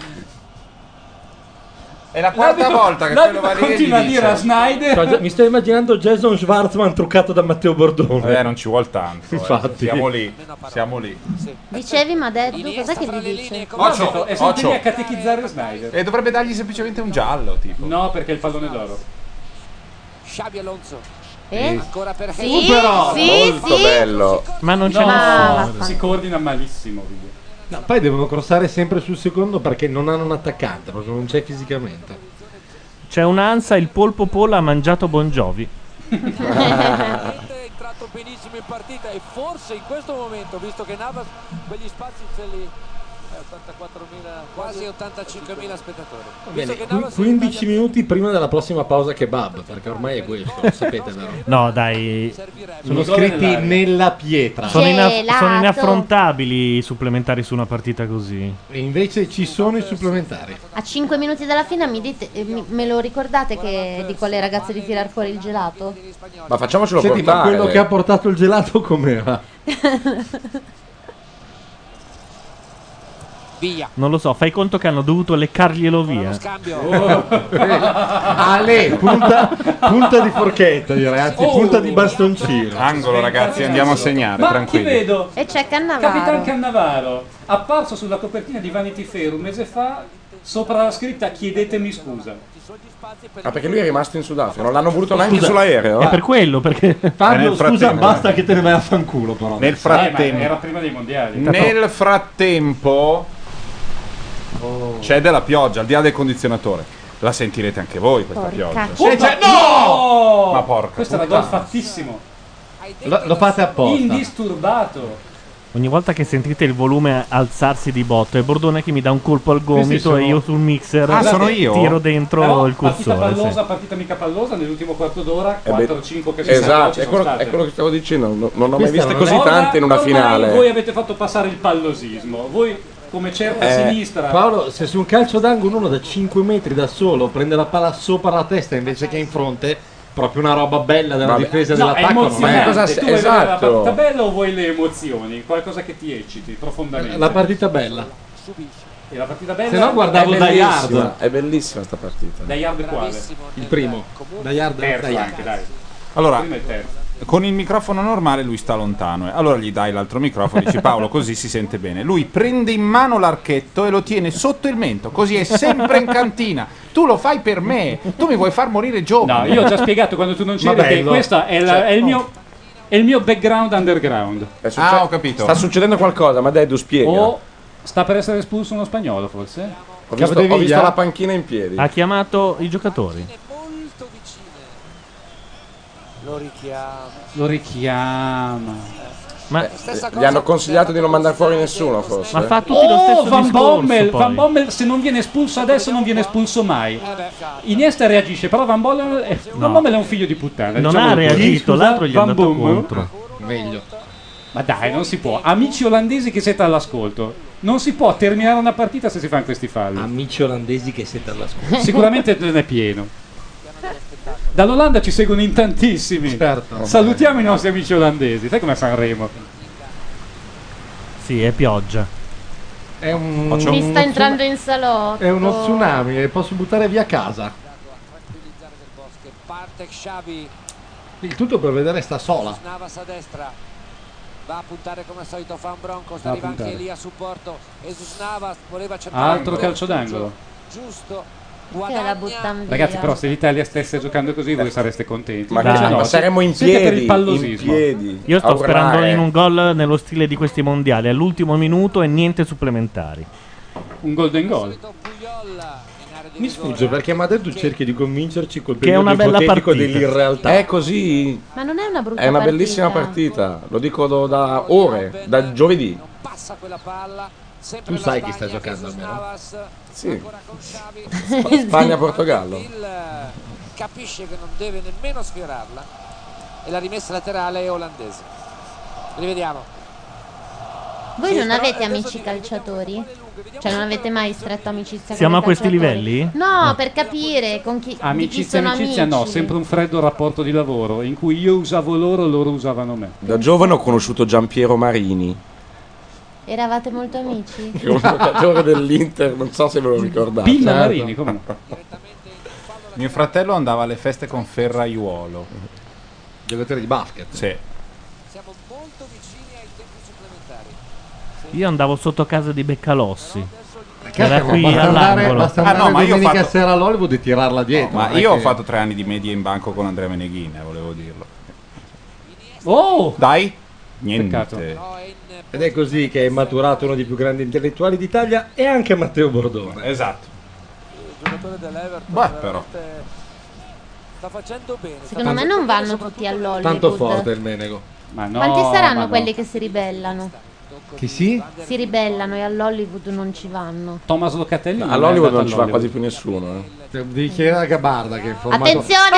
È la quarta L'abito- volta che l'abito quello va lì e continua gli a dire a dice- Snyder. Mi sto immaginando Jason Schwartzman truccato da Matteo Bordone. Eh, non ci vuole tanto. eh. Infatti. Siamo lì, siamo lì. Dicevi, ma Deddu, cos'è che gli dice? Ocio, È sempre lì Ocio. a catechizzare Snyder. E dovrebbe dargli semplicemente un giallo, tipo. No, perché è il pallone d'oro. Xabi Alonso. Eh? Ancora per Sì, Henry. sì, Però, sì. Molto bello. Ma non No, ce Ma- ne si coordina malissimo. Video. No, poi devono crossare sempre sul secondo perché non hanno un attaccante, proprio non c'è fisicamente. C'è un'ansa, il polpo Pola ha mangiato Bon Jovi. È entrato benissimo in partita e forse in questo momento, visto che Navas quegli spazi ce li eh, ottantaquattromila, Quasi ottantacinquemila spettatori. Bene, Visto che qui- Navas quindici minuti prima della prossima pausa kebab, perché ormai è questo, lo sapete vero? No, dai. Sono scritti nella pietra. Sono, ina- Gelato. sono inaffrontabili i supplementari su una partita così. E invece ci sono i supplementari. A cinque minuti dalla fine mi dite, eh, mi- me lo ricordate che dico alle ragazze di tirar fuori il gelato? Ma facciamocelo Senti, ma portare. quello che ha portato il gelato com'era? Via. Non lo so, fai conto che hanno dovuto leccarglielo via. Scambio. Ale, punta, punta di forchetta direi, anzi Oh. punta di bastoncino. Angolo, ragazzi, andiamo a segnare, Ma chi tranquilli. vedo? E c'è Cannavaro. Capitan Cannavaro, apparso sulla copertina di Vanity Fair un mese fa, sopra la scritta chiedetemi scusa. Ah, perché lui è rimasto in Sudafrica, non l'hanno voluto neanche Scusa, sull'aereo. È per quello, perché Fabio, nel scusa, frattempo- basta che te ne vai a fanculo però. Nel Eh, ma frattempo, era prima dei mondiali. nel frattempo c'è della pioggia, al di là del condizionatore. La sentirete anche voi questa Porca pioggia. Oh, Sì, c'è- no! Ma porca Questo era puttana. gol fattissimo. Lo, lo fate apposta. Indisturbato. ogni volta che sentite il volume alzarsi di botto è Bordone che mi dà un colpo al gomito sono- e io sul mixer Ah, sono io? tiro dentro Però, il partita cursore. pallosa, sì. partita mica pallosa, nell'ultimo quarto d'ora Eh beh, quattro cinque che si Esatto, ci è sono quello, state. è quello che stavo dicendo. Non, non ho mai Questa viste non così è- Ora- tante in una ormai finale. voi avete fatto passare il pallosismo. Voi come certa Eh, sinistra. Paolo, se su un calcio d'angolo uno da cinque metri da solo prende la palla sopra la testa invece che in fronte, proprio una roba bella della Vabbè. difesa e No, è dell'attacco, non emozionante. è? cosa- tu vuoi vedere la esatto. partita bella o vuoi le emozioni? Qualcosa che ti ecciti profondamente. La partita bella. E la partita bella Se no guardavo È Die bellissima, Hard. è bellissima sta partita. Da Yard quale? Il primo. Die Hard, Terzo Die Hard. anche, dai. Allora, Prima e terzo. con il microfono normale lui sta lontano. eh. Allora gli dai l'altro microfono e dici Paolo, così si sente bene. Lui prende in mano l'archetto e lo tiene sotto il mento, così è sempre in cantina. Tu lo fai per me, tu mi vuoi far morire No, giovane. io ho già spiegato quando tu non c'eri Ma che bello. questo è, la- Cioè, è il oh. mio è il mio background underground. È succe- Ah, ho capito. Sta succedendo qualcosa, ma Deddu spiega. O sta per essere espulso uno spagnolo, forse? Ho visto, Capodeviglia? ho visto la panchina in piedi. Ha chiamato i giocatori. Molto vicine. Lo richiama. Lo richiama. Ma, Stessa Eh, Gli cosa hanno con consigliato di non mandare fuori Fernando nessuno, Santos. forse. ma fa tutti lo Oh, stesso Van discorso Bommel, poi. Van Bommel se non viene espulso adesso non viene espulso mai. Eh beh, Iniesta reagisce, però Van Bommel è, Van Bommel è un figlio di puttana. Non diciamolo ha così. reagito, Scusa, l'altro gli è Van andato Bommel. contro. Meglio. Ma dai, non si può. Amici olandesi che siete all'ascolto, non si può terminare una partita se si fanno questi falli. Amici olandesi che siete all'ascolto. Sicuramente ne è pieno. Dall'Olanda ci seguono in tantissimi. Certo. Salutiamo i nostri amici olandesi. Sai come Sanremo? Sì, è pioggia. È un, Faccio- Mi uno sta tsu- entrando in salotto. È uno tsunami e posso buttare via casa. tranquillizzare del Bosque. Parte Xavi. Il tutto per vedere sta sola. Navas a destra. Va a puntare come al solito Van Bronckhorst. Va a Arriva anche puntare. lì a supporto. Jesus Navas voleva cercare Altro un calcio gol d'angolo. giusto. Che la buttano via. Ragazzi, però se l'Italia stesse giocando così voi sareste contenti. Ma, Dai. che- No, ma saremmo in siete per piedi, il in pallosismo. piedi. Io sto a sperando urlare. in un gol nello stile di questi mondiali, all'ultimo minuto e niente supplementari. Un golden goal. Mi sfugge perché mi ha detto cerchi di convincerci col Che è una periodo bella ipotetico partita. dell'irrealtà. È così. Ma non è una brutta È una partita. bellissima partita. Lo dico do- da ore, da giovedì. Passa quella palla. Sempre Tu la sai chi Spagna, sta giocando, Jesus almeno? Navas, Sì. ancora con Xavi. Spagna-Portogallo. Il capisce che non deve nemmeno sfiorarla e la rimessa laterale è olandese. Rivediamo. Voi non avete amici calciatori? Cioè non avete mai stretto amicizia Siamo a con i questi calciatori? livelli? No, per capire con chi, di chi Amicizia, sono amicizia amici. no, sempre un freddo rapporto di lavoro in cui io usavo loro, loro usavano me. Da giovane ho conosciuto Giampiero Marini, Eravate molto amici? che è un giocatore dell'Inter, non so se ve lo ricordate. Pilla Certo. Marini, come no? Mio fratello andava alle feste con Ferraiuolo. Giocatore di basket. Sì. Io andavo sotto casa di Beccalossi. Che Cazzo, era qui basta andare, all'angolo. basta Ah, andare no, ma io ho domenica fatto- sera all'Hollywood e tirarla dietro. Ma non è io ho che- fatto tre anni di media in banco con Andrea Meneghin, eh, volevo dirlo. Oh! Dai? Niente. Peccato. Ed è così che è maturato uno dei più grandi intellettuali d'Italia e anche Matteo Bordone. Esatto. Il giocatore dell'Everton Beh, però. veramente sta facendo bene. sta Secondo me facendo non bene vanno soprattutto tutti all'Hollywood. Tanto forte il Menego. Ma Quanti saranno quelli che si ribellano? Che sì? Si ribellano e all'Hollywood non ci vanno. Thomas Locatelli non è All'Hollywood andato non ci va all'Hollywood. quasi più nessuno. Eh. Devi chiedere a Gabarda che è formato... Attenzione!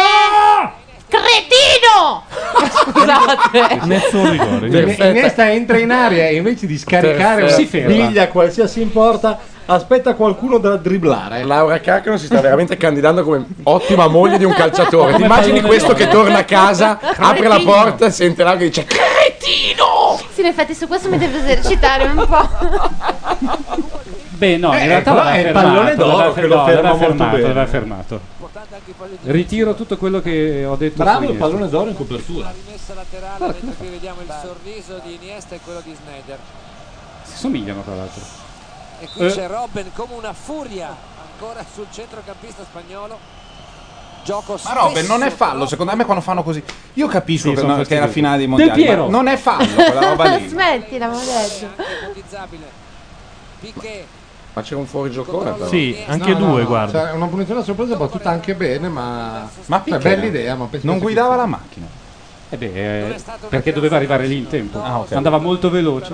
Cretino! Scusate. Nessun rigore. Perfetta. Iniesta entra in area e invece di scaricare Perfetto. una biglia qualsiasi in porta, aspetta qualcuno da dribblare. Laura Carcano si sta veramente candidando come ottima moglie di un calciatore. Ti Come immagini pallone questo d'oro. che torna a casa, apre la Cretino. porta e sente Laura che dice cretino! Sì, in effetti su questo mi devo esercitare un po'. Beh, no, in Eh, realtà però l'aveva è il fermato, pallone d'oro l'aveva che fer- lo no, ferma l'aveva molto fermato, bene. l'aveva fermato. Ritiro tutto quello che ho detto. Bravo su il Iniesta. pallone d'oro in copertura. rimessa laterale, mentre qui vediamo il sorriso di Iniesta e quello di Sneijder. Si somigliano tra l'altro. E qui Eh. c'è Robben come una furia ancora sul centrocampista spagnolo. Gioco Ma Robben spesso non è fallo, secondo me quando fanno così. Io capisco Sì, che, sono no- che è la fastidiosi. finale dei Del mondiali, Piero. ma non è fallo quella roba lì. Smettila, ma detto. ipotizzabile. Piqué Ma c'è un fuorigiocone però. Sì, anche No, no, due, no, guarda. cioè, una punizione a sorpresa battuta anche bene, ma... Ma è Piqué bella idea, ma penso non che- guidava la macchina. Eh beh, eh, perché doveva arrivare lì in tempo. Ah, ok. Andava molto veloce.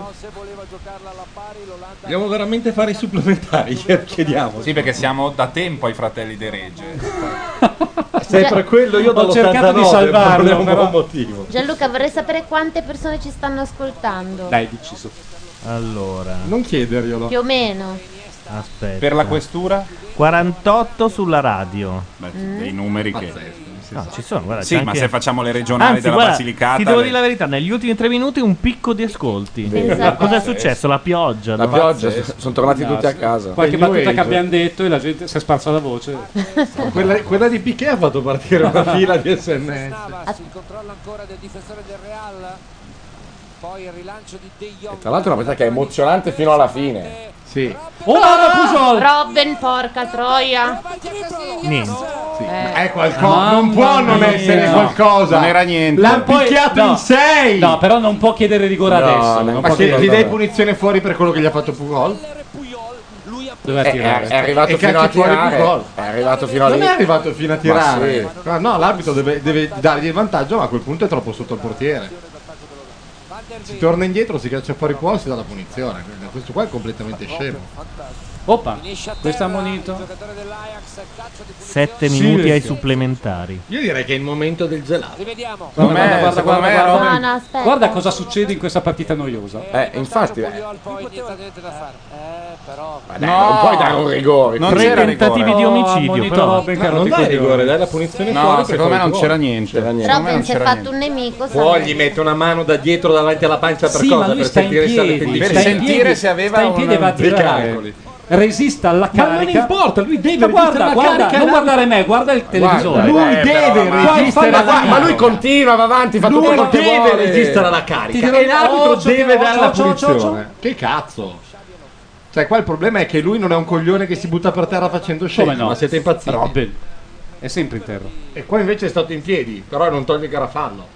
Dobbiamo veramente fare i supplementari, chiediamo. Sì, perché siamo da tempo ai fratelli De Regge. Se è per quello io Ho cercato di dall'ottantanove, salvarlo, per un però. buon motivo. Gianluca, vorrei sapere quante persone ci stanno ascoltando. Dai, dici su. Allora, Non chiederglielo. Più o meno. aspetta. Per la questura? quarantotto sulla radio. Beh, Mm. dei numeri che... No, ci sono, guarda. Sì, c'è ma anche- se facciamo le regionali Anzi, della guarda, Basilicata... ti devo le- dire la verità, negli ultimi tre minuti un picco di ascolti. Esatto. Cosa è successo? La pioggia. La no? pioggia, Pazzesco. sono tornati tutti a casa. Qualche E New battuta Age. che abbiamo detto e la gente si è sparsa la voce. Quella, quella di Piqué ha fatto partire una fila di S M S. Navas, il controllo ancora del difensore del Real. Poi il rilancio di De Jong. Tra l'altro è una partita che è emozionante fino alla fine. Sì. Oh, la Pujol! Robben, porca troia. Niente. Eh. È qualcosa, Mamma non può non mia. essere No, qualcosa. non era niente. L'ha Poi- picchiato no. in sei. No, però non può chiedere rigore No, adesso. non non Ma può che chiedere gli dai rigore. punizione fuori per quello che gli ha fatto Pugol? Doveva È, tirare. è- è arrivato E fino a cacchi fuori tirare. Pugol. È arrivato fino a Non lì. è arrivato fino a Ma tirare. sì. Ah, no, l'arbitro deve, deve dargli il vantaggio, ma a quel punto è troppo sotto il portiere. Si torna indietro, si caccia fuori fuori, si dà la punizione. Quindi questo qua è completamente scemo. Oppa, questo ha ammonito. Sette Sì, minuti ai sì. supplementari. Io direi che è il momento del gelato. Rivediamo. Secondo Guarda, me- guarda, secondo guarda, me guarda, Robben- No, no, aspetta. Guarda cosa succede in questa partita noiosa. Eh, infatti, eh, Puyol, poi niente da fare. Eh, però ma dai, non puoi dare un rigore. Non Tre c'era tentativi rigore. di Oh, omicidio, ammonito però. Robben che ha No, non rotto i dai coglioni. rigore, dai la punizione fuori. No, per secondo me fuori non fuori. c'era niente. C'era niente. Secondo me non Robben si è c'era fatto niente. un nemico. Poi sai? gli mette una mano da dietro davanti alla pancia per Sì, cosa? ma lui Per sta in sentire se piedi, avete Per sta in sentire piedi, se aveva sta in piedi e va a una- dei tirare. calcoli. Resista alla Ma non carica. importa, lui deve Ma guarda, resistere alla guarda, carica. non guardare me, guarda il televisore. Lui Eh, però, deve ma- resistere ma- alla Ma, ma lui continua, va avanti, fa tutto Lui quello che deve vuole. resistere alla Ti carica dirò- e l'arbitro Oh, ciao, deve ciao, dare la ciao, ciao, punizione. Che cazzo? Cioè, qua il problema è che lui non è un coglione che si butta per terra facendo Come scemi, no? ma siete impazziti. Robben è sempre in terra. E qua invece è stato in piedi, però non toglie che era fallo.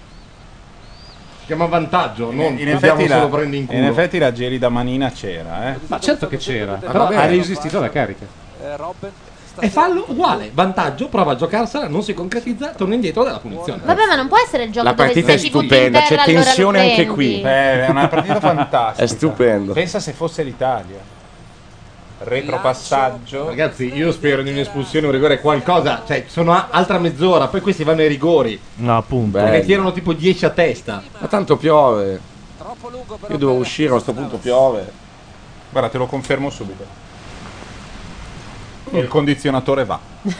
Si chiama vantaggio, non In usiamo effetti, solo la, prendi in culo. in effetti la gelida manina c'era, eh. Ma certo che c'era, Ah, però vabbè. ha resistito alla carica. eh, Robben E fallo uguale, vantaggio, prova a giocarsela, non si concretizza, torna indietro dalla punizione. Vabbè, ma non può essere il gioco La dove partita se è ti butti in stupenda, terra, c'è allora lo tensione anche prendi. qui. Eh, è una partita fantastica. È stupendo. Pensa se fosse l'Italia. Retropassaggio. Ragazzi, io spero in un'espulsione, un rigore, qualcosa. Cioè, sono a- altra mezz'ora, poi questi vanno ai rigori. No, appunto. Beh. Ne tirano tipo dieci a testa. Ma tanto piove. troppo lungo però Io devo uscire, a questo punto piove. Guarda, te lo confermo subito. E il condizionatore va.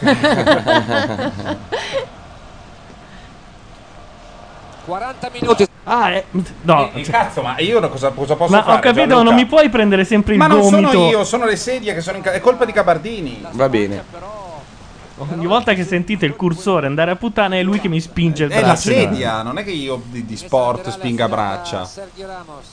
quaranta minuti. Ah, eh, no. Eh, cazzo, ma io no- cosa, cosa posso Ma fare? ho capito, Gianluca? non mi puoi prendere sempre il Ma non gomito. sono io, sono le sedie che sono in ca- è colpa di Gabardini. Va bene. Ogni volta che sentite il cursore andare a puttana è lui che mi spinge il È braccio. la sedia, non è che io di, di sport spinga braccia. Sergio Ramos.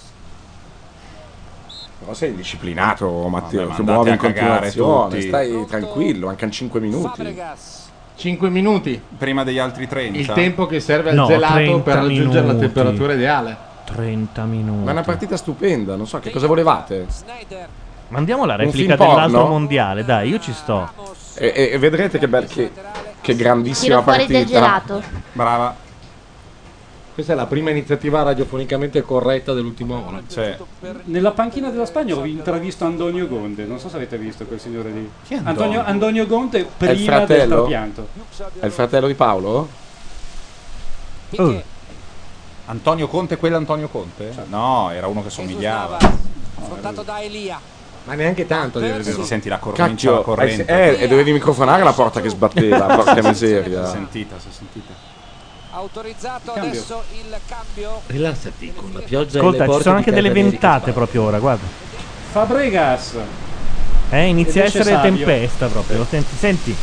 Però sei disciplinato, Matteo. ma Ti andate muovi in a cagare continuazione. tutti. Stai tranquillo, mancano cinque minuti. cinque minuti. Prima degli altri trenta. Il tempo che serve al No, gelato trenta per raggiungere la minuti. temperatura ideale. trenta minuti. Ma è una partita stupenda, non so che cosa volevate. Mandiamo la Un replica film dell'altro porno? mondiale, dai, io ci sto. E, e- e vedrete che, bel, che, che grandissima Tiro fuori partita. del gelato. Brava. Questa è la prima iniziativa radiofonicamente corretta dell'ultima ora. Cioè, Nella panchina della Spagna ho intravisto Antonio Gonte. Non so se avete visto quel signore lì. Chi è Antonio, Antonio? Antonio Gonte È il prima del fratello? trapianto. È il fratello di Paolo? Oh. Antonio Conte, quell'Antonio Conte? No, era uno che somigliava. Affrontato da Elia. Ma neanche tanto, devi vedere. Si senti la cor- comincia la Cacchio, corrente. eh, e dovevi microfonare la porta che sbatteva, porca miseria. Si è sentita, si è sentita. Autorizzato Cambio. adesso il cambio. Rilassati con la pioggia e Ascolta, le ci porte sono di anche delle Cardeneri che ventate proprio ora, guarda. Fabregas. Eh, inizia a Ed esce essere Savio. tempesta proprio, lo senti, senti.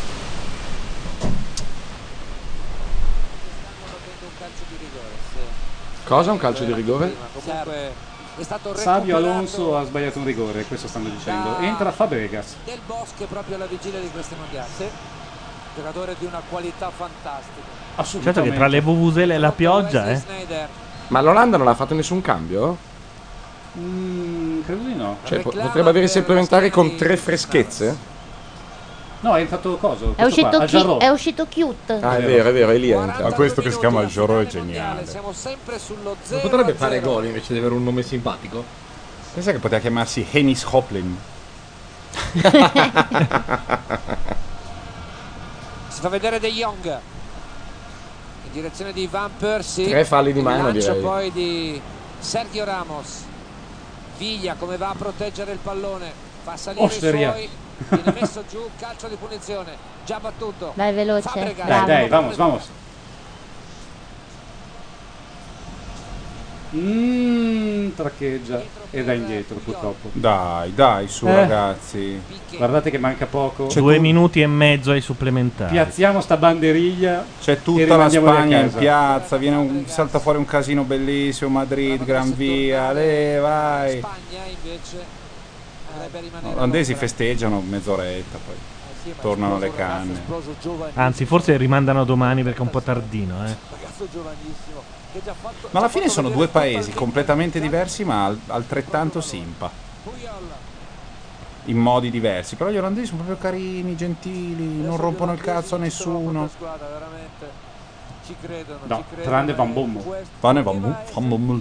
Cosa? Un calcio di rigore? Comunque è stato Savio recuperato Alonso ha sbagliato un rigore, questo stanno dicendo. Entra Fabregas. Del Bosque proprio alla vigilia di questi mondiali. Sì. Giocatore di una qualità fantastica. Certo che tra le vuvuzele e la pioggia, eh. Sneijder. Ma l'Olanda non ha fatto nessun cambio? Mm, credo di no. Cioè, po- potrebbe avere supplementari con tre freschezze? No, è entrato coso. È uscito, qua, chi- Ajarro. è uscito cute. Ah, è vero, è vero, è lì entra. Ma questo che si chiama Joro è geniale. Siamo sempre sullo Non zero. potrebbe fare gol invece di avere un nome simpatico? Pensa che poteva chiamarsi Hennis Hoplin. Si fa vedere De Jong in direzione di Van Persie. Tre falli di Il mano, lancio direi. poi di Sergio Ramos. Viglia come va a proteggere il pallone, fa salire Osteria. i suoi, viene messo giù, calcio di punizione, già battuto. Dai, veloce. Fabregas. Dai, Bravo. dai, vamos, vamos. Mm, traccheggia e da indietro purtroppo. Dai, dai, su Eh. ragazzi. Guardate che manca poco. C'è Due tu- minuti e mezzo ai supplementari. Piazziamo sta banderiglia. C'è e tutta la rimandiamoli a Spagna in casa. piazza, viene un- salta fuori un casino bellissimo, Madrid, Gran Via, le vai. Spagna invece dovrebbe rimanere. Gli olandesi festeggiano mezz'oretta, poi tornano alle canne. Esploso giovane, Anzi, forse rimandano domani perché è un po' tardino, eh. ragazzo giovanissimo che già fatto, Ma alla già fine fatto sono vedere due paesi qualche- completamente diversi, ma al- altrettanto simpa. In modi diversi. Però gli olandesi sono proprio carini, gentili, non rompono il cazzo a nessuno. Squadra, veramente. Ci credono, No, ci credono. tranne Van Bommel. Questo- Vanne van Bommel, van Bommel.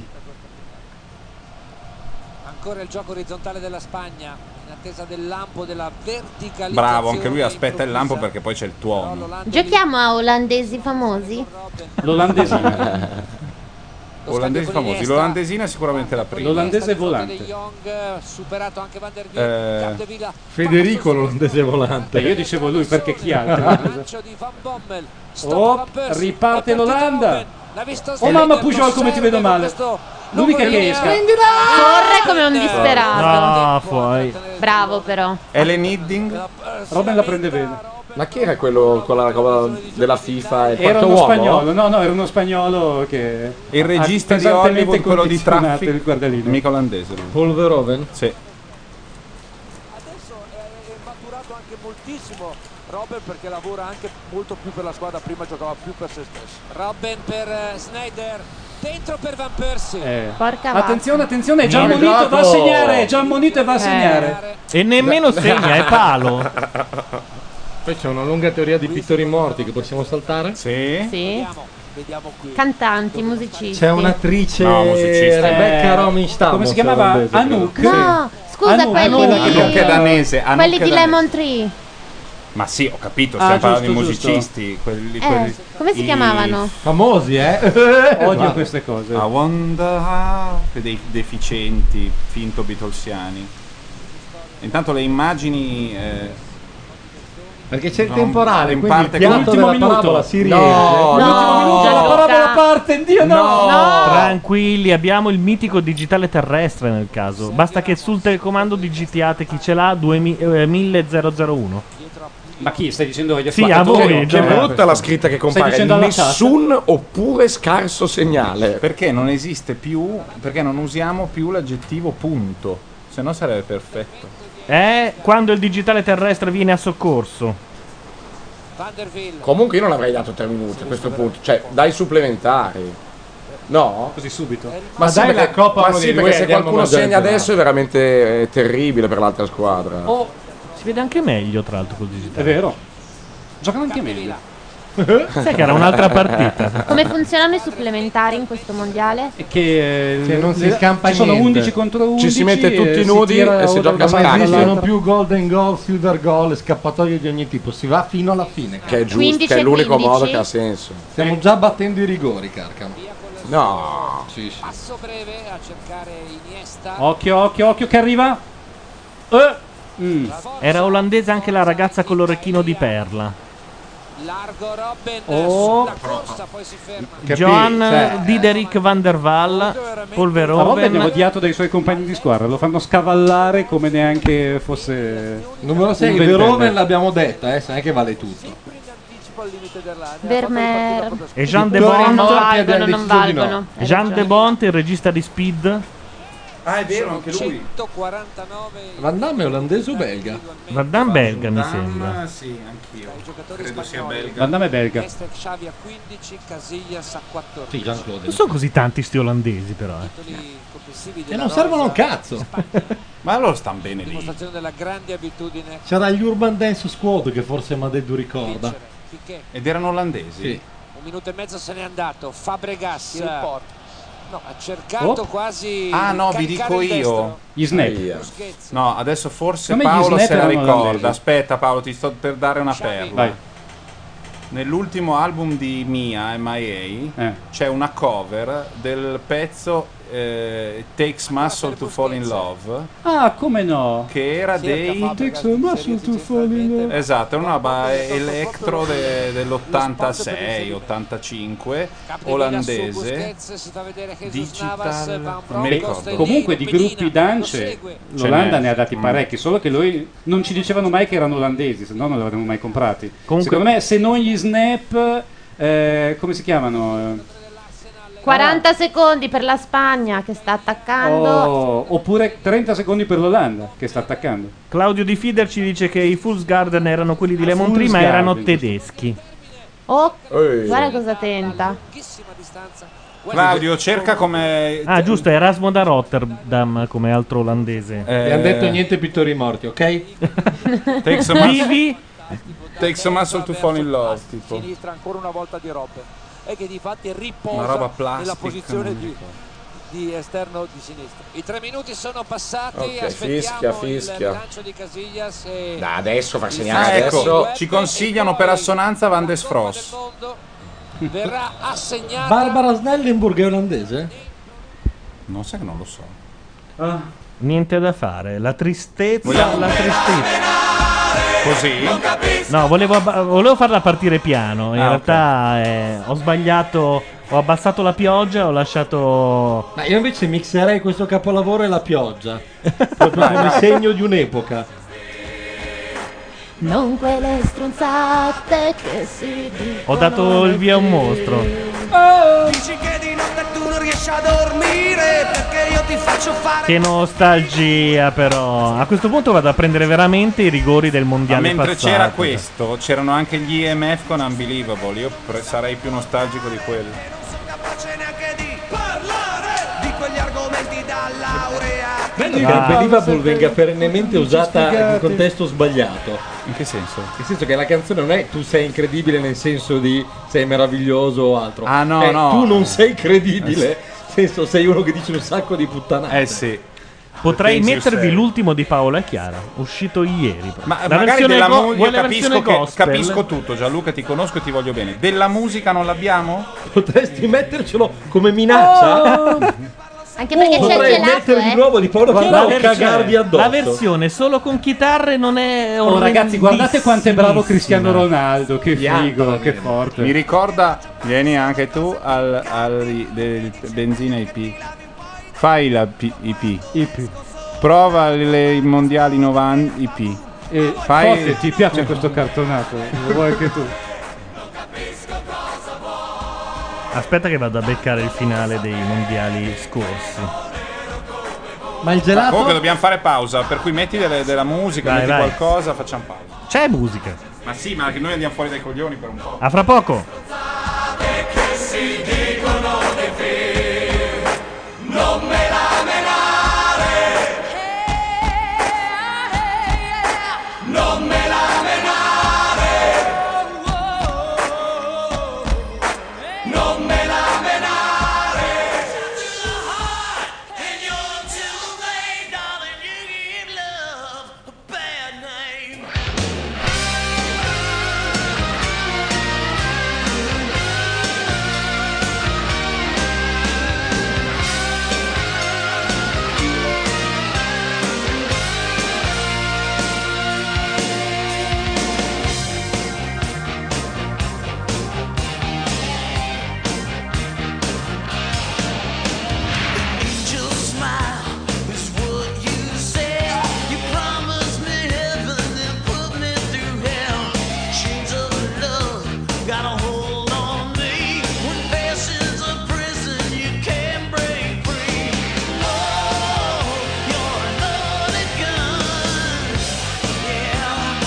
Ancora il gioco orizzontale della Spagna in attesa del lampo della verticalizzazione. Bravo, anche lui aspetta il lampo improvvisa. perché poi c'è il tuono. Giochiamo a olandesi famosi? L'olandesina. Olandesi famosi. L'olandesina è sicuramente la prima. L'olandese De volante. Jong, superato anche Van der Eh, Beek, Capdevila, Federico l'olandese volante. E io dicevo lui perché chi altro? lancio di Van Bommel. Stop Oh, Van Persie, riparte è partita l'Olanda. Robben, l'ha visto Oh Sneijder, mamma Pujol non come ti vedo serve male. questo L'unica lungo che linea. esca. Corre come un disperato. No, fuori. Bravo però. Ellen Hidding. Robben la prende bene. Ma chi era quello con la roba della FIFA? Il Era quarto uno uomo? spagnolo, no, no, era uno spagnolo che Il regista ha di pesantemente Hollywood, quello di condizionato Traffic. il guardalino. Mica olandese lui. Paul Verhoeven? Sì. Adesso è, è maturato anche moltissimo Robben perché lavora anche molto più per la squadra, prima giocava più per se stesso. Robben per eh, Sneijder, dentro per Van Persie. Eh. Porca vacca. Attenzione, attenzione, è già Non ammonito, esatto. va a segnare, è già ammonito e va a segnare. E nemmeno segna, è palo. Poi c'è una lunga teoria di pittori morti che possiamo saltare. Sì. Sì. Vediamo, vediamo qui. Cantanti, musicisti. C'è un'attrice No, musicista. Rebecca Eh, Romin Stamos. come si chiamava? olandese, Anouk. No, scusa, Anouk, quelli Anouk, di... Anouk è danese. Anouk Quelli è di danese. Lemon Tree. Ma sì, ho capito, Ah, stiamo parlando di giusto, giusto. musicisti. Quelli, Eh, quelli- come si i- chiamavano? Famosi, eh? Odio Guarda. queste cose. I wonder how, che dei deficienti, finto beatlesiani. Intanto le immagini... eh, Perché c'è il no, temporale, in quindi il parte piatto l'ultimo della minuto. parabola si riempie. No, l'ultimo minuto Gianluca. la parabola parte, Dio no! Tranquilli, abbiamo il mitico digitale terrestre nel caso. Basta che sul telecomando digitiate chi ce l'ha duemilauno. Ma chi? Stai dicendo agli Sì, a ascoltatori? voi, Che no. brutta la scritta che Stai compare, dicendo alla chat? nessun oppure scarso segnale. Perché non esiste più, perché non usiamo più l'aggettivo punto, se no sarebbe perfetto. È quando il digitale terrestre viene a soccorso. Comunque io non avrei dato tre minuti a questo punto, cioè dai supplementari. No? Così subito. Ma, Ma sì, dai perché, la Coppa ma uno sì, dei perché due, se andiamo qualcuno a mangiare segna il gelato. adesso è veramente eh, terribile per l'altra squadra. Oh, Si vede anche meglio, tra l'altro, col digitale. è vero. Giocano anche meglio. Sai che era un'altra partita. Come funzionano i supplementari in questo mondiale? Che, Cioè, non si le- scampa ci sono niente. undici contro undici. Ci si mette tutti e nudi tira e si ora gioca a da Non scacchi. esistono più golden goal, silver goal, scappatoie di ogni tipo, si va fino alla fine. Che è giusto, quindici che è e l'unico quindici? modo che ha senso. Stiamo già battendo i rigori, Carcam. No. Sì, sì. Passo breve a cercare Iniesta. Occhio, occhio, occhio che arriva. Eh. Mm. Era olandese anche la ragazza con l'orecchino di perla. Largo Robben Oh. sulla corsa, poi si ferma. Johan cioè, Diderik van der Waal, Ma Robben è Polveroven. odiato dai suoi compagni di squadra, lo fanno scavallare come neanche fosse Numero sei, un il ventenne. Verhoeven l'abbiamo detta, eh, sai che vale tutto. Vermeer. E Jean de Vittoria Bont. Non Morti abbiamo valgono, non deciso di no. valgono. Hai Jean ragione. de Bont, il regista di Speed. Ah, è vero, anche lui. centoquarantanove Van Damme è olandese o belga? Van Damme belga, mi sembra. Ah, sì, anch'io. Credo sia belga. Van Damme è belga. Iniesta e Xavi a quindici, Casillas a quattordici. Sì, Jean-Claude. Non sono così tanti sti olandesi, però. Eh. Titoli complessivi E della non servono un rosa. cazzo. Ma allora stanno bene lì. Dimostrazione della grande abitudine. C'era gli Urban Dance Squad che forse Madeddu ricorda. Piquet. Ed erano olandesi? Sì. Un minuto e mezzo se n'è andato. Fabregas. No, ha cercato Oh. quasi. Ah no, di vi dico caricare il io. destro. Gli snap. Aia. Busquets. No, adesso forse Come gli Paolo snap se la erano ricorda. olandesi. Aspetta Paolo, ti sto per dare una perla. Vai. Nell'ultimo album di Mia, M I A, Eh. c'è una cover del pezzo eh, It Takes Muscle to Fall in Love, Ah, come no? che era dei... Takes a muscle to fall in love. Esatto, è una roba elettro de- dell'ottantasei ottantacinque, olandese, Busquets, si fa vedere Jesus digital, Navas, Van non mi Bronckhorst, ricordo. Lì, Comunque di Medina, gruppi lo dance segue. l'Olanda Ce n'è. ne ha dati Mm. parecchi, solo che noi non ci dicevano mai che erano olandesi, se no non li avremmo mai comprati. Comunque- Secondo me se non gli snap, eh, come si chiamano? quaranta secondi per la Spagna che sta attaccando. Oh, oppure trenta secondi per l'Olanda che sta attaccando. Claudio Di Fider ci dice che i Fools Garden erano quelli di Ah, Lemon Tree, Fools ma erano Garden. tedeschi. Oh, Ehi. guarda cosa tenta. Lunghissima distanza. Claudio, cerca come... Ah, giusto, Erasmo da Rotterdam come altro olandese. eh, Mi hanno detto niente pittori morti, ok? Takes a, mus- Vivi? takes a Muscle to Fall in Love, tipo. Sinistra ancora una volta di Robben e che di fatti Una riposa roba plastica, nella posizione non di, ricordo. di esterno di sinistra. I tre minuti sono passati, Ok, aspettiamo fischia, il fischia. lancio di Casillas e Da adesso fa Ah, segnare ecco, adesso. ci consigliano per assonanza Van des Frost. mondo verrà assegnata. Barbara Snellenburg è olandese? Non sai che non lo so. Niente da fare. La tristezza, la tristezza. Così? No, volevo, abba- volevo farla partire piano. In Ah, realtà eh, ho sbagliato. Ho abbassato la pioggia, ho lasciato. Ma io invece mixerei questo capolavoro e la pioggia. Proprio come segno di un'epoca. Non quelle stronzate che si dicono. Ho dato il via a un mostro. Dici che di notte tu non riesci a dormire perché io ti faccio fare. Che nostalgia, però. A questo punto vado a prendere veramente i rigori del Ma mondiale mentre passato. c'era questo, c'erano anche gli E M F con Unbelievable. Io pre- sarei più nostalgico di quelli. Capace neanche di parlare di quegli argomenti da laurea. Bello che Ah. Unbelievable venga perennemente usata in contesto sbagliato. In che senso? Nel senso che la canzone non è tu sei incredibile nel senso di sei meraviglioso o altro. Ah, no, È no. tu non sei credibile, nel senso sei uno che dice un sacco di puttanate. Eh sì. Potrei Things You mettervi Say. l'ultimo di Paola e Chiara, uscito ieri. Ma la magari versione della go- mu- vuoi io la capisco, versione che, gospel? capisco tutto, Gianluca, ti conosco e ti voglio bene. Della musica non l'abbiamo? Potresti mettercelo come minaccia? Anche perché c'è il Potrei gelato, mettere di eh. nuovo di Paolo Chiara La o versione- cagarvi addosso. La versione solo con chitarre non è Oh, ragazzi, guardate quanto è bravo Cristiano orrendissima. Ronaldo. Che figo, che forte. Mi ricorda, vieni anche tu al, al del benzina I P. Fai la P, I P. I P. Prova le i mondiali novanta I P. E Fai- forte, ti piace questo cartonato? Lo vuoi anche tu? Aspetta che vado a beccare il finale dei mondiali scorsi. Ma il Ma gelato? comunque dobbiamo fare pausa, per cui metti delle- della musica, Vai, metti vai. qualcosa, facciamo pausa. C'è musica. Ma sì, ma che noi andiamo fuori dai coglioni per un po'. A fra poco. Che si dicono dei film, non me la menare, non me la menare, non me la menare. And you're too late, darling, you give love a bad name. Angel smile is what you said. You promised me heaven, then put me through hell. Chains of love got a hold on me. When passion's a prison, you can't break free. Oh, you're a loaded gun. Yeah.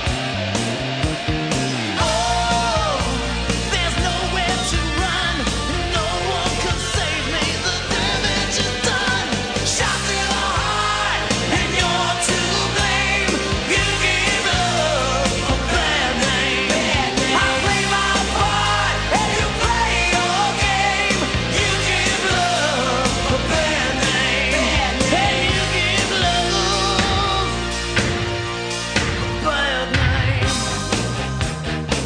Oh, there's nowhere to run. No one can save me. The damage is done. Shot through the heart, and you're to blame. You gave love a bad name. I play my part, and you play your game. You give love a bad name. And you give love a bad name.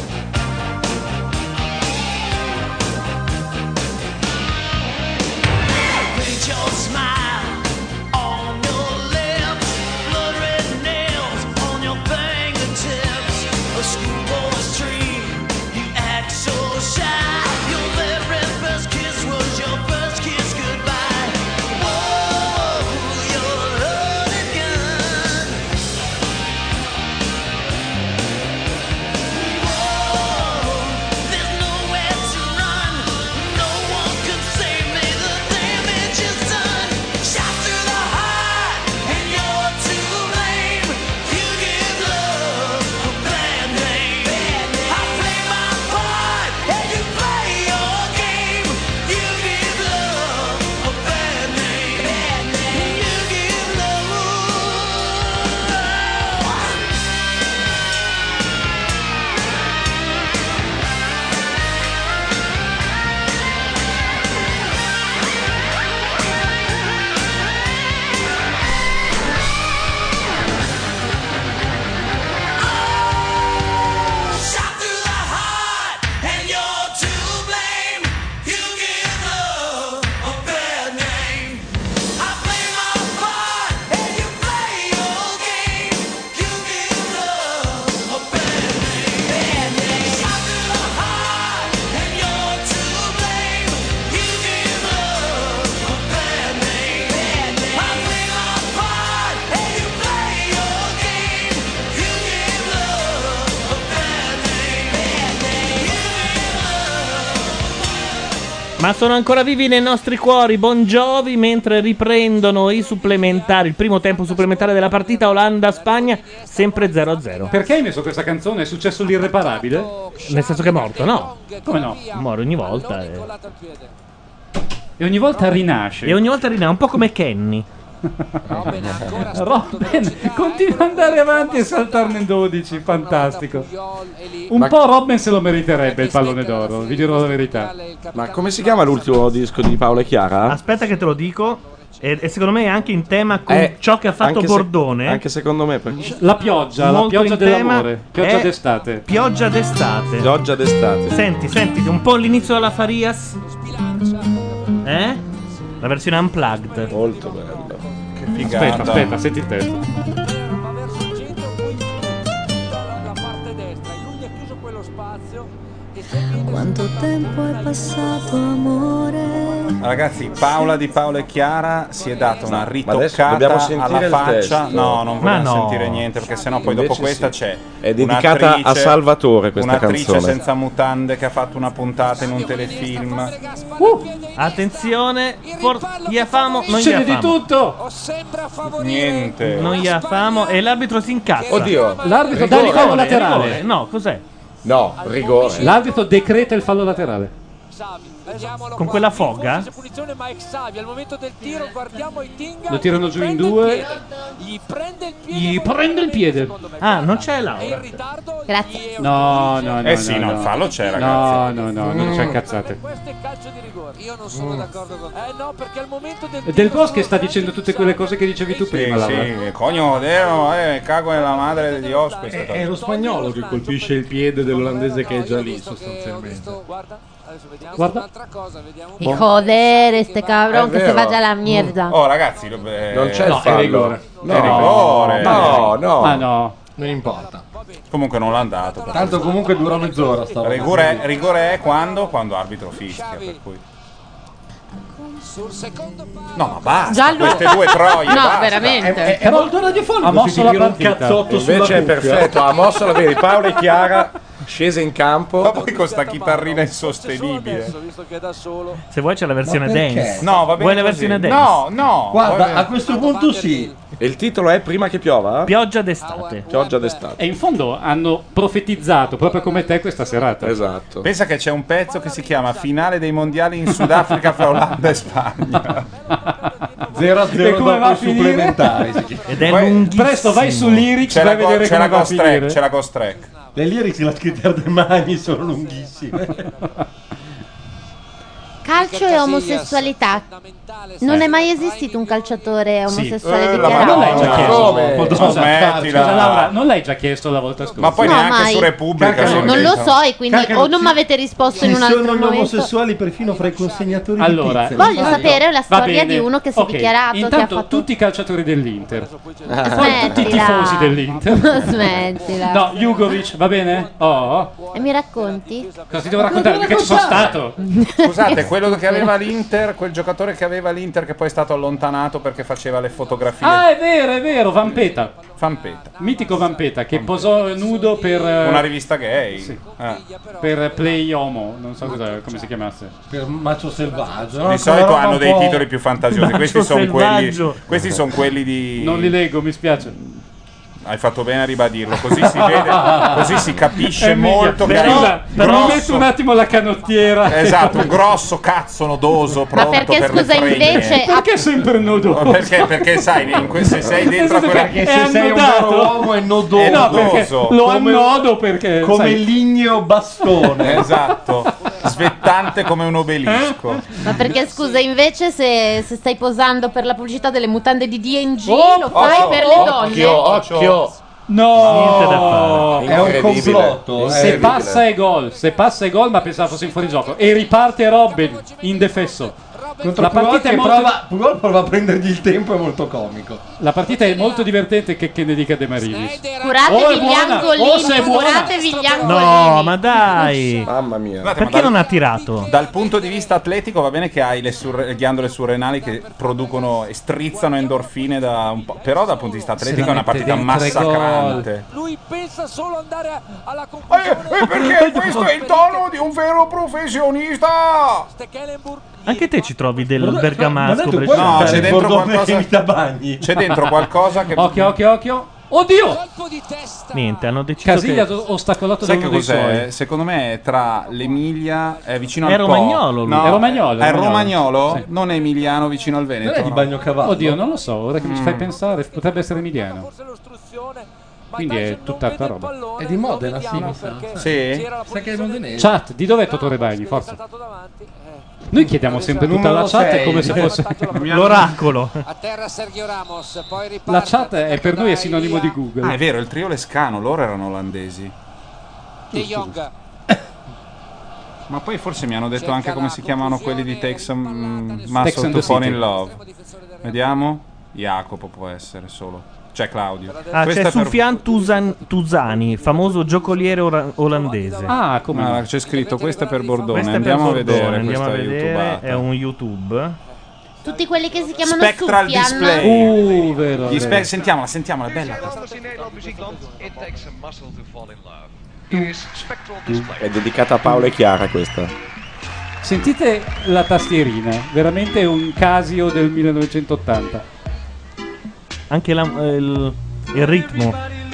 Paint your smile on your lips, blood red nails on your fingertips. A schoolboy's dream, you act so shy. Your very first kiss was your first kiss goodbye. Whoa, you're a loaded gun. Whoa, there's nowhere to run. No one can save me. The damage is done. Shot through the heart, and you're to blame. You give love a bad name. I play my part, and you play your game. You give love a bad name. You give love. Shot through the heart, and you're to blame. You give love a bad name. I play my part, and you play your game. You give love a bad name. Shot through the heart, and you're to blame. You give love a bad name. I play my part, and you play your game. You give love a bad name. Ma sono ancora vivi nei nostri cuori Bon Jovi mentre riprendono i supplementari, il primo tempo supplementare della partita Olanda-Spagna, sempre zero a zero. Perché hai messo questa canzone? È successo l'irreparabile? Nel senso che è morto, no? Come no? Muore ogni volta. E, E ogni volta rinasce. e ogni volta rinasce, un po' come Kenny. Robben continua ad andare avanti e saltarne in dodici, fantastico. Un Ma- po' Robben se lo meriterebbe il pallone d'oro, vi dirò la verità. Ma come si chiama l'ultimo disco di Paola e Chiara? Aspetta che te lo dico. E, e secondo me è anche in tema con Eh, ciò che ha fatto anche se- Bordone. anche secondo me. perché- La pioggia, la Molto pioggia in tema dell'amore, pioggia è d'estate. Pioggia d'estate. Pioggia d'estate. Senti, senti, un po' l'inizio della Farias. Eh? La versione unplugged. Molto bello. Che Aspetta, figata. aspetta, senti il testo. Quanto tempo è passato, amore? Ragazzi, Paola di Paola e Chiara si è data una adesso ritoccata dobbiamo sentire alla il faccia. testo. No, non Ma vogliamo no. sentire niente perché sennò poi Invece dopo questa sì. c'è È dedicata un'attrice- a Salvatore questa un'attrice canzone. senza mutande che ha fatto una puntata in un telefilm. Uh, attenzione, for- gli famo, non gli Succede di famo. tutto. Niente. Non gli famo e l'arbitro si incazza. Oddio. L'arbitro dà il fallo laterale. Rigore. No, cos'è? No, rigore. L'arbitro decreta il fallo laterale. Con quella foga? Punizione, ma Xavi al momento del tiro guardiamo Itinga. Lo tirano giù in prende il due. piede, Gli prende il piede. Gli prende il piede. Ah, non c'è Laura. Grazie. No, no, no. Eh sì, no, no. il fallo c'è, No, ragazzi. no, no, non c'è cazzate. Questo è calcio di rigore. Io non sono d'accordo con te. Eh no, perché al momento del E Del Bosco che sta dicendo tutte quelle cose che dicevi tu Sì, prima, Laura. sì, cogno, Deo, eh, cago nella madre di Dios. questa È, è lo spagnolo che colpisce il piede dell'olandese che è già lì sostanzialmente. Guarda, adesso vediamo Guarda. un'altra cosa, vediamo. Y joder, este cabrón È que se vero. vaya a la mierda. Oh, ragazzi, lo- eh, Non c'è No, il è fallo. rigore. No, È rigore. no, no. Ma no. Non importa. Comunque non l'ha dato. però. Tanto comunque dura mezz'ora sta roba. Rigore, rigore è quando? Quando arbitro fischia, per cui. Sul secondo palo. No, ma basta, Giallo- queste due troie. No, basta. veramente. È, è molto radiofonico. Ha mosso si la tira un partita. cazzotto sulla Invece è cuffia. perfetto. Ha mosso la vedi. Paola e Chiara scese in Ma campo. poi con sta chitarrina insostenibile. Adesso, visto che è da solo. Se vuoi c'è la versione Ma perché? dance. No, va bene. Vuoi la così. versione dance? No, no. Guarda, va a bene. questo punto sì. E il titolo è Prima che piova? Pioggia d'estate. Pioggia d'estate. E in fondo hanno profetizzato proprio come te questa serata. Esatto. Pensa che c'è un pezzo che si chiama Finale dei mondiali in Sudafrica fra Olanda e Spagna. zero a E zero come va dopo a i finire? supplementari. si chiama. Ed è Poi- lunghissimo. Presto vai su Lyrics, C'è vai la, a vedere go- c'è come la va a ghost track, finire. c'è la ghost track. Le lyrics la scritta De Mani sono lunghissime. Calcio e omosessualità. Non è mai esistito un calciatore omosessuale Eh, dichiarato. la Non l'hai già chiesto? Come? Scusa, Smettila. scusa, Laura, non l'hai già chiesto la volta scorsa? Ma poi No, neanche mai. su Repubblica. Cacca, si Non lo inventano. so e quindi Cacca, o non ci- mi avete risposto in Ci un altro sono gli momento. omosessuali perfino fra i consegnatori Allora, di pizza. Voglio sapere la Va storia bene. di uno che si è Ok, dichiarato che ha Intanto fatto. tutti i calciatori dell'Inter. E poi tutti i Smettila. tifosi dell'Inter. Smettila. No, Jugovic, va bene? Oh, E mi racconti? cosa ti devo raccontare? Perché ci sono stato. Scusate, quello che aveva l'Inter, quel giocatore che aveva l'Inter che poi è stato allontanato perché faceva le fotografie. Ah, è vero, è vero, Vampeta. Fampetta. Mitico Vampeta che posò nudo per eh, Una rivista gay. Sì. Eh. per Play Homo, non so cosa, come si chiamasse. Per Macio Selvaggio. no? Di solito Quella roba hanno un dei po'- titoli più fantasiosi. Questi Macho sono quelli, selvaggio. questi son quelli di. Non li leggo, mi spiace. Hai fatto bene a ribadirlo, così si vede, così si capisce È meglio. molto che Però- hai però grosso- metto un attimo la canottiera. Esatto, un grosso cazzo nodoso Ma pronto perché per le scusa freghe. invece Perché sempre nudo? Perché, perché sai, in que- se sei dentro a quella. Perché È se sei un annodato? vero uomo è nodoso. È No, perché nodoso. lo Come- annodo perché come sai, il ligneo bastone. Esatto, svettante come un obelisco. Ma perché scusa invece se, se stai posando per la pubblicità delle mutande di D and G Oh, lo fai oh, per le donne? Occhio, occhio. no, Niente da fare. È un Incredibile. complotto. se eh. passa è gol, se passa è gol, ma pensavo fosse in fuorigioco. E riparte Robben indefesso. Contro La Puyol partita, è che molto, prova, Puyol prova a prendergli il tempo, è molto comico. la partita è molto divertente, che, che ne dica De Marinis. Curatevi Oh, è gli buona. angolini, Oh, se è buona. curatevi gli angolini. No, ma dai. Mamma mia. Guardate, ma Perché dal- non ha tirato? Dal punto di vista atletico va bene che hai le, surre- le ghiandole surrenali che producono e strizzano endorfine da un po', però dal punto di vista atletico è una mette partita dentro i massacrante. Lui pensa solo andare a- alla Eh, conclusione. eh, perché questo è il tono di un vero professionista. Stekelenburg Anche te ci trovi del Ma bergamasco. tu puoi Bresciano. No, fare c'è il dentro Bordone qualcosa- che imita Bagni. C'è dentro qualcosa che. Occhio, occhio, occhio. Oddio! colpo di testa. Niente, hanno deciso Casiglia che... ostacolato da Sai uno che dei cos'è? suoi. Secondo me è tra l'Emilia, è vicino al È Po. romagnolo lui. No, È romagnolo, È romagnolo. romagnolo? Sì. Non è emiliano vicino al Veneto. Non è di no? Bagnocavallo. Oddio, non lo so, ora che mi ci fai Mm. pensare, potrebbe essere Emiliano. Forse l'ostruzione Quindi è tutt'altra roba. È di Modena, sì, mi sa. Sì? Sa che è modenese. Chat, di dov'è Totò Bagni? Forza. Noi chiediamo sempre tutta la chat è come se fosse l'oracolo. A terra Sergio Ramos, poi riparte. La chat è per noi è sinonimo di Google. Ah, è vero, il trio Lescano, loro erano olandesi. De Jong. Ma poi forse mi hanno detto Cerca anche come la si chiamano quelli di Texan mm, Muscle Tex and to the Fall City. in Love. Vediamo. Jacopo può essere solo. C'è Claudio. Ah, Questa c'è è per- Soufiane Tuzan- Tuzani, famoso giocoliere ora- olandese. Ah, come Ah, c'è scritto questo è per Bordone. Questo è per Andiamo a Bordone, vedere andiamo a questa vedere, YouTubata. è un YouTube. Tutti quelli che si chiamano Spectral Sufjan. Display. Uh, vero, Gli vero. spe- sentiamola, sentiamola, è bella questa. È dedicata a Paolo e Chiara questa. Sentite la tastierina, veramente un Casio del millenovecentottanta. Anche la- il, il ritmo.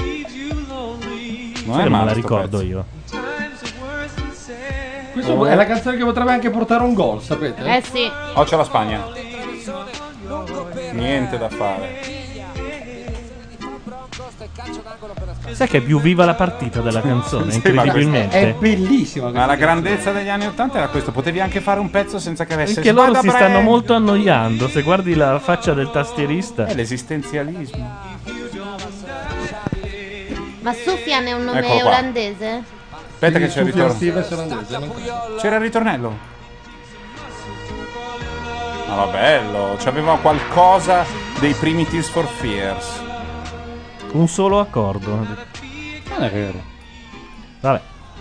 Non Sai è che me male la sto ricordo pezzo. io. Questa è la canzone che potrebbe anche portare un gol, sapete? Eh sì. Oh, c'è la Spagna. Niente da fare. Sai che è più viva la partita della canzone, Sì, ma incredibilmente. questa- bellissima. Ma la grandezza degli anni Ottanta era questo. Potevi anche fare un pezzo senza che avesse Perché loro Sbada si stanno Brand. molto annoiando. Se guardi la faccia del tastierista. È l'esistenzialismo. Ma Sufjan è un nome Eccolo qua. olandese? Aspetta che c'è il ritorno. Stevens olandese, non credo. C'era il ritornello. Ma va bello. C'aveva qualcosa dei primi Tears for Fears. Un solo accordo. Non è vero. Vabbè.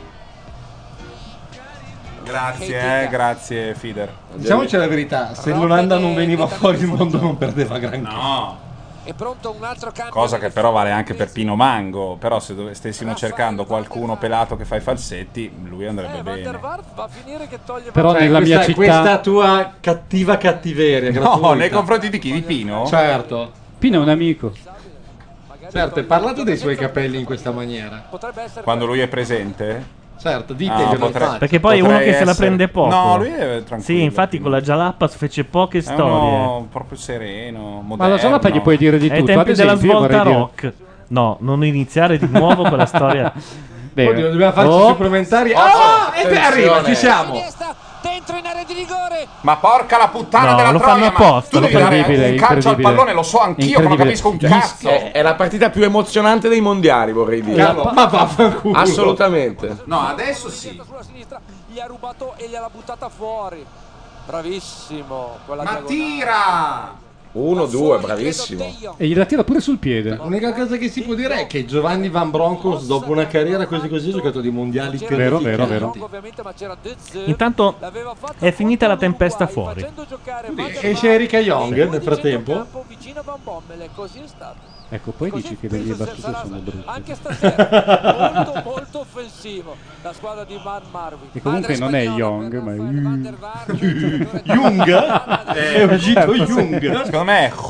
Grazie, eh, grazie Fider. Diciamoci la verità, se l'Olanda non veniva fuori il mondo non perdeva granché. No. È pronto un altro cambio. Cosa che però vale anche per Pino Mango. Però se dove- stessimo cercando qualcuno pelato che fa i falsetti, lui andrebbe bene. Va a finire che toglie Però Cioè, nella questa, mia città questa tua cattiva cattiveria. No, gratuita. nei confronti di chi? Di Pino? Certo. Pino è un amico. Certo, e parlate dei suoi capelli in questa maniera. Quando lui è presente? Certo, Ah, diteglielo potrei- infatti. Perché poi è uno Potrei che se la essere- prende poco. No, lui è tranquillo. Sì, infatti con la Jalapas fece poche È storie. uno proprio sereno, moderno. Ma la Jalapa gli puoi dire di Ai tutto. tempi Ad della esempio, io svolta vorrei dire- rock. No, non iniziare di nuovo quella storia. Bene. Oddio, dobbiamo farci Oh. supplementari. Oh, Ah, e beh, arriva, attenzione. ci siamo. dentro in area di rigore. Ma porca la puttana No, della lo troia, fanno ma apposta, tu devi dare incredibile, un calcio al incredibile. pallone, lo so anch'io, ma non Incredibile. capisco un Gli- cazzo. È, è la partita più emozionante dei mondiali, vorrei dire. Ma, ma vaffanculo. Assolutamente. No, adesso sì. Sulla sinistra gli ha rubato e gliel'ha buttata fuori. Bravissimo. Quella Ma diagonale. tira! Uno, due, bravissimo. E gliela tira pure sul piede. L'unica cosa che si può dire è che Giovanni Van Bronckhorst, dopo una carriera così così, ha giocato di mondiali Vero, vero, vero. Ovviamente, ma c'era De Zerbi. Intanto è finita la tempesta fuori. Esce Erika Young nel frattempo. Vicino a Van Bommel, così è stato. Ecco, poi dici che le mie battute sono brutte. Anche stasera molto molto offensivo la squadra di Van Marvin. E comunque non è Young, ma è Jung? È uscito certo, Jung. Secondo me è...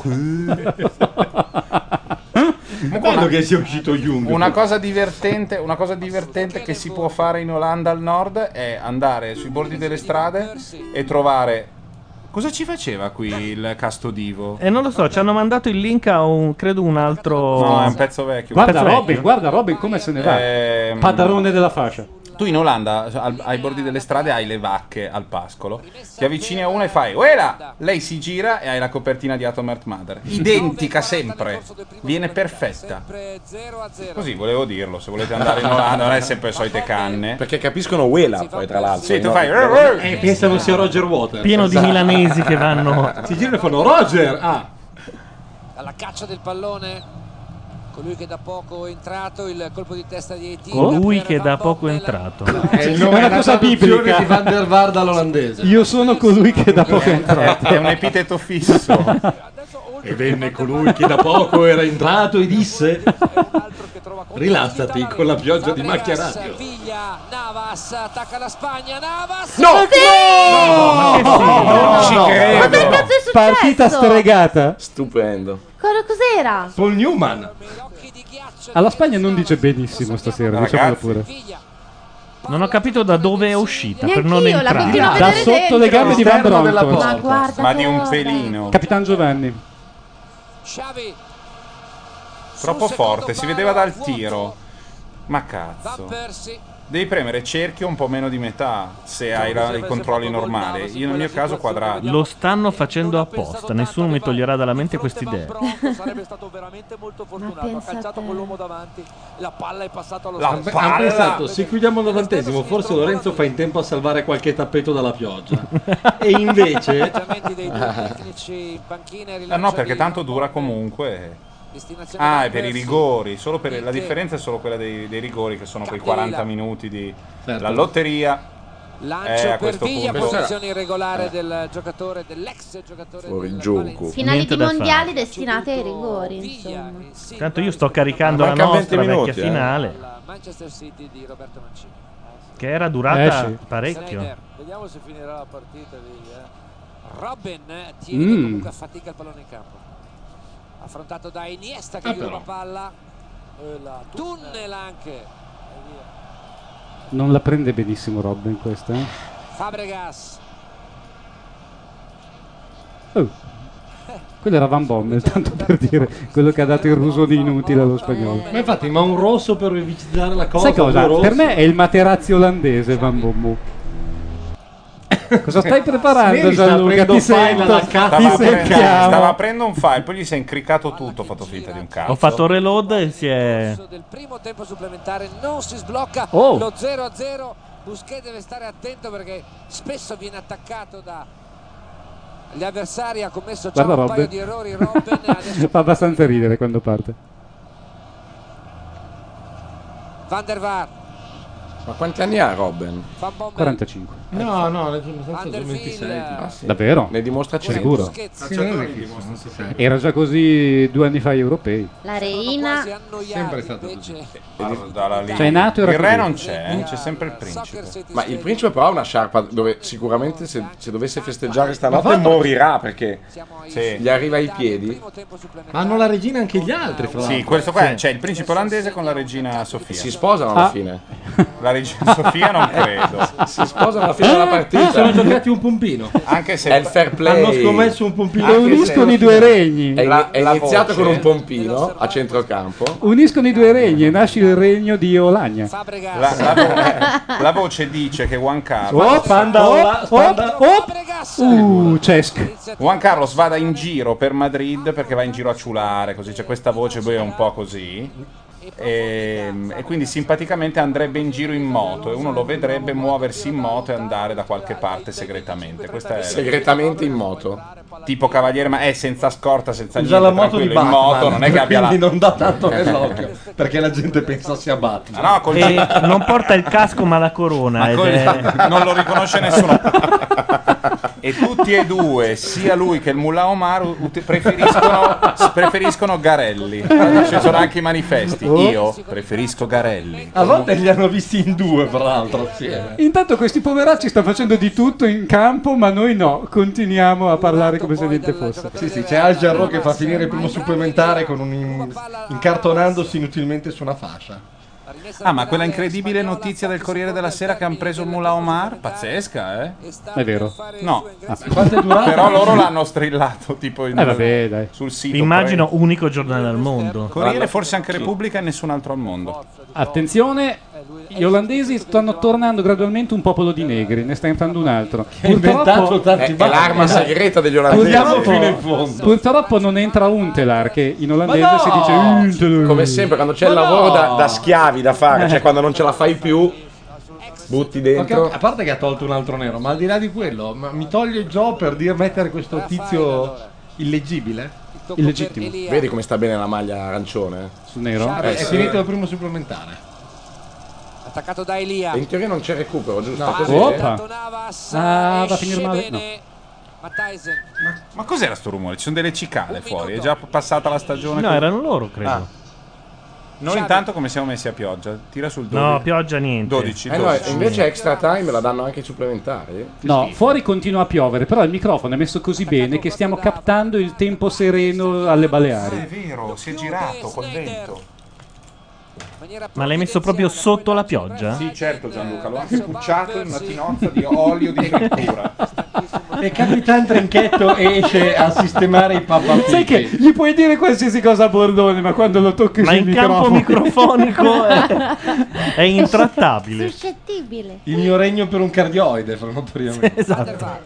È bello che sia uscito Jung. Una cosa divertente, una cosa divertente che si può fare in Olanda al nord è andare sui bordi delle strade e trovare. Cosa ci faceva qui il Castodivo? E non lo so, ci hanno mandato il link a un, credo un altro... No, è un pezzo vecchio. Guarda Pezzo Robin, vecchio. guarda Robin come se ne va. Ehm, Padrone della fascia. Tu in Olanda, al- ai bordi delle strade, hai le vacche al pascolo. Ti avvicini a una e fai Uela! Lei si gira e hai la copertina di Atom Earth Mother. Identica sempre. Viene perfetta. Così volevo dirlo. Se volete andare in Olanda, non è sempre le solite canne. Perché capiscono Wela, poi tra l'altro. Sì, tu no? fai. E pensano sia Roger Waters. Pieno di Esatto. milanesi che vanno... Si girano e fanno Roger. Ah, Alla caccia del pallone. Colui che da poco è entrato, il colpo di testa di Eitinga. Colui per che Van da poco è Bommel. entrato. è il nome È una della cosa traduzione biblica. di Van der Vaart all'olandese. Io sono colui che da poco è entrato. È un epiteto fisso. E venne colui che da poco era entrato e disse: rilassati con la pioggia di macchia radio. Figlia, Navas attacca la Spagna. Navas. No! Non ci Cosa credo. cazzo è successo? Partita stregata. Stupendo. Cosa- Cos'era? Paul Newman. Alla Spagna non dice benissimo stasera, diciamolo Ragazzi. pure. Non ho capito da dove è uscita per Neanch'io, non la entrare. continuo a Da vedere sotto le dentro. gambe di Van Esterno della Bronckhorst. Ma guarda Ma di un cosa. pelino. Capitan Giovanni. Xavi. Troppo forte, si vedeva dal tiro. Ma cazzo. Devi premere cerchio un po' meno di metà se hai la- i controlli normali. Io nel mio caso quadrato. Lo stanno facendo apposta, nessuno mi toglierà dalla mente quest'idea. Sarebbe stato veramente molto fortunato. Ha calciato quell'uomo davanti, la palla è passata allo Hanno stesso. hanno pensato, se chiudiamo il novantesimo, forse Lorenzo fa in tempo a salvare qualche tappeto dalla pioggia. E invece... dei due tecnici in panchina e Eh rilancio no, perché di tanto dura comunque. destinazione Ah, Van è per i Persie. rigori. Solo per, la differenza è solo quella dei, dei rigori, che sono quei quaranta minuti di Certo. la lotteria. Lancio Eh, a per questo Viglia, punto. posizione irregolare del giocatore, dell'ex giocatore Fuori del gioco. Valencia. Finali Niente di da mondiali destinate ai rigori, insomma. Tanto io sto caricando la Mancano nostra venti minuti, vecchia eh. finale, La Manchester City di Roberto Mancini. che era durata Eh, sì. parecchio. Snyder, vediamo se finirà la partita Viglia. Robin tiene Mm. comunque a fatica il pallone in campo. Affrontato da Iniesta che Ah, gli ruba però. palla. E la tunnel anche. E via. Non la prende benissimo Robben questa. Eh? Fabregas. Oh. Quello era Van Bommel, tanto per dire, quello che ha dato il rusone inutile allo spagnolo. Ma infatti, ma un rosso per velocizzare la cosa? Sai cosa? due rossi? Per me è il Materazzi olandese Van Bommel. Cosa stai preparando, Neri sta Gianluca? aprendo Ti file sento, alla ti cazzo. Stava, aprendo, sentiamo. stava aprendo un file, poi gli si è incriccato tutto, ho fatto finta di un cazzo. Ho fatto reload e si è... Del primo tempo supplementare non si sblocca Oh. lo zero a zero. Busquets deve stare attento perché spesso viene attaccato da gli avversari, ha commesso già Guarda un paio Robben. di errori Robben. Adesso Fa abbastanza ridere quando parte. Van der Vaart. Ma quanti anni ha Robben? Van Bommel. quarantacinque. No, no, ne sono abbastanza Van der su ventisei. Ville. tipo. Ah, sì. Davvero? Ne dimostra cento. Sicuro? Busquets. Sì, non è fisso, non si sa. Era già così due anni fa agli europei. La Reina. Sempre stato così. Guarda là lì. Cioè, è nato e era il re così. non c'è, eh, c'è sempre il principe. Ma il principe però ha una sciarpa dove sicuramente se, se dovesse festeggiare stanotte Ma fatto- morirà perché Sì. gli arriva ai piedi. Ma hanno la regina anche gli altri, fra l'altro. Sì, questo qua c'è il principe olandese con la regina Sofia. Si sposano alla Ah. fine. La regina Sofia non credo. Si sposano alla fine della partita. Sono giocati un pompino. Anche se È il fair play. Hanno scommesso un pompino. E Anche uniscono se- i due regni. È, La- è la iniziato voce- con un pompino a centrocampo. Uniscono i due regni e nasce il regno di Olagna. Fabregas. La, la vo- la voce dice che Juan Carlos, Oh, Spanda ora, spanda. oh, Fabregas. uh, Cesc. Juan Carlos vada in giro per Madrid perché va in giro a ciulare, così c'è questa voce, poi è un po' così. E, e quindi simpaticamente andrebbe in giro in moto e uno lo vedrebbe muoversi in moto e andare da qualche parte segretamente. Questa è Segretamente in moto. tipo cavaliere, ma è senza scorta, senza Usa niente, la moto di tranquillo, in Batman. moto, non è che abbia la... Quindi non dà tanto nell'occhio. Perché la gente pensa sia Batman. Ah, no, col- E non porta il casco ma la corona. ma ed col- è- non lo riconosce nessuno. E tutti e due, sia lui che il Mullah Omar, ut- preferiscono, preferiscono Garelli. Ci sono anche i manifesti. Io preferisco Garelli. A volte li hanno visti in due, fra l'altro, assieme. Intanto questi poveracci stanno facendo di tutto in campo, ma noi no. Continuiamo a parlare come se niente fosse. Sì, sì, c'è Al Jarreau che fa finire il primo supplementare con un in- incartonandosi inutilmente su una fascia. Ah, ma quella incredibile notizia del Corriere della Sera che hanno preso il Mullah Omar? Pazzesca, eh? È vero. No. Quanto è durato? Però loro l'hanno strillato tipo in- Eh vabbè, dai. sul sito. Immagino unico giornale al mondo. Corriere, forse anche Repubblica e nessun altro al mondo. Attenzione, gli olandesi stanno tornando gradualmente un popolo di negri, ne sta entrando un altro. Che ha inventato tanti È, è l'arma battiti. segreta degli olandesi. Andiamo fino in fondo. Purtroppo non entra Untelar, che in olandese Ma no! si dice Untelar. Come sempre quando c'è il Ma lavoro no! da, da schiavi da fare, cioè quando non ce la fai più, butti Ok, dentro. a parte che ha tolto un altro nero, ma al di là di quello, ma mi toglie Joe per dire mettere questo tizio illeggibile? Illegittimo. Vedi come sta bene la maglia arancione? Sul nero? Eh, è sì. finito il primo supplementare. Attaccato da Elia. E in teoria non c'è recupero, giusto? No. Così? Oppa. Navas. Ah, va a esce finire male. No. bene. Matthijsen. Ma cos'era sto rumore? Ci sono delle cicale fuori, è già passata la stagione. No, con- erano loro, credo. Ah. Noi intanto come siamo messi a pioggia? Tira sul dodici. No, pioggia niente. dodici, Eh no, dodici. invece extra time la danno anche ai supplementari. No, fuori continua a piovere, però il microfono è messo così bene che stiamo captando il tempo sereno alle Ah, è Baleari. vero, si è girato col vento. Ma l'hai messo proprio sotto la pioggia? Sì, certo Gianluca, l'ho anche cucciato in una tinozza di olio di frittura. E Capitan Trinchetto esce a sistemare i papà. Sai che gli puoi dire qualsiasi cosa a Bordone, ma quando lo tocchi Ma sul in campo microfono microfonico è, è intrattabile. Suscettibile. Il mio regno per un cardioide, fra notoriamente. Esatto.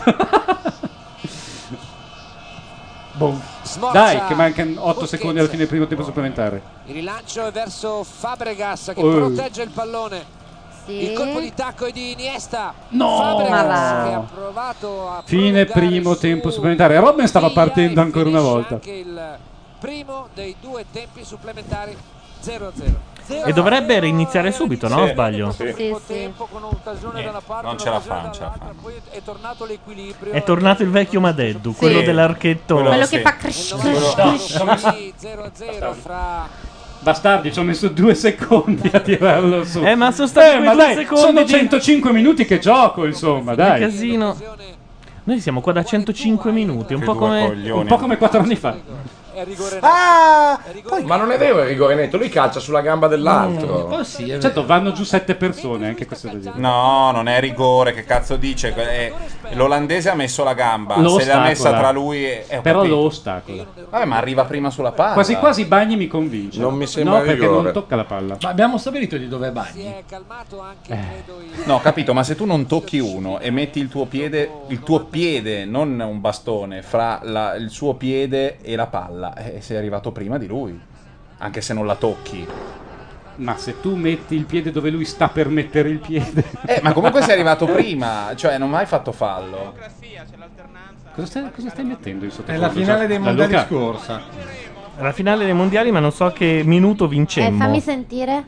Boh. Smorza. Dai, che mancano otto secondi alla fine del primo tempo supplementare. Il rilancio è verso Fabregas che Oh. protegge il pallone. Sì. Il colpo di tacco è di Iniesta. No! Fabregas Ma va. che ha provato a Fine prolungare primo su tempo supplementare. Robben stava Villa partendo e ancora una finisce volta. anche il primo dei due tempi supplementari zero a zero. E dovrebbe riniziare subito, no? O Sì. sbaglio? Sì. Sì, sì. tempo con un'occasione da una parte, non ce la un'occasione fa, non ce la dall'altra, poi è tornato l'equilibrio. È tornato il vecchio Madeddu, quello dell'archetto. Quello sì. che fa crescere. zero a zero fra Bastardi, ci ho messo due secondi a tirarlo su. Eh, ma sono stati quei ma due dai, secondi sono di- centocinque minuti che gioco, insomma, Che dai. casino. Noi siamo qua da centocinque minuti, un Che po' due come... coglioni. Un po' come quattro anni fa. È rigore netto. Ah! È rigore Ma non è vero il rigore netto, lui calcia sulla gamba dell'altro. Oh sì, è vero. Certo, vanno giù sette persone, anche questo è da dire. No, non è rigore, che cazzo dice? Eh, l'olandese ha messo la gamba, Lo se l'ha messa ostacola. tra lui e... eh, ho Però capito. lo ostacola. Vabbè, ma arriva prima sulla palla. Quasi quasi Bagni mi convince. Non mi sembra No, perché rigore. non tocca la palla. Ma abbiamo stabilito di dove si Bagni? è calmato anche Eh. credo il No, capito, ma se tu non tocchi uno e metti il tuo piede, il tuo piede, non un bastone, fra la- il suo piede e la palla, eh, sei arrivato prima di lui, anche se non la tocchi. Ma se tu metti il piede dove lui sta per mettere il piede. Eh, ma comunque sei arrivato prima, cioè non hai fatto fallo. Cosa stai, cosa stai mettendo in È sottofondo? la finale dei La mondiali Luca? scorsa. La finale dei mondiali, ma non so che minuto Eh, vincemmo. fammi sentire.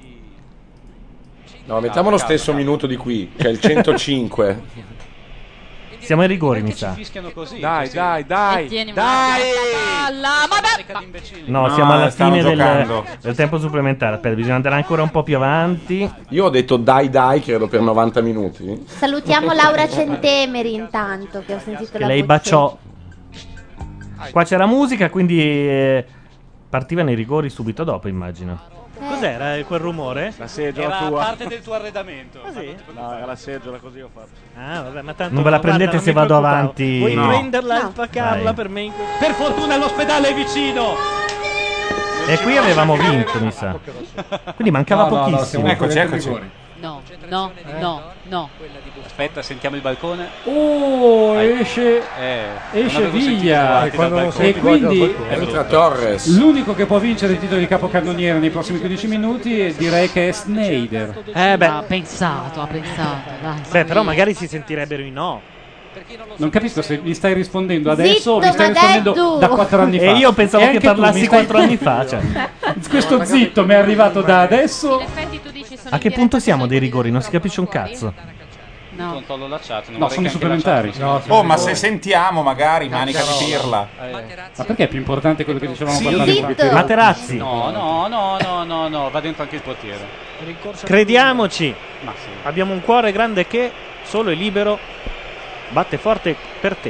No, mettiamo lo stesso minuto di qui, che è il centocinque. Siamo ai rigori, mi sa. Fischiano così. Dai, dai, dai. Tieni Dai! palla, ma No, No, siamo alla stanno fine del, giocando. del tempo supplementare. Aspetta, bisogna andare ancora un po' più avanti. Io ho detto dai dai, credo per novanta minuti. Salutiamo Laura Centemeri intanto, che ho sentito Che la lei voce. baciò. Qua c'era musica, quindi eh, partivano i rigori subito dopo, immagino. Cos'era quel rumore? La seggiola Era tua. parte del tuo arredamento. Ah, sì? No, era la seggiola, così ho fatto. Ah, vabbè, ma tanto Non ve la guarda, prendete non se mi vado preoccupavo. avanti? Vuoi No. prenderla e No. spaccarla Dai. per me? in que- Per fortuna l'ospedale è vicino! E qui avevamo vinto, mi sa. Quindi mancava No, no, no, pochissimo. siamo Eccoci, dentro i eccoci. rigori. No, no, no, no. Aspetta, sentiamo il balcone. Oh, esce, Eh, esce non avevo sentito Villa. guardi E quando dal non balcone. senti E quindi guardi dal balcone. Entra Torres. l'unico che può vincere il titolo di capocannoniere nei prossimi quindici minuti eh, direi che è Sneijder. Eh beh, Ha pensato, ha pensato. Dai. beh, però magari si sentirebbero i no. Non capisco se mi stai rispondendo adesso Zitto, o mi stai Madeddu! rispondendo da quattro anni fa. E io pensavo E che anche tu parlassi mi stai- quattro anni fa. Cioè. Questo zitto mi è arrivato da adesso. In effetti tu dici sono A che in punto diretta siamo con dei i rigori? Non si troppo capisce un fuori? cazzo. No. Controllo la chat. No, sono supplementari. Oh, ma se sentiamo magari, manica di pirla. Ma perché è più importante quello che dicevamo Sì, quattro anni fa? Zitto. Materazzi. No, no, no, no, no, no, va dentro anche il portiere. Crediamoci. Ma sì. Abbiamo un cuore grande che, solo e libero, batte forte per te.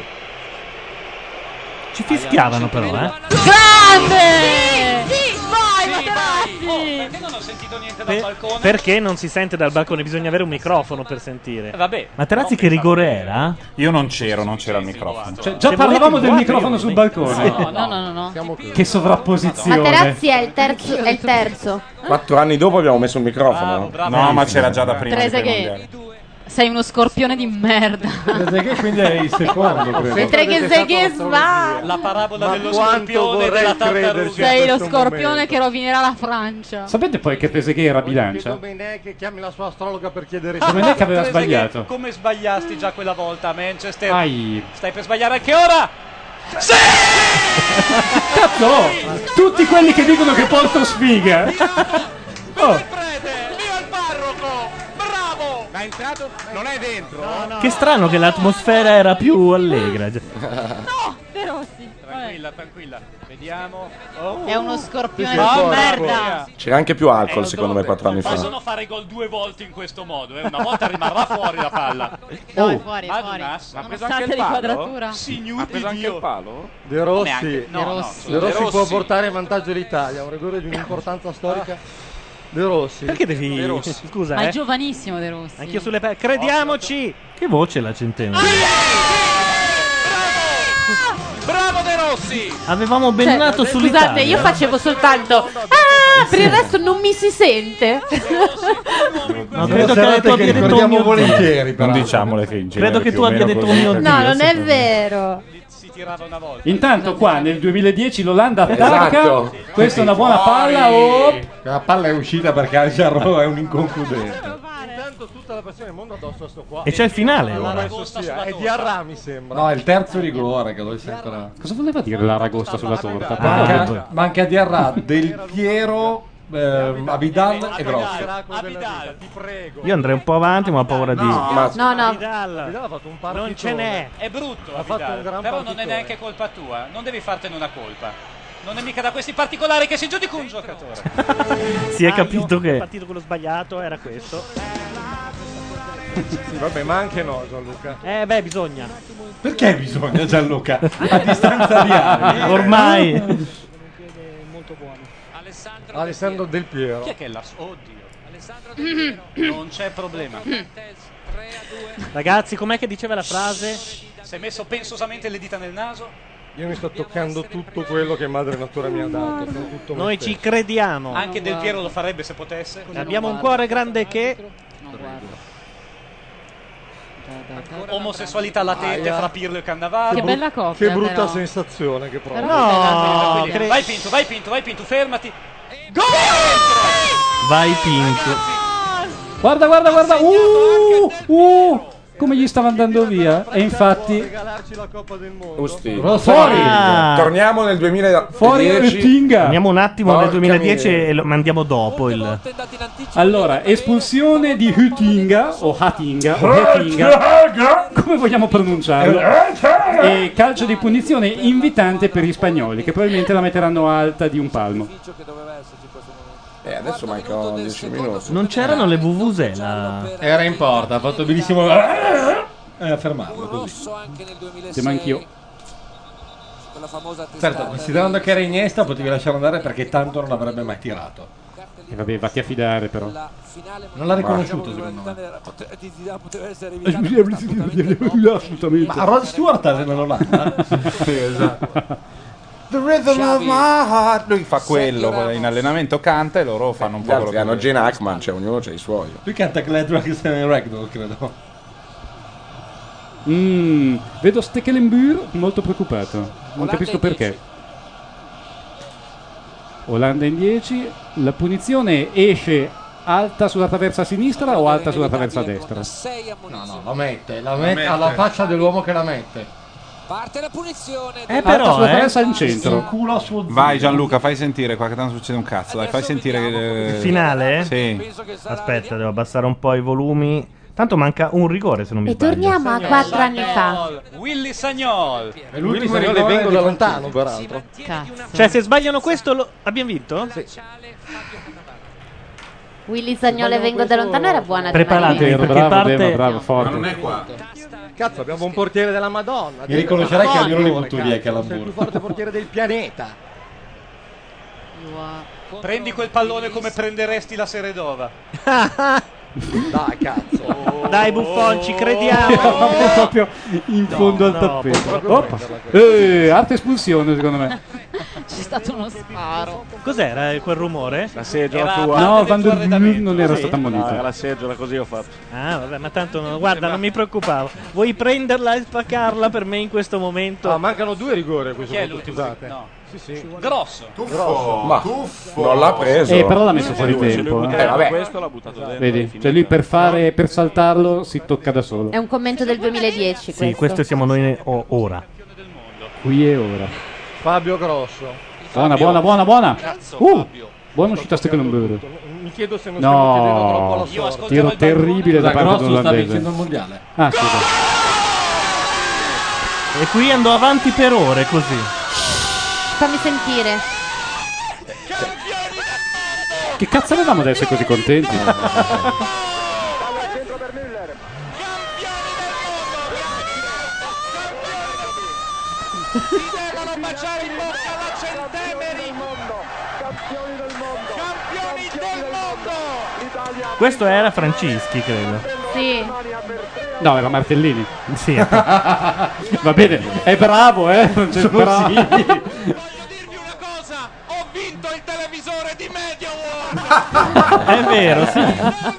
Ci fischiavano però, eh. Grande! Sì, vai, Vai, Materazzi! oh, perché non ho sentito niente dal Per- balcone? perché non si sente dal balcone? Bisogna avere un microfono per sentire. Eh, vabbè. Materazzi che rigore era? Io non c'ero, non c'era il microfono. Cioè, già Se parlavamo volete, del guarda, microfono io- sul balcone. No, no, no, no, no. Che sovrapposizione. Materazzi è il terzo. È il terzo. Quattro anni dopo abbiamo messo il microfono. No, ma c'era già da prima. di Teresa quei che mondiali. sei uno scorpione di merda. Che quindi è il secondo, credo. Mentre che sei che sva. La parabola Ma dello quanto scorpione e vorrei della crederci. tartaruga. Sei lo questo scorpione momento. che rovinerà la Francia. Sapete poi che Trezeguet era bilancia? Domenech chiami la sua astrologa per chiedere Domenech aveva Trezeguet, sbagliato. Come sbagliasti già quella volta a Manchester? Ai. Stai per sbagliare anche ora? Cazzo! Tutti quelli che dicono che porto sfiga. Oh. Viva il parroco! Bravo! Ma è entrato? Non è dentro? Che strano che l'atmosfera era più allegra. No, vero? Rossi. Tranquilla, tranquilla. Vediamo. Oh. È uno scorpione Sì, di sì, fuori, merda. C'era anche più alcol, Eh, secondo me, quattro anni non fa. possono fare gol due volte in questo modo, eh. Una volta rimarrà fuori la palla. No, è Oh. fuori, è Ad fuori. un asso. Ha preso Nonostante anche il palo? l'inquadratura. Signor Ha di preso anche Dio. il palo? De Rossi, Come anche- no, De no, Rossi, solo De De Rossi può Rossi. portare in vantaggio l'Italia, un rigore di un'importanza storica. De Rossi. Perché devi. De Rossi. Scusa, Ma è eh. giovanissimo De Rossi. Anch'io sulle pe- Crediamoci! Che voce la Centeno? Bravo De Rossi! Avevamo Cioè, benato sull'Italia. Scusate, io facevo soltanto ah, per il resto non mi si sente. No, credo che tu abbia detto un mio volentieri, Non diciamole che in genere Credo che più tu o abbia meno detto così. un mio No, non è vero. Si tirava una volta. Intanto qua nel duemiladieci l'Olanda attacca. Esatto. Questa è una buona palla. Oh. La palla è uscita perché Alciarro è un inconcludente. Intanto tutta la pressione del mondo addosso a sto qua. E c'è il finale Allora, ora. penso sia- È di Arra, mi sembra. No, è il terzo rigore che lo ancora. Cosa voleva dire l'aragosta sulla torta? Manca, manca di Arra, Del Piero, ehm, Abidal e Grossi. Io andrei un po' avanti, ma ho paura di. No, no. Non ce n'è. È brutto, Ha fatto Abidal, un gran però non è partitone. neanche colpa tua. Non devi fartene una colpa. Non è mica da questi particolari che si giudica un giocatore. Si è capito che. Il partito quello sbagliato era questo. Sì, vabbè, ma anche no, Gianluca. Eh, beh, bisogna. Perché bisogna, Gianluca? A distanza di anni. Ormai. Molto buono. Alessandro Del Piero. Chi è che l'ha? Oddio. Non c'è problema. Ragazzi, com'è che diceva la frase? Si è messo pensosamente le dita nel naso. Io mi sto toccando tutto quello che Madre Natura mi ha dato. con tutto me Noi stesso. ci crediamo. Anche Del Piero lo farebbe se potesse. Abbiamo un cuore grande che. Omosessualità latente Aia. fra Pirlo e Cannavaro. Che bella coppia, Che brutta però. sensazione che provo. Però No, Quindi, cre- vai Pinto, vai Pinto, vai Pinto, fermati. Vai Pinto. Guarda, guarda, guarda. Uh, uh, come gli stava andando via. E infatti Regalarci la Coppa del Mondo. Usti. fuori. Ah. Torniamo nel duemiladieci. Fuori Oettinger. Andiamo un attimo nel Porca duemiladieci miseria. e lo mandiamo dopo il. Allora, espulsione di Hüttinga o Hattinga o Hettinga, come vogliamo pronunciarlo? E calcio di punizione invitante per gli spagnoli che probabilmente la metteranno alta di un palmo. Eh, adesso mancano dieci minuti. Non c'erano le vuvuzela. Era in porta, ha fatto benissimo eh, a fermarlo così. Siamo anch'io. Certo, considerando che era Iniesta potevi lasciarlo andare perché tanto non avrebbe mai tirato. E vabbè, vatti a fidare però. Non l'ha riconosciuto secondo me. Assolutamente. Ma Rod Stewart allena l'Olanda? Sì, esatto. The rhythm of my heart. Lui fa quello in allenamento, canta e loro fanno un Gli po' quello altri che hanno vuole. Gene Hackman, cioè ognuno c'ha i suoi. Lui canta Glad Rags and Ragdoll, credo. Mm, vedo Stekelenburg molto preoccupato. Non capisco perché. Olanda in dieci. La punizione esce alta sulla traversa sinistra o alta sulla traversa destra? No, no, la mette, la mette alla faccia dell'uomo che la mette. Parte la punizione. Eh, Alta però, sulla eh. traversa in centro. Culo a suo zio. Vai Gianluca, fai sentire qua che tanto succede un cazzo. Dai, fai sentire che. Il finale? Sì. Aspetta, devo abbassare un po' i volumi. Tanto manca un rigore se non mi E sbaglio. torniamo a quattro anni fa. Willy Sagnol. E l'ultimo rigore vengo da lontano, peraltro. Cazzo. Cioè, se sbagliano questo, lo... abbiamo vinto? Sì. Willy Zagnolo vengo da lontano era buona. Preparatevi Vero, perché bravo, parte. Dema, bravo, forte. non è qua. Cazzo, abbiamo un portiere della Madonna. Mi riconoscerai che almeno li butto Cazzo, via che alla sei il più burra. forte portiere del pianeta. Prendi quel pallone come prenderesti la Seredova. Dai, cazzo. Dai Buffon, ci crediamo. Eravamo proprio in fondo al no, tappeto. proprio Oppa. prenderla questa. Eh, arte espulsione secondo me. C'è stato uno sparo. Cos'era quel rumore? La seggiola Era- tua. No, Van der Mul non era Sì? stata No, ammonita. era la seggiola, così ho fatto. Ah, vabbè, ma tanto no, guarda, non mi preoccupavo. Vuoi prenderla e spaccarla per me in questo momento? Ah, mancano due rigori a questo Chi è punto, l'ultimo? scusate. No. Sì, sì. Grosso. Tuffo, Ma tuffo. non l'ha preso. Eh, però l'ha messo fuori Se lui tempo. eh. Eh, buttava vabbè. questo l'ha buttato dentro. è Vedi? finita. Cioè lui per fare per saltarlo si tocca da solo. È un commento del duemiladieci Sì, questo. questo siamo noi ne- o- ora. Qui e ora. Fabio Grosso. Buona, buona, buona, buona. Cazzo, Uh, Fabio. buona uscita Stekelenburg. Mi chiedo se non stiamo chiedendo troppo No, alla sorte. tiro terribile da Scusa, parte Grosso sta dell'olandese. vincendo il mondiale. Ah, sì, sì. E qui andò avanti per ore così. Fammi sentire. Che cazzo avevamo ad essere così contenti? Si devono baciare in bocca la Centemeri. Campioni del mondo. Campioni del mondo. Questo era Francischi, credo. Sì. No, era Martellini. Sì. Va bene, è bravo, eh? Non c'è Sono bravo. Ho vinto il televisore di MediaWorld. È vero, sì.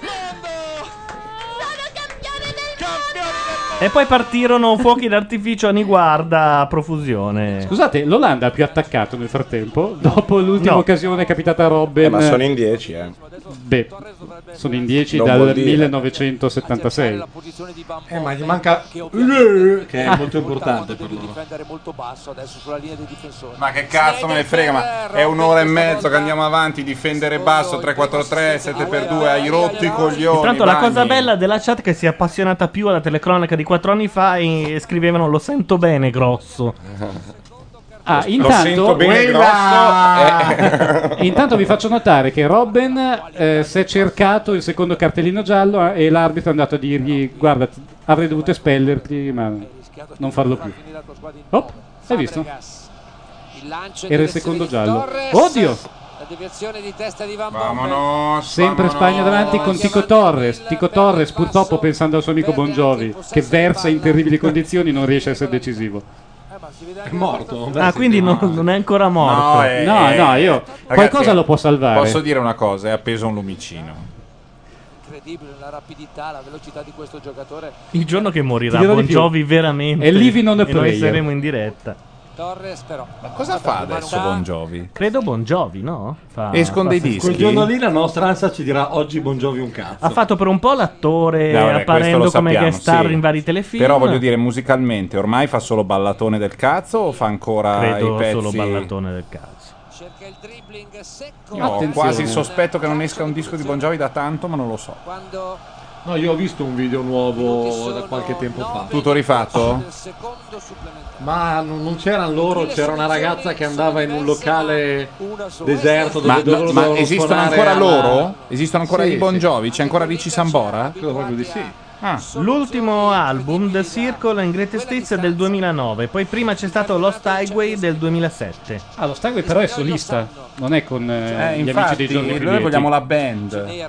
E poi partirono fuochi d'artificio a Niguarda a profusione. Scusate, l'Olanda ha più attaccato nel frattempo? Dopo l'ultima No. occasione capitata a Robben. Eh, ma sono in dieci, eh. Beh, sono in dieci Non dal vuol dire. millenovecentosettantasei. Eh, ma gli manca che è Ah. molto importante per loro. difendere molto basso adesso sulla linea dei difensori. Ma che cazzo me ne frega, ma è un'ora e mezzo che andiamo avanti, difendere basso, tre quattro tre, sette per due, hai rotto i coglioni. Intanto la cosa Bagni. bella della chat è che si è appassionata più alla telecronaca di quattro anni fa e scrivevano lo sento bene grosso. Ah, Lo intanto, sento bene grosso. E intanto vi faccio notare che Robben eh, si è cercato il secondo cartellino giallo eh, e l'arbitro è andato a dirgli: guarda, ti- avrei dovuto espellerti, ma non farlo più. Oh, hai visto? Il lancio in Era il direzione secondo di giallo. Torres. Oddio! La deviazione di testa di Van Bommel. Vamonos, Sempre Spagna davanti con Tico Torres. Tico Torres, purtroppo, pensando al suo amico Bon Jovi, che versa in terribili condizioni, non riesce a essere decisivo. È morto. Ah, quindi non, non è ancora morto. No, è- No, è- no, io- qualcosa lo può salvare. Posso dire una cosa, è appeso un lumicino. Incredibile la rapidità, la velocità di questo giocatore. Il giorno che morirà Ti dirò di Bon più. Jovi veramente. E living on a e noi prayer. saremo in diretta. Torres però. Ma cosa fa adesso Bon Jovi? Credo Bon Jovi, no? Fa- Escono fa- dei dischi? Quel giorno lì la nostra ansia ci dirà oggi Bon Jovi un cazzo. Ha fatto per un po' l'attore, No, vabbè, apparendo questo lo come sappiamo, guest star sì. in vari telefilm. Però voglio dire, musicalmente, ormai fa solo ballatone del cazzo o fa ancora Credo i pezzi? solo ballatone del cazzo. Cerca il dribbling secco. Io ho Attenzione. quasi il sospetto che non esca un disco di Bon Jovi da tanto, ma non lo so. Quando No, io ho visto un video nuovo da qualche tempo fa. Tutto rifatto? Ma non non c'erano loro, c'era una ragazza che andava in un locale deserto dove Ma, dovevano ma esistono suonare ancora alla- loro? Esistono ancora Sì, i Bon sì. Jovi? C'è ancora Ricci Sambora? Credo proprio di sì. Ah. L'ultimo album, The Circle and Greatest Hits, è del duemilanove. Poi prima c'è stato Lost Highway del duemilasette. Ah, lo Stagway però è solista, non è con eh, Eh, gli infatti, amici dei giorni più noi lieti. vogliamo la band.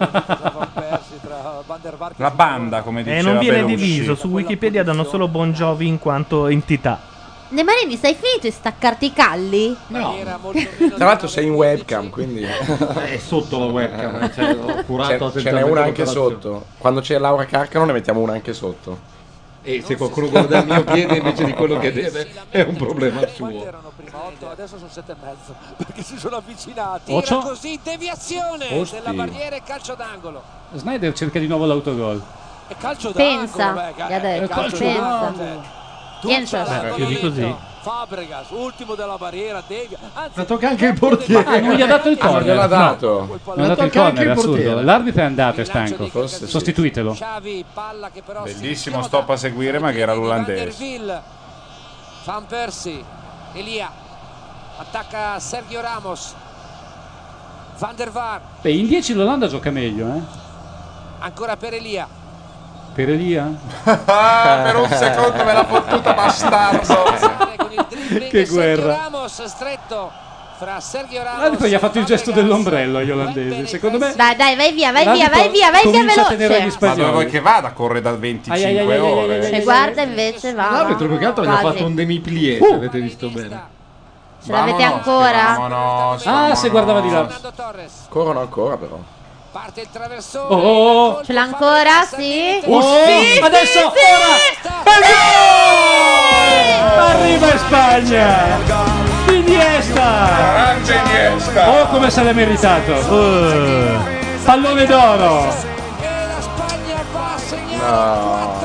La banda, come E diceva Eh, non viene Belushi. diviso, su Wikipedia danno solo Bon Jovi in quanto entità. De Marini, sei finito di staccarti i calli? No. Tra l'altro sei in webcam, quindi... È sotto la webcam, cioè, ho curato Ce, ce n'è attentamente una anche l'operazione. sotto. Quando c'è Laura Carcano ne mettiamo una anche sotto. E se qualcuno guarda il mio piede invece di quello che deve, è un problema suo. otto, adesso sono sette e mezzo perché si sono avvicinati. Ocio. Tira così, deviazione Osti. della barriera e calcio d'angolo. Snyder cerca di nuovo l'autogol. E calcio Pensa, d'angolo, beh, gli ha detto, eh, calcio pensa. d'angolo. Piensa. Beh, più di così. Fabregas, ultimo della barriera, Devi. Anzi, Ma tocca anche il portiere. Ah, non gli ha dato il Ah, non corner. gliel'ha No. dato. Non ha dato il tocca anche corner, è il assurdo. portiere. L'arbitro è andato, è stanco. Forse sì. Sostituitelo. Xavi, palla che però si Bellissimo schioda. stop a seguire, ma che era Di Van der l'olandese. Wiel. Van Persie, Elia, attacca Sergio Ramos, Van der Vaart, Beh, in dieci l'Olanda gioca meglio, eh? ancora per Elia, Per Elia? Ah, per un secondo me l'ha fottuta, bastardo. con il dribbling Che Sergio guerra. Ramos stretto fra Sergio Ramos. L'arbitro gli ha fatto il gesto dell'ombrello agli olandesi. Secondo me Dai, dai, vai via, vai via, l'arbitro vai via, vai via comincia a tenere agli veloce. Ma dove vuoi spagnoli. che vada? Corre da Ai, ai, ai, venticinque ai, ai, ore. ai, ai, Se guarda invece va. L'arbitro più che altro gli ha Quasi. fatto un demi-plié, se avete visto bene. Ce l'avete Vamonos, ancora? vamonos, Ah, se guardava di là. Fernando Torres, Corrono ancora però. parte il traversone. Oh, oh, oh. Ce l'ha ancora? Sì? Oh, Sì, adesso, sì, ora! E gol! Arriva in Spagna! Iniesta! Grande Iniesta. Oh, come se l'è meritato! Uh, pallone d'oro! E la Spagna va a segnare quattro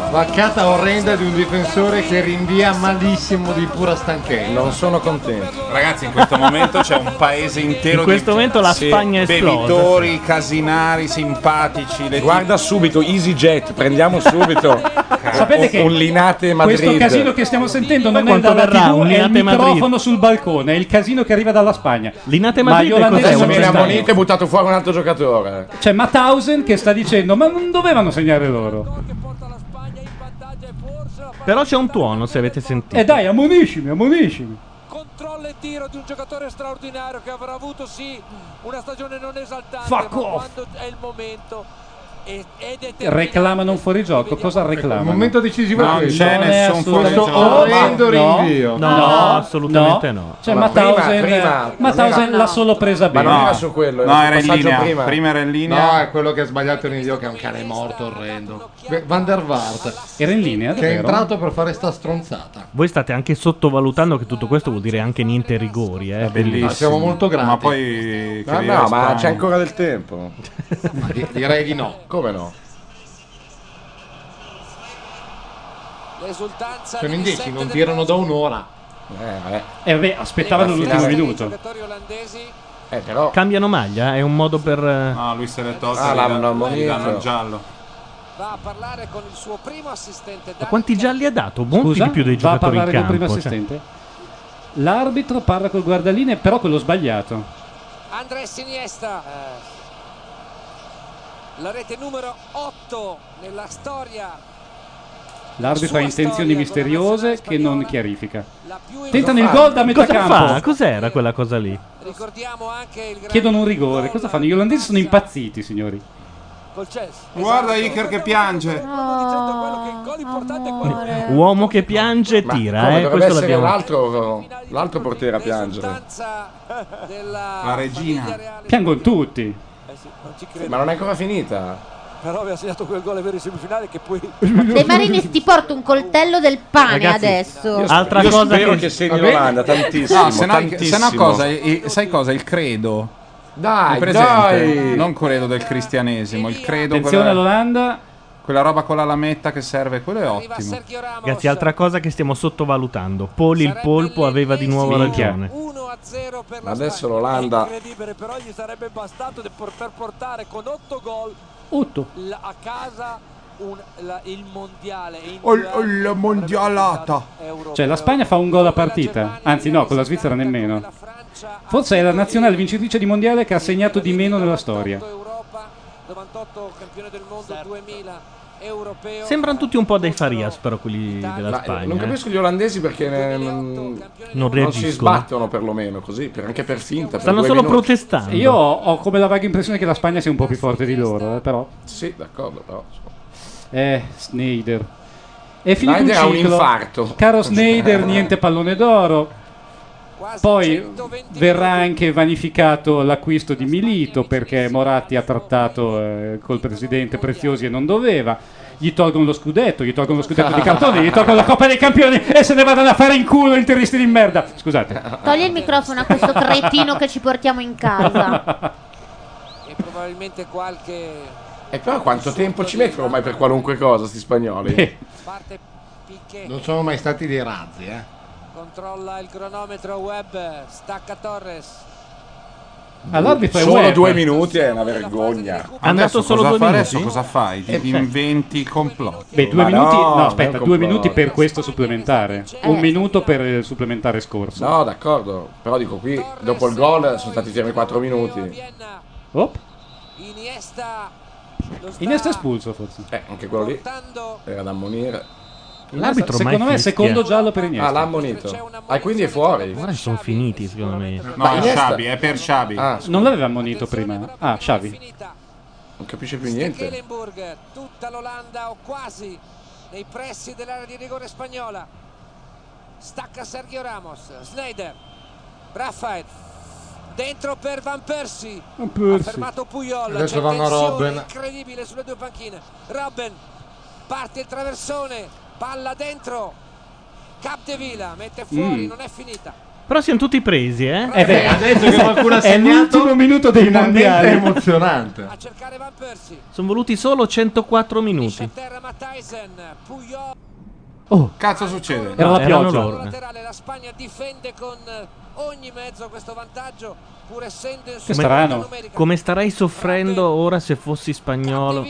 Vaccata orrenda di un difensore che rinvia malissimo di pura stanchezza. Non sono contento. Ragazzi, in questo momento c'è un paese intero In questo di momento la sì, Spagna è esplosa. bevitori, casinari, simpatici. Le Guarda subito, EasyJet, prendiamo subito. Sapete un, che un Linate Madrid. questo casino che stiamo sentendo non è Quanto dalla verrà? tivù, Un è il Linate Madrid? microfono sul balcone, è il casino che arriva dalla Spagna. Linate Ma Madrid gli cos'è? olandesi Adesso non viene ci stanno. ammonito e buttato fuori un altro giocatore. C'è Mauthausen che sta dicendo ma non dovevano segnare loro. Però c'è un tuono, se avete sentito. E dai, ammoniscimi, ammoniscimi. Controllo e tiro di un giocatore straordinario che avrà avuto sì una stagione non esaltante, Fuck ma off. quando è il momento e- ed è Reclamano un fuorigioco, cosa reclamano? Il momento decisivo è Non questo. c'è Non è nessun assolutamente- fuorigioco. orrendo No, rinvio. No, no, assolutamente no. Cioè Ma Mauthausen, prima- prima- Mauthausen non era- l'ha solo presa Ma bene. non era su quello, No, sul era in passaggio linea. prima. Prima era in linea. No, è quello che ha sbagliato il rinvio, che è un cane morto orrendo. Beh, Van der Vaart. Era in linea, Che è davvero? entrato per fare sta stronzata. Voi state anche sottovalutando che tutto questo vuol dire anche niente rigori, eh? Bellissimo. Ma siamo molto grati. Ma poi. No, che no, ma Spagna. c'è ancora del tempo. Ma di- direi di no. Come no? l'esultanza Cioè, di non dici, Vicente non Del tirano da Bosco. un'ora. Eh, vabbè. E vabbè, aspettavano La l'ultimo finale. I minuto. giocatori olandesi Eh, però. Cambiano maglia? È un modo per... eh, No, lui se l'è tolto. Ah, gli l'hanno dan- ammonito. gli danno il giallo. va a parlare con il suo primo assistente. Ma quanti gialli ha dato? Molti Scusa? di più dei Va a giocatori in parlare col campo. primo cioè. assistente? L'arbitro parla col guardaline, però quello sbagliato. Andres Iniesta, la rete numero otto nella storia. L'arbitro ha Sua intenzioni storia misteriose che non chiarifica. La più Tentano il importante. gol da metà Cosa campo. fa? Cos'era quella cosa lì? Ricordiamo anche il grande Chiedono un rigore. Cosa fanno? Gli olandesi sono impazziti, signori. col Chelsea. Guarda Iker che piange. Dicendo quello che il gol importante è quello. Uomo che piange e Ma tira, come, eh? dovrebbe Questo essere l'abbiamo... l'altro, l'altro portiere a piangere. La regina. Piangono tutti. Eh sì, non ci credo. Ma non è ancora finita. Però aveva segnato quel gol vero in semifinale che poi De Marinis ti porto un coltello del pane Ragazzi, adesso. Io, Altra io cosa spero che- che, segni Va bene. l'Olanda tantissimo. No, se no, se tantissimo. no cosa? il- sai cosa? Il credo. Dai, Hai presente? dai. Non credo del cristianesimo, il credo. Attenzione quella, all'Olanda. quella roba con la lametta che serve, quello è ottimo. Ragazzi, altra cosa che stiamo sottovalutando. Poli il polpo aveva di nuovo Minchia. ragione. uno a zero per la Adesso Spagna. l'Olanda- È incredibile, però gli sarebbe bastato de- per per portare con otto gol Otto. l- a casa un- la- il mondiale. in Oh, due oh, anni la avrebbe mondialata. portato europeo. Cioè la Spagna fa un gol a partita. Anzi no, con la Svizzera nemmeno. Forse è la nazionale vincitrice di mondiale che ha segnato di meno nella storia. Europa, novantotto campione del mondo, duemila europeo. Sembrano tutti un po' dei Farias, però quelli della Ma, eh, Spagna. non eh. capisco gli olandesi perché ne- non, Non non si reagiscono. sbattono perlomeno così, per- anche per finta. per Stanno due solo minuti. protestando. Io ho, ho come la vaga impressione che la Spagna sia un po' più forte di loro, eh, però. Sì, d'accordo, però. Eh, Sneijder. È finito Sneijder un ha un ciclo. infarto. Caro Sneijder, niente pallone d'oro. Poi verrà anche vanificato l'acquisto di Milito perché Moratti ha trattato eh, col presidente Preziosi e non doveva. Gli tolgono lo scudetto, gli tolgono lo scudetto di cartone, gli tolgono la Coppa dei Campioni e se ne vanno a fare in culo interisti di merda. Scusate. Togli il microfono a questo cretino che ci portiamo in casa. E probabilmente qualche E però quanto tempo ci mettono ormai per qualunque cosa sti spagnoli? Eh. parte Piqué. Non sono mai stati dei razzi, eh. Controlla il cronometro Webb, stacca Torres. All'arbitro è Solo Webb. due minuti è una vergogna. Ha andato Adesso solo cosa due fa minuti? adesso? Cosa fai? Ti inventi complotti. Beh, due Ma minuti. no, No, non è aspetta, un due complotto. minuti per questo supplementare. Un Eh. minuto per il supplementare scorso. No, d'accordo, però dico qui, dopo il gol sono stati fermi quattro minuti. Vienna, Oh, Iniesta lo sta Iniesta espulso forse. Eh, anche quello lì portando. era da ammonire. L'arbitro mai Secondo me è fischia. secondo giallo per Ah, Iniesta. l'ha ammonito. Ah, quindi è fuori. Ora sono finiti, secondo me. No, Ma è Iniesta- Xabi, è per Xabi. Ah, scusa, Non l'aveva ammonito prima. Ah, Xavi. Finita. non capisce più niente. Stekelenburg, tutta l'Olanda o quasi nei pressi dell'area di rigore spagnola. Stacca Sergio Ramos, Sneijder, Rafael dentro per Van Persie. Van Persie. Ha fermato Puyol. Adesso c'è vanno tensione Robben. incredibile sulle due panchine. Robben parte il traversone, palla dentro. Capdevila mette fuori, Mm. non è finita. Però siamo tutti presi, eh? Eh beh, adesso che qualcuno ha è segnato, l'ultimo minuto dei finalmente mondiali. è emozionante. Sono voluti solo centoquattro minuti. Oh, cazzo succede? Era la erano pioggia. loro. laterale, la Spagna difende con ogni mezzo questo vantaggio, pur essendo in Che superiorità strano. numerica. Come starei soffrendo ora se fossi spagnolo.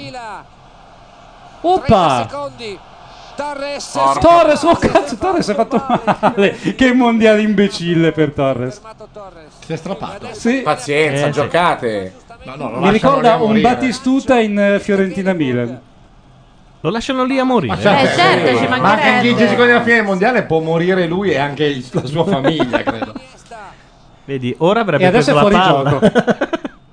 Oppa! Secondi. Torres, Porca- Torres, oh cazzo, Torres si è fatto male. Che mondiale imbecille per Torres. Si è strappato. Sì. Pazienza, Eh, sì. giocate. No, no, lo Mi lasciano ricorda lì a un morire. Battistuta in eh, Fiorentina Milan. Lo lasciano lì a morire. Ma certo, Eh, certo, ci ma anche in mancherebbe. dieci secondi alla fine del mondiale può morire lui e anche il- la sua famiglia, credo. Vedi, ora avrebbe E adesso preso è la fuori palla. gioco.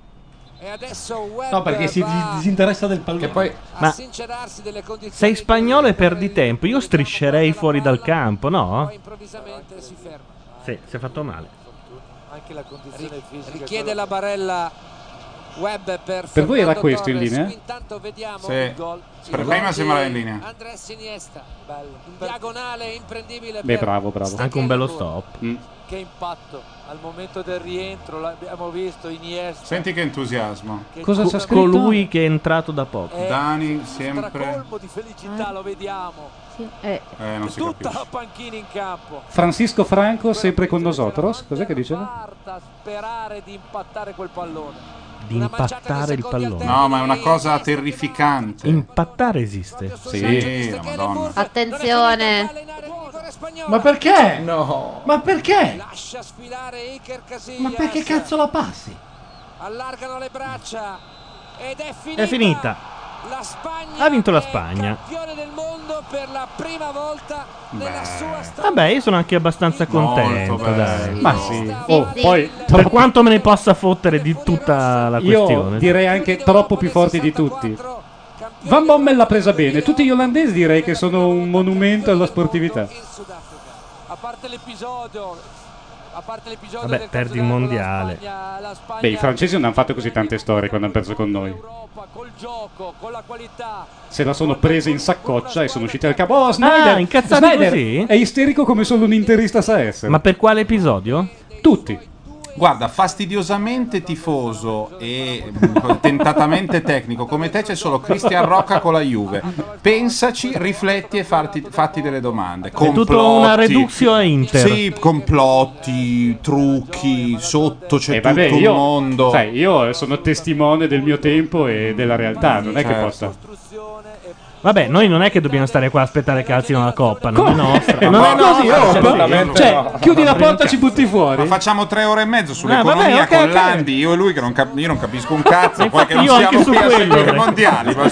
E adesso Webb No, perché si va disinteressa del pallone. Che poi Ma a sincerarsi delle condizioni. sei spagnolo e perdi tempo. Io striscerei fuori dal campo, no? Improvvisamente si ferma. Sì, si è fatto male. Anche la condizione fisica. Richiede la barella Webb per Per voi era Fernando questo in Torres. linea? Qui intanto vediamo Sì. il gol. Per Il prima gol sembrava di in linea. Andres Iniesta. Bello. In diagonale imprendibile. Beh, per bravo, bravo. Anche un bello stop. Mm. Che impatto al momento del rientro, l'abbiamo visto Iniesta. Senti che entusiasmo. Cosa Co- c'ha scritto? colui che è entrato da poco. È Dani sempre. stracolmo di felicità, lo vediamo. Sì, eh. Eh, non si Tutta capisce. la panchina in campo. Francisco Franco sempre con Nosotros. Cos'è che diceva? Guarda, sperare di impattare quel pallone. Di Una manciata di impattare il secondi al pallone. No, ma è una cosa terrificante. Impattare esiste. Sì, la madonna. Attenzione. Ma perché? no. Ma perché? Lascia sfilare Iker Casillas. Ma perché cazzo la passi? Allargano le braccia ed è finita. È finita. La Spagna Ha vinto la è Spagna. campione del mondo per la prima volta nella sua storia. Vabbè, io sono anche abbastanza contento. bello. Dai. Ma sì. Oh, sì. poi Per quanto me ne possa fottere di tutta la io questione. direi anche troppo più forti di tutti. Van Bommel l'ha presa bene. Tutti gli olandesi direi che sono un monumento alla sportività. In Sudafrica. A parte l'episodio a parte l'episodio Vabbè, del perdi il caso della mondiale. Spagna, la Spagna Beh, i francesi non hanno fatto così tante storie quando hanno perso con noi. Europa, col gioco, con la qualità. Se la sono prese in saccoccia e sono usciti dal capo. Oh, Snyder, Ah, incazzati Snyder così? è isterico come solo un interista sa essere. Ma per quale episodio? tutti. Guarda, fastidiosamente tifoso e mm, tentatamente tecnico come te c'è solo Cristian Rocca con la Juve. Pensaci, rifletti e farti, fatti delle domande. È tutto una reduxio a Inter. Sì, complotti, trucchi, sotto c'è E vabbè, tutto io, un mondo. sai, io sono testimone del mio tempo e della realtà, non è che Certo. possa. Vabbè, noi non è che dobbiamo stare qua a aspettare che alzino la coppa, non Come? è nostra. Ma Non è così, nostra. oh, cioè, assolutamente sì. no. Chiudi la porta e ci butti fuori. Ma facciamo tre ore e mezzo sull'economia Ah, vabbè, ok, con ok. Landi, io e lui che non, cap- io non capisco un cazzo, Ma poi che infatti non io siamo anche su qui a quello, seguire i eh. mondiali, ma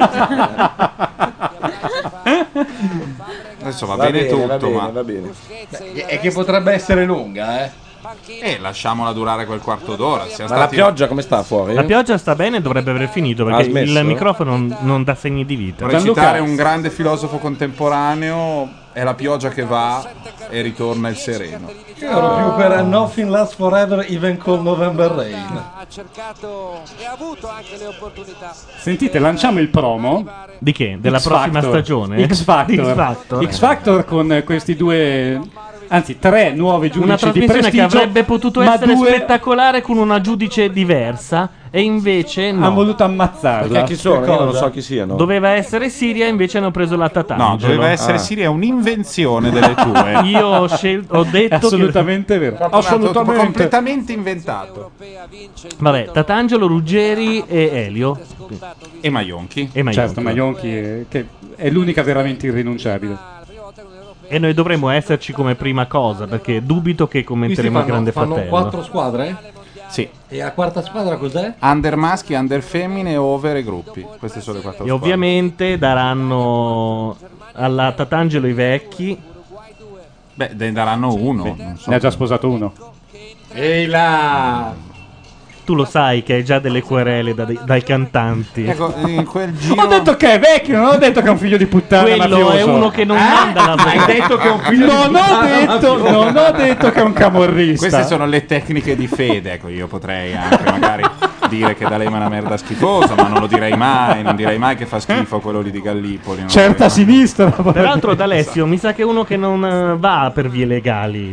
scusa. Adesso va, Va bene, bene, tutto, va bene, ma va bene. Beh, è che potrebbe essere lunga, eh. eh, lasciamola durare quel quarto d'ora. Siamo Ma la stati- pioggia come sta fuori? La pioggia sta bene, dovrebbe aver finito perché Ha smesso? il microfono non, non dà segni di vita. Vorrei citare un grande filosofo contemporaneo: è la pioggia che va e ritorna il sereno. Io ero più per Nothing Lasts Forever, even called November Rain. Ha cercato e ha avuto anche le opportunità. Sentite, lanciamo il promo. Di che? Della X prossima Factor. stagione? X Factor. X Factor. X Factor con questi due, anzi tre nuovi giudici Una di trasmissione che prestigio, avrebbe potuto ma essere due spettacolare con una giudice diversa e invece no. hanno voluto ammazzarla. Perché chi sono? Che Io non cosa? so chi siano. Doveva essere Siria, invece hanno preso la Tatangelo. No, doveva essere Ah. Siria, è un'invenzione delle tue. Io ho, scel- ho detto Assolutamente vero. Proprio Assolutamente. completamente inventato. che... Vabbè, Tatangelo, Ruggeri e Elio. E Maionchi. E Maionchi. Certo, Maionchi è, che è l'unica veramente irrinunciabile. E noi dovremmo esserci come prima cosa, perché dubito che Questi commenteremo il fanno, Grande fanno Fratello. quattro squadre? Sì. E la quarta squadra cos'è? Under maschi, under femmine, over e gruppi. Queste sono le quattro E squadre. ovviamente daranno alla Tatangelo i vecchi. Beh, ne daranno uno. Beh, non so. ne ha già sposato uno. Ehi là! Tu lo sai che hai già delle querele da- dai cantanti. Ecco, in quel giro... Ho detto che è vecchio, non ho detto che è un figlio di puttana Quello mafioso. è uno che non manda la Hai detto che è un figlio Non di ho puttana detto, mafioso. non ho detto che è un camorrista. Queste sono le tecniche di fede. Ecco, io potrei anche magari dire che D'Alema è una merda schifosa, ma non lo direi mai. Non direi mai che fa schifo quello lì di Gallipoli. non Certa lo direi mai. sinistra. Peraltro, D'Alessio mi sa che è uno che non eh, va per vie legali.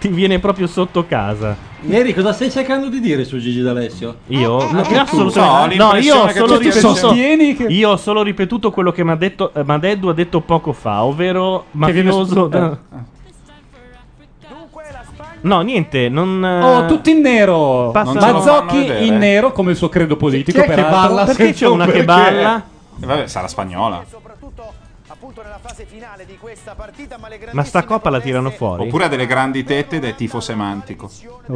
Ti viene proprio sotto casa. Neri, cosa stai cercando di dire su Gigi D'Alessio? Io? No, tu assolutamente. so, No, io ho l'impressione che solo tu stia ripetuto. sostieni che- Io ho solo ripetuto quello che mi ha detto eh, Madeddu ha detto poco fa, ovvero viene mafioso. su- da- No, niente, non. eh, Oh, tutti in nero. Passa- Mazzocchi in nero, come il suo credo politico. Chi è che peraltro. balla Perché c'è senza un una che perché? balla? Eh, vabbè, sarà spagnola. Ma sta coppa la tirano fuori? Oppure ha delle grandi tette ed è tifo semantico.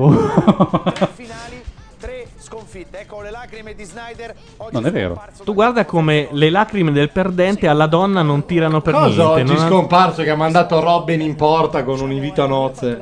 Non è vero. Tu guarda come le lacrime del perdente alla donna non tirano per Cosa niente. oggi non ha- scomparso che ha mandato Robin in porta con un invito a nozze?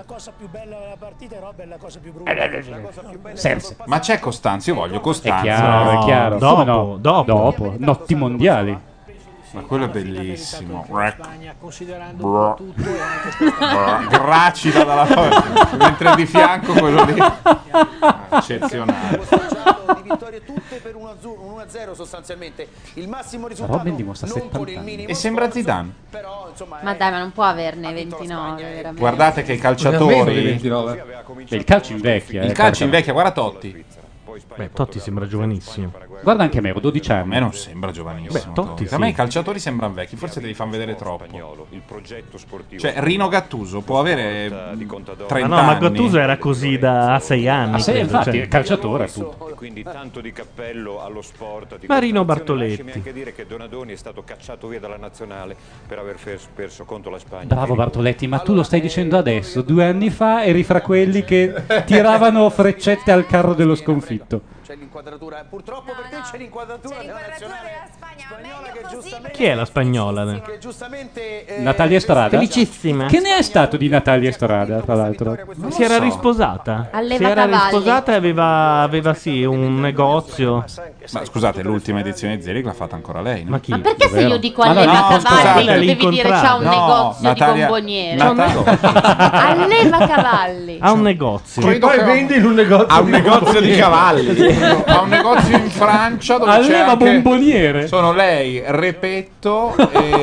Serse. Ma c'è Costanzo, io voglio È Costanzo. chiaro, è chiaro. dopo, Come no? dopo. Dopo. Notti mondiali. Ma quello è bellissimo. considerando tutto e anche Gracida dalla parte. Mentre di fianco quello lì. Eccezionale. di vittorie tutte per uno a zero sostanzialmente. Il massimo risultato Robin dimostra non con il settanta anni. minimo E sembra Zidane. Ma dai, ma non può averne ventinove, veramente. Guardate che i calciatori. Beh, il calcio invecchia. Il eh, calcio guarda. invecchia, guarda Totti. Beh, Totti sembra giovanissimo. Guarda anche me, ho dodici anni. A me non sembra giovanissimo. Beh, Totti A me sì. i calciatori sembrano vecchi, forse te li fanno vedere troppo. Il progetto sportivo. Cioè, Rino Gattuso può avere trenta Ma no, ma anni. Gattuso era così da sei anni. Ah, sì, credo, infatti, cioè. è calciatore, appunto. E quindi tanto di cappello allo sport. Di Marino questa nazione. Bartoletti. Lasciami anche dire che Donadoni è stato cacciato via dalla nazionale per aver fes- perso contro la Spagna. Bravo Bartoletti, ma tu lo stai dicendo adesso. Due anni fa eri fra quelli che tiravano freccette al carro dello sconfitto. C'è l'inquadratura, purtroppo perché c'è l'inquadratura della nazionale spagnola che giustamente Chi è la spagnola? che giustamente eh, Natalia Strada? Felicissima. Che ne è stato di Natalia Strada, tra l'altro? Si era risposata. Alleva si era cavalli. risposata e aveva, aveva sì un negozio. Ma scusate, l'ultima edizione di Zelig l'ha fatta ancora lei, no? Ma chi? Ma perché se io dico Ma no, alleva no, cavalli scusate. devi dire c'ha un No, negozio Natalia- di bomboniere? Nata- Alleva cavalli. Ha un negozio. Credo che Vendi in un negozio ha un di negozio di bomboniere. cavalli. Ha un negozio in Francia dove c'è Alleva anche... bomboniere. Sono lei, Repetto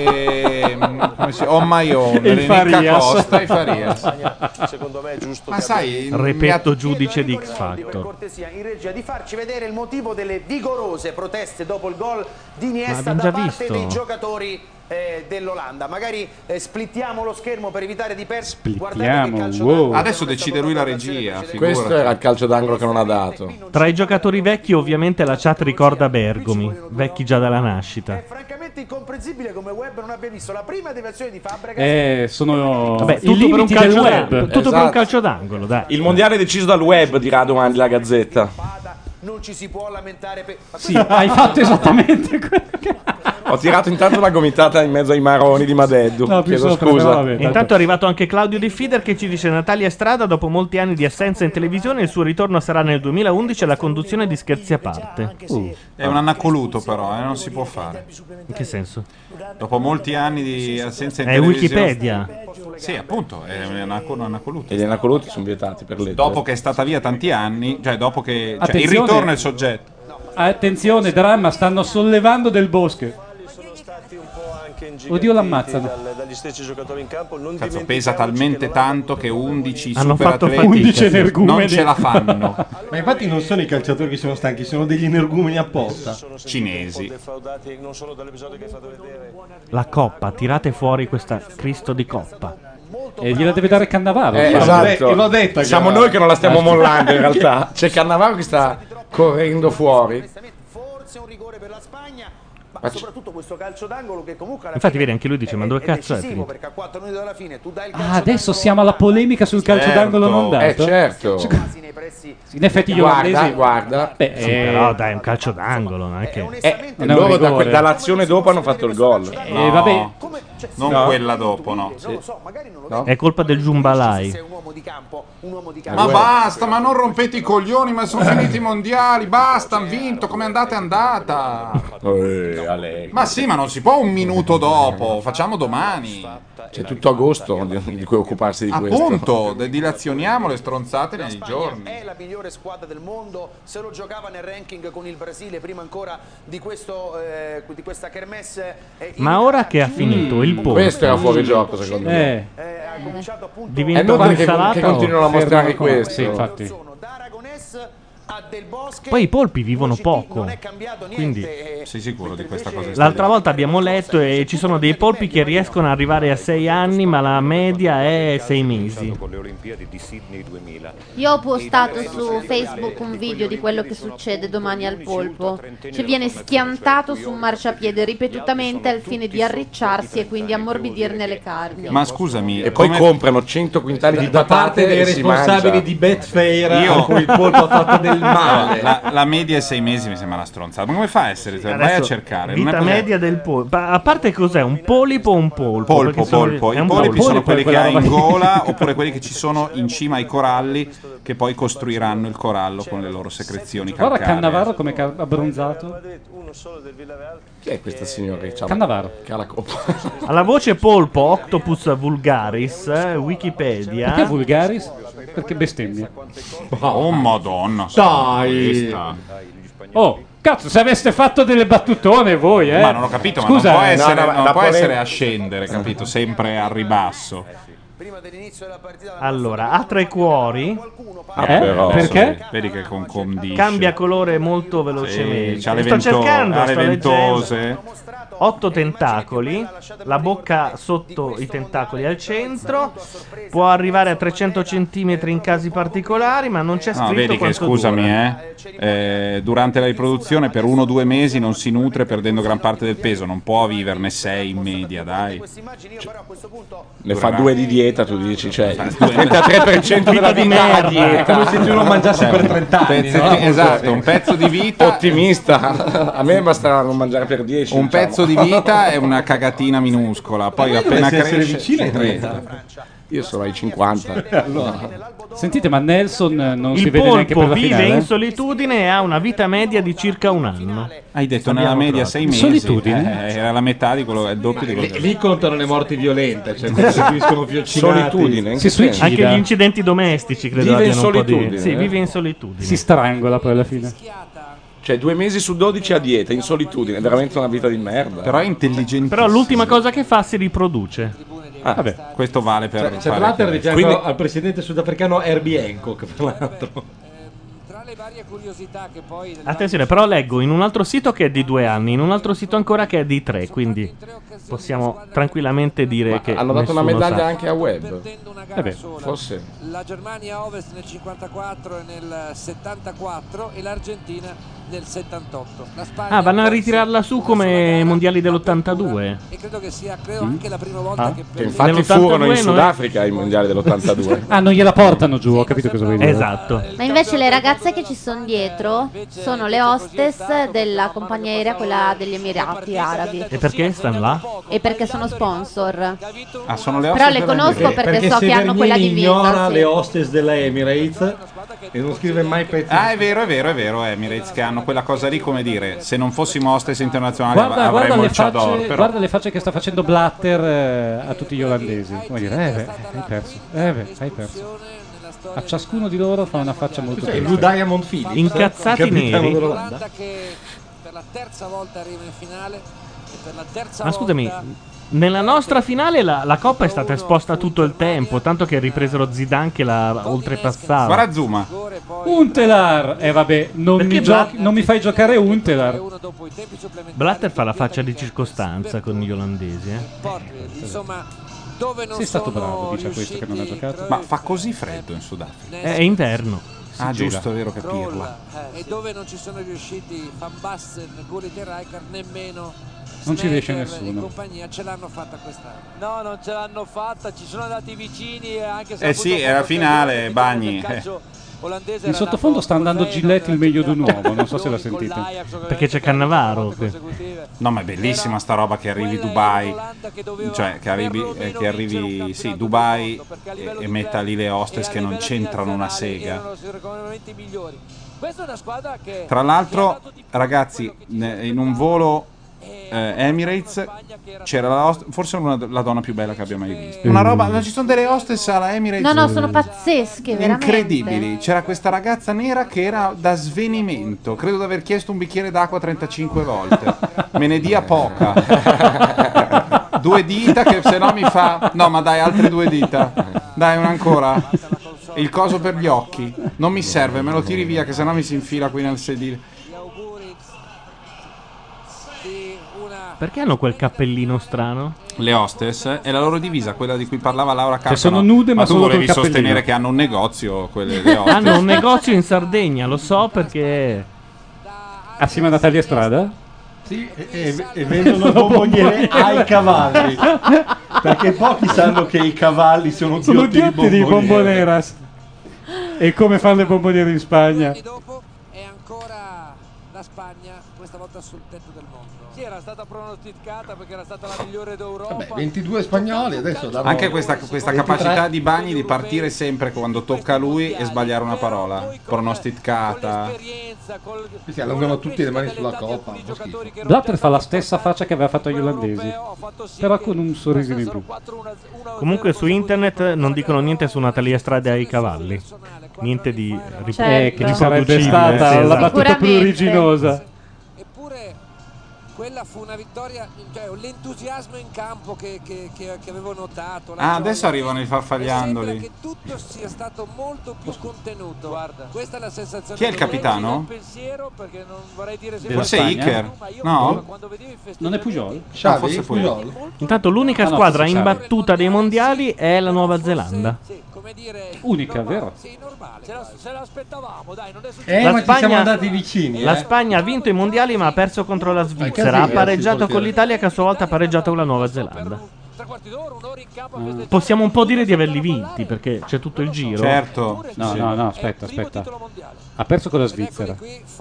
e come si... Omaion, E il Lenica Farias. Costa e Farias. secondo me è giusto Ma che sai, Repetto giudice di X per Factor. cortesia in regia di farci vedere il motivo delle vigorose proteste dopo il gol di Ma Iniesta abbiamo da già parte visto. dei giocatori eh, dell'Olanda. Magari eh, splittiamo lo schermo per evitare di perdere. Splittiamo, wow. Adesso decide lui la regia. Questo figurati. era il calcio d'angolo che non ha dato. Tra i giocatori vecchi ovviamente la chat ricorda Bergomi, vecchi già dalla nascita. Francamente incomprensibile come Web non abbia visto la prima deviazione di Fabregas. Eh, sono Vabbè, i tutto per un limiti del calcio web. d'angolo, tutto per un Esatto. calcio d'angolo, dai. Il mondiale è deciso dal web, dirà domani la Gazzetta. Non ci si può lamentare per... Ma Sì, hai fatto esattamente quello che... Ho tirato intanto una gomitata in mezzo ai maroni di Madeddu. No, più Chiedo sopra, scusa. però vabbè. Intanto è arrivato anche Claudio De Fider che ci dice Natalia Strada dopo molti anni di assenza in televisione il suo ritorno sarà nel duemilaundici alla conduzione di Scherzi a parte. Uh, è un annacoluto però, eh, non si può fare. In che senso? Dopo molti anni di assenza in È televisione. Wikipedia. Sì, appunto, è un annaco- un annacoluto. E gli anacoluti sono vietati per legge. Dopo che è stata via tanti anni, cioè dopo che cioè, il Attenzione. ritorno è il soggetto. Attenzione, dramma, stanno sollevando del bosco. Oddio, l'ammazzano. Dagli stessi giocatori in campo, non Cazzo, pesa talmente tanto che undici Hanno fatto superatleti fatica, undici sì. energumeni. non ce la fanno. Ma infatti non sono i calciatori che sono stanchi, sono degli energumeni apposta. Cinesi. defraudati non solo dall'episodio che hai fatto vedere. La coppa, tirate fuori questa Cristo di coppa. E gliela deve dare Cannavaro. Eh, infatti. esatto. E l'ho detto, Siamo Cannavaro. noi che non la stiamo mollando in realtà. C'è Cannavaro che sta correndo fuori. Forse un rigore per la Spagna, ma, Ma c- soprattutto questo calcio d'angolo che comunque alla Infatti fine vedi anche lui dice ma dove è cazzo è decisivo, finito? perché a quattro minuti dalla fine tu dai il calcio Ah, adesso d'angolo siamo alla polemica sul calcio Certo. d'angolo non dato. Eh certo. quasi nei pressi. In effetti gli Guarda, olandesi... guarda. Beh, Sì, eh, però dai, è un calcio d'angolo, non è che... Eh, non è un loro da rigore. que- dall'azione dopo hanno fatto il gol. Eh, No, vabbè, non No. quella dopo, no. Non lo so, magari non lo No. È colpa del sei Jumbalai. un uomo di campo, un uomo di Ma campo. basta, ma non rompete i coglioni, ma sono finiti i mondiali, basta, hanno vinto, come andata è andata. Eh, Ale. Ma sì, ma non si può un minuto dopo, facciamo domani. C'è tutto agosto di, di cui occuparsi di questo. Appunto, de- dilazioniamo le stronzate nei giorni. È la migliore squadra del mondo, se lo giocava nel ranking con il Brasile prima ancora di, questo, eh, di questa kermesse. eh, Ma in- ora che ha finito il Il polpo. Questo era fuori gioco, secondo me. Eh. Diventa È inutile che- un'insalata che o- continuino a mostrare fermo- questo. Sì, infatti. Poi i polpi vivono poco, quindi sei sicuro di questa cosa? l'altra volta abbiamo letto e ci sono dei polpi che riescono ad arrivare a sei anni, ma la media è sei mesi. Con le Olimpiadi di Sydney duemila. Io ho postato su Facebook un video di quello che succede domani al polpo. Cioè viene schiantato su un marciapiede ripetutamente al fine di arricciarsi e quindi ammorbidirne le carni. Ma scusami, E poi come- comprano cento quintali di Da parte patate dei e si responsabili mangia. di Betfair Io- a cui il polpo ha fatto del male. La, la media è sei mesi, mi sembra una stronzata. Ma come fa a essere? Vai a Adesso, cercare. non è Vita possibile. media del polpo. Ma a parte cos'è? Un polipo o un polpo? Polpo, Perché sono- polpo. è I un polipi polpo. sono quelli che hai in Quella roba lì. gola oppure quelli che ci sono in cima ai coralli che poi costruiranno il corallo con le loro secrezioni Guarda calcaree. Cannavaro come ca- abbronzato. Chi è questa signora che c'ha Cannavaro. che ha la coppa? Alla voce polpo, Octopus vulgaris, eh, Wikipedia. Perché vulgaris? Perché bestemmia. Oh madonna. Dai. questa. Oh, cazzo, se aveste fatto delle battutone voi, eh. Ma non ho capito, Scusa, ma non può eh. essere, No, no, non la può polem- essere a scendere, capito? Sempre al ribasso. Allora, ha tre cuori. Ah, Eh? però, Perché? Vedi che con condisce. Cambia colore molto velocemente. Sì, c'ha le Sto vento- cercando, ha le sto ventose. leggendo. Otto tentacoli, la bocca sotto i tentacoli al centro, può arrivare a trecento centimetri in casi particolari, ma non c'è No, scritto vedi che quanto scusami, dura. eh, eh, durante la riproduzione per uno o due mesi non si nutre perdendo gran parte del peso, non può viverne sei in media, dai. Ne fa due di dieta, tu dici, cioè il due- trentatré per cento della Vita di vita a merda. dieta. È come se tu non mangiassi Cioè, per trenta anni, pezzi no? di- Esatto, un pezzo di vita. Ottimista. A me basta non mangiare per dieci. Un diciamo. pezzo di vita è una cagatina minuscola, poi Ma appena dovresti essere cresce vicino ai diventa. Io sono ai cinquanta. Sentite, ma Nelson non si Il vede neanche per polpo la vive finale. in solitudine e ha una vita media di circa un anno. Hai detto Abbiamo nella media trovato. sei mesi. Solitudine? Eh, era la metà di quello, è il doppio di quello Lì, che lì contano le morti violente, cioè quelli che finiscono fiocinati. Solitudine, Si suicida. Anche gli incidenti domestici credo Vive in abbiano un po' di... solitudine, Sì, eh? vive in solitudine. Si strangola poi alla fine. Cioè due mesi su dodici a dieta, in solitudine, è veramente una vita di merda. Però è intelligente. Però l'ultima cosa che fa si riproduce. Ah, Vabbè. Questo vale per C'è, c'è fare Blatter di questo. fianco Quindi- al presidente sudafricano Herbie Hancock, tra l'altro. Tra le varie curiosità che poi Attenzione, però leggo in un altro sito che è di due anni, in un altro sito ancora che è di tre, quindi possiamo tranquillamente dire Ma che hanno dato una nessuno medaglia sa. anche a Webb. perdendo una gara Eh beh, sola. forse. La Germania Ovest nel cinquantaquattro e nel settantaquattro e l'Argentina nel settantotto. La Spagna Ah, vanno a perse ritirarla su come mondiali dell'ottantadue. e credo che sia credo Mm. anche la prima volta Ah. che Che infatti Nell'ottantadue furono in noi- Sudafrica i mondiali dell'ottantadue. Ah, non gliela portano giù, ho capito cosa vuoi dire. Esatto. Ma invece le ragazze che ci sono dietro sono le hostess della compagnia aerea, quella degli Emirati Arabi. E perché stanno là? E perché sono sponsor. Ah, sono le Però hostess le della conosco Emirates. perché so che hanno quella di Severgnini ignora vita. le Sì. hostess della Emirates e non scrive mai pezzi. Ah, è vero, è vero, è vero, Emirates che hanno quella cosa lì, come dire, se non fossimo hostess internazionali Guarda, av- guarda, avremmo le il Chador, facce, però guarda le facce che sta facendo Blatter eh, a tutti gli olandesi. Come dire, eh beh, hai perso. Eh beh, hai perso. A ciascuno di loro fa una faccia molto Cos'è, triste. Blue Diamond Phillips? Incazzati Capitano neri. dell'Olanda? l'Olanda che per la terza volta arriva in finale e per la terza Ma scusami, volta nella nostra finale la, la coppa è stata esposta tutto il tempo, tanto che ripresero Zidane che la oltrepassava. guarda Zuma. Untelar! E eh, vabbè, non Perché mi, Bla- giochi- non mi fai giocare Untelar. Blatter fa la faccia di circostanza con gli olandesi, eh. Portland, insomma, dove non Sei stato sono bravo, dice a questo che non ha giocato. Ma fa così freddo in Sudafrica? È inverno. Ah, gira. giusto, è vero che pirla. Crolla, eh, e dove non ci sono riusciti Van Basten, Gullit e Rijkaard, nemmeno Non ci riesce Sneijder e nessuno. compagnia ce l'hanno fatta quest'anno. No, non ce l'hanno fatta, ci sono andati vicini e anche se Eh sì, era finale, Bagni. il calcio olandese In era sottofondo sta andando Gillette il meglio d'un uomo, non so se la sentite. Perché c'è Cannavaro. che- No, ma è bellissima sta roba che arrivi Dubai, cioè che arrivi, eh, che arrivi sì, Dubai e, e metta lì le hostess che non c'entrano una sega. erano sicuramente i migliori. Questa è una squadra che Tra l'altro, ragazzi, ne- in un volo eh, Emirates c'era la host- forse una, la donna più bella che abbia mai visto. Una roba, ma ci sono delle hostess alla Emirates No, no, sono pazzesche, veramente. incredibili. C'era questa ragazza nera che era da svenimento. Credo di aver chiesto un bicchiere d'acqua trentacinque volte. Me ne dia poca. due dita che se no mi fa... No, ma dai, altre due dita. Dai, una ancora. Il coso per gli occhi. Non mi serve, me lo tiri via che se no mi si infila qui nel sedile. Perché hanno quel cappellino strano? Le hostess è la loro divisa, quella di cui parlava Laura Carcano. sono nude, ma tu solo volevi col cappellino. sostenere che hanno un negozio, quelle le hostess. Hanno un negozio in Sardegna, lo so perché... Assieme a Natalia Strada? Sì, e, e- e vendono bomboniere ai cavalli. Perché pochi sanno che i cavalli sono, Sono ghiotti ghiotti di bomboneras. E come fanno le bomboniere in Spagna? La Spagna questa volta sul tetto del mondo. Sì, era stata pronosticata perché era stata la migliore d'Europa. Vabbè, ventidue spagnoli adesso danno Anche questa, questa ventitré. capacità di Bagni di partire sempre quando tocca a lui e sbagliare una parola. Pronosticata. Si allungano tutti le mani sulla coppa. un po' schifo. Blatter fa la stessa faccia che aveva fatto agli olandesi, però con un sorrisino in più. Comunque su internet non dicono niente su Natalia Strada e ai cavalli. Niente di rip- Certo. Eh, che ci sarebbe riproducibile, stata sì, la esatto. battuta più originosa. Eppure quella fu una vittoria, cioè l'entusiasmo in campo che, che, che, che avevo notato. la Ah, gioia. adesso arrivano i farfagliandoli. Mi sembra che tutto sia stato molto più contenuto. Guarda, questa è la sensazione. Chi è il che vorrei capitano? dire il pensiero, perché non vorrei dire sempre Forse Spagna. Iker? Ma io No? quando vedevo i festeggiamenti- Non è Pujol? Ah, forse Pujol. Intanto l'unica Ah, no, squadra forse Xavi. imbattuta dei mondiali è la Nuova Zelanda. Unica, vero? Sì, normale. Se, la, se l'aspettavamo, dai, non è successo. Eh, ma ci siamo andati vicini, La eh. Spagna ha vinto i mondiali ma ha perso contro la Svizzera. Ha casino, pareggiato sì, con l'Italia che a sua volta ha pareggiato con la Nuova Zelanda. Possiamo un po' dire di averli vinti perché c'è tutto il giro. Certo. No, Sì. no, no, aspetta, aspetta. Ha perso con la Svizzera.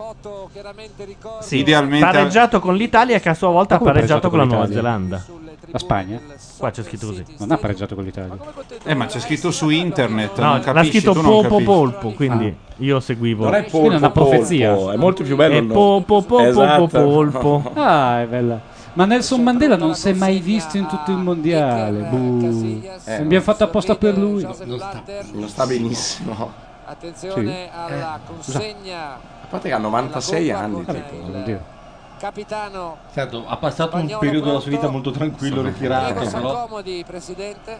Sì, Idealmente- pareggiato con l'Italia che a sua volta Ma ha come pareggiato con la Nuova l'Italia? Zelanda. La Spagna? Qua c'è scritto così. Non ha pareggiato con l'Italia. Eh, ma c'è scritto su internet. No, non l'ha capisci, scritto tu non Popo capisci. Polpo, quindi io seguivo. Non è Quindi è una polpo, profezia. polpo, è molto più bello È il nome. Popo Polpo Esatto. Polpo. Ah, è bella. Ma Nelson Mandela non si è mai visto in tutto il mondiale. Buh. Eh, Abbiamo fatto apposta per lui. Non sta, non sta benissimo. Attenzione alla Eh, consegna. A parte che ha novantasei anni, tipo. Vuol dire. Capitano. Certo, ha passato un Spagnolo periodo della sua pronto. vita molto tranquillo, ritirato, Prego, però s'accomodi, presidente.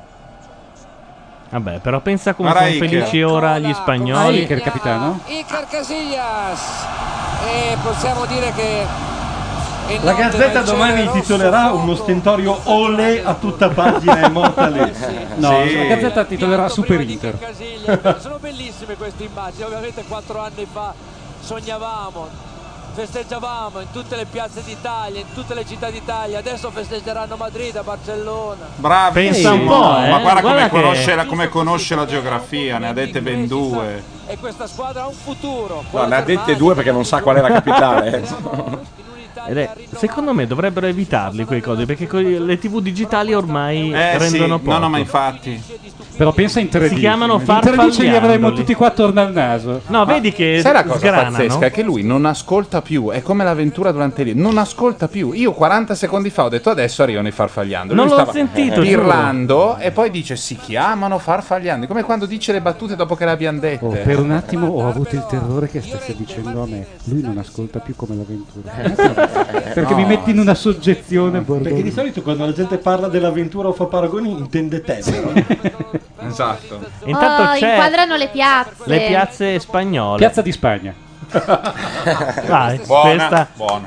Vabbè, però pensa come Guarda sono Iker. felici ora gli Ah, spagnoli. Iker, capitano? Iker Casillas. E possiamo dire che e la notte Gazzetta nel cielo domani rosso titolerà uno stentorio olè a tutta pagina e morta lì. No, Sì. la Gazzetta titolerà Super prima di Inter. Iker Casillas. Sono bellissime queste immagini. Ovviamente quattro anni fa sognavamo, festeggiavamo in tutte le piazze d'Italia, in tutte le città d'Italia. Adesso festeggeranno a Madrid, a Barcellona. Bravissimo. Pensa un po', eh. Ma guarda, Guarda come, che- conosce la, come conosce la geografia, ne ha dette ben due. E questa squadra ha un futuro. No, ne ha dette due perché non sa qual è la capitale. Ed è- secondo me dovrebbero evitarli quei cose perché co- le tivù digitali ormai Eh sì, rendono poco. no, no, ma infatti. Però pensa in tre D. Si chiamano In tre D ce li farfagliandoli. avremmo tutti qua attorno al naso. No, vedi che Sai la cosa sgranano? pazzesca? È che lui non ascolta più, è come l'avventura durante lì, non ascolta più. Io quaranta secondi fa ho detto adesso arrivano i farfagliando. Non Lui l'ho stava sentito, pirlando e poi dice si chiamano farfagliando, come quando dice le battute dopo che le abbiamo dette. Oh, per un attimo ho avuto il terrore che stesse dicendo a me. Lui non ascolta più come l'avventura. Perché No. mi metti in una soggezione. Perché di solito quando la gente parla dell'avventura o fa paragoni intende te. però. Esatto. Intanto Oh, c'è inquadrano le piazze. le piazze spagnole. Piazza di Spagna. Vai, Buona, questa. buona.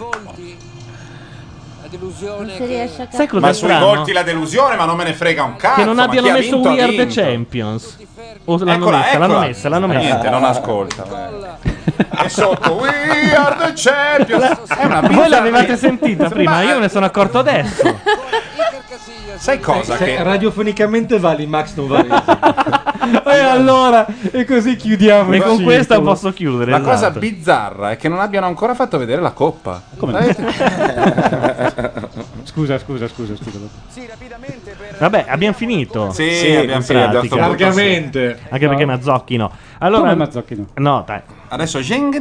La delusione Non si riesce a Sai capire. cosa Ma è sui strano? volti la delusione, ma non me ne frega un cazzo. Che non ma abbiano chi ha messo vinto, ha We Are the vinto. Champions. O l'hanno Eccola, messa, eccola. l'hanno messa, l'hanno messa. Niente, non ascolta. E sotto We Are the Champions. È una Voi bizzarria. l'avevate sentita prima, io me ne sono accorto adesso. Sai cosa? Se Che radiofonicamente vali, Max non vale. E allora, e così chiudiamo. E il con sito. questa posso chiudere. la cosa esatto. bizzarra è che non abbiano ancora fatto vedere la coppa. Come no? L'avete- Scusa, scusa, scusa, scusa. Sì, rapidamente per Vabbè, abbiamo finito. Sì, Sì, abbiamo in finito, pratica. a sto punto Largamente. Anche perché Mazzocchi no. Allora, Come Mazzocchi no? No, dai. Adesso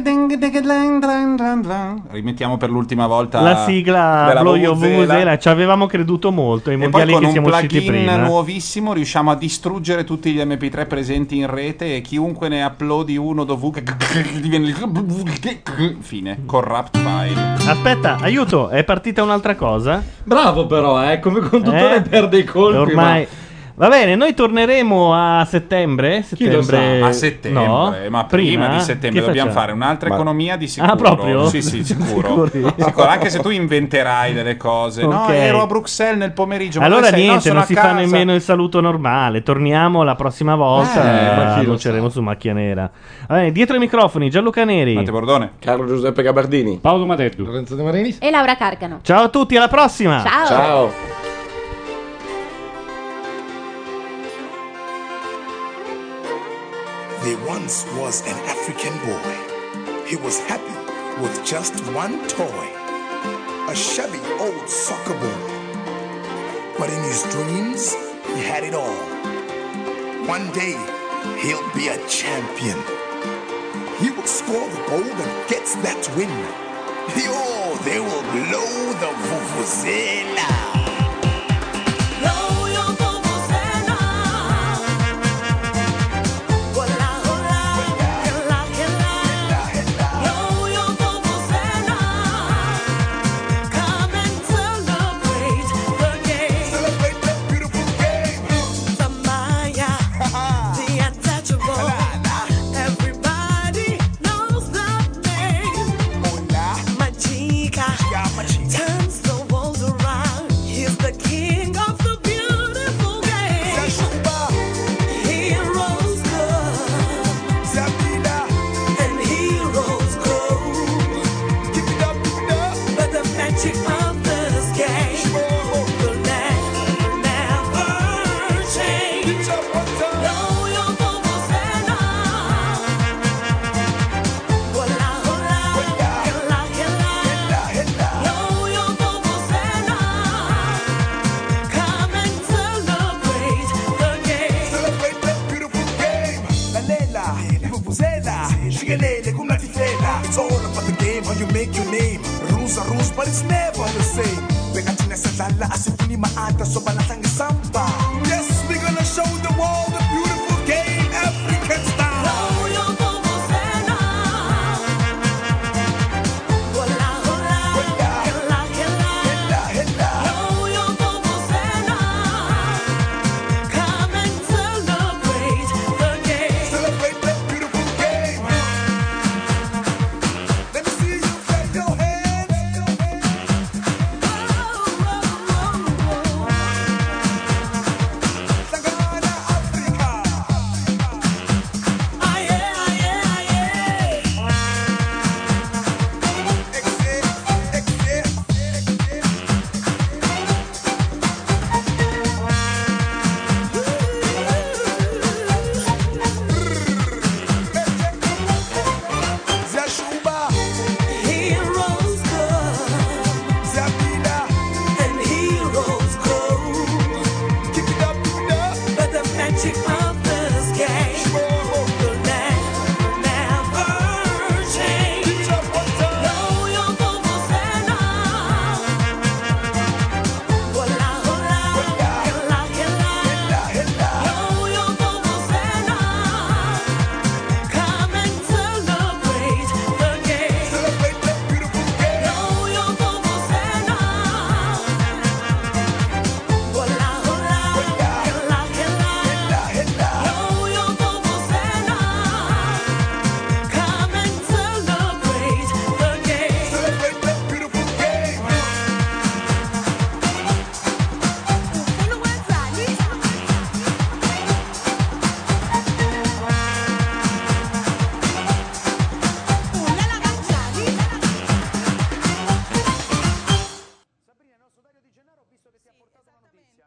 rimettiamo per l'ultima volta La sigla della Blow Your Vuvuzela. Vuvuzela, ci avevamo creduto molto ai E poi mondiali con che un siamo usciti plugin prima. nuovissimo riusciamo a distruggere tutti gli emme pi tre presenti in rete e chiunque ne uploadi uno dovunque diviene il fine, corrupt file. Aspetta, aiuto, è partita un'altra cosa? Bravo però, eh, come conduttore Eh? perde i colpi. Ormai. ma- Va bene, noi torneremo a settembre. settembre... A settembre, No? ma prima, di settembre Che dobbiamo facciamo? fare un'altra Ma- economia di sicuro. Ah, proprio? Sì, sì, sicuro. Sicuri? Sicuro, anche se tu inventerai delle cose. No, Ok. ero a Bruxelles nel pomeriggio. ma Allora dove sei? No, niente, sono non a si fa casa. nemmeno il saluto normale. Torniamo la prossima volta Eh, e ma chi lo annunceremo su Macchia Nera. Va bene, dietro i microfoni Gianluca Neri. Matteo Bordone. Carlo Giuseppe Gabardini. Paolo Madeddu. Lorenzo De Marinis. E Laura Carcano. Ciao a tutti, alla prossima. Ciao. Ciao. There once was an African boy. He was happy with just one toy, a shabby old soccer ball. But in his dreams, he had it all. One day, he'll be a champion. He will score the goal and gets that win. Oh, they will blow the vuvuzela. Turns the walls around. He's the king of the beautiful game. Heroes come, and heroes grow. But the magic of this game will never, never change. Blow your vuvuzela. Hola, hola, hola, hola. Blow your vuvuzela. Come and celebrate the game. Celebrate the beautiful game. La lela, vuvuzela, shigelele kunatifela. It's all about the game, how you make your name. Rules are rules, but it's never the same. Bekatina sadlala asifuni maata so balatang samba.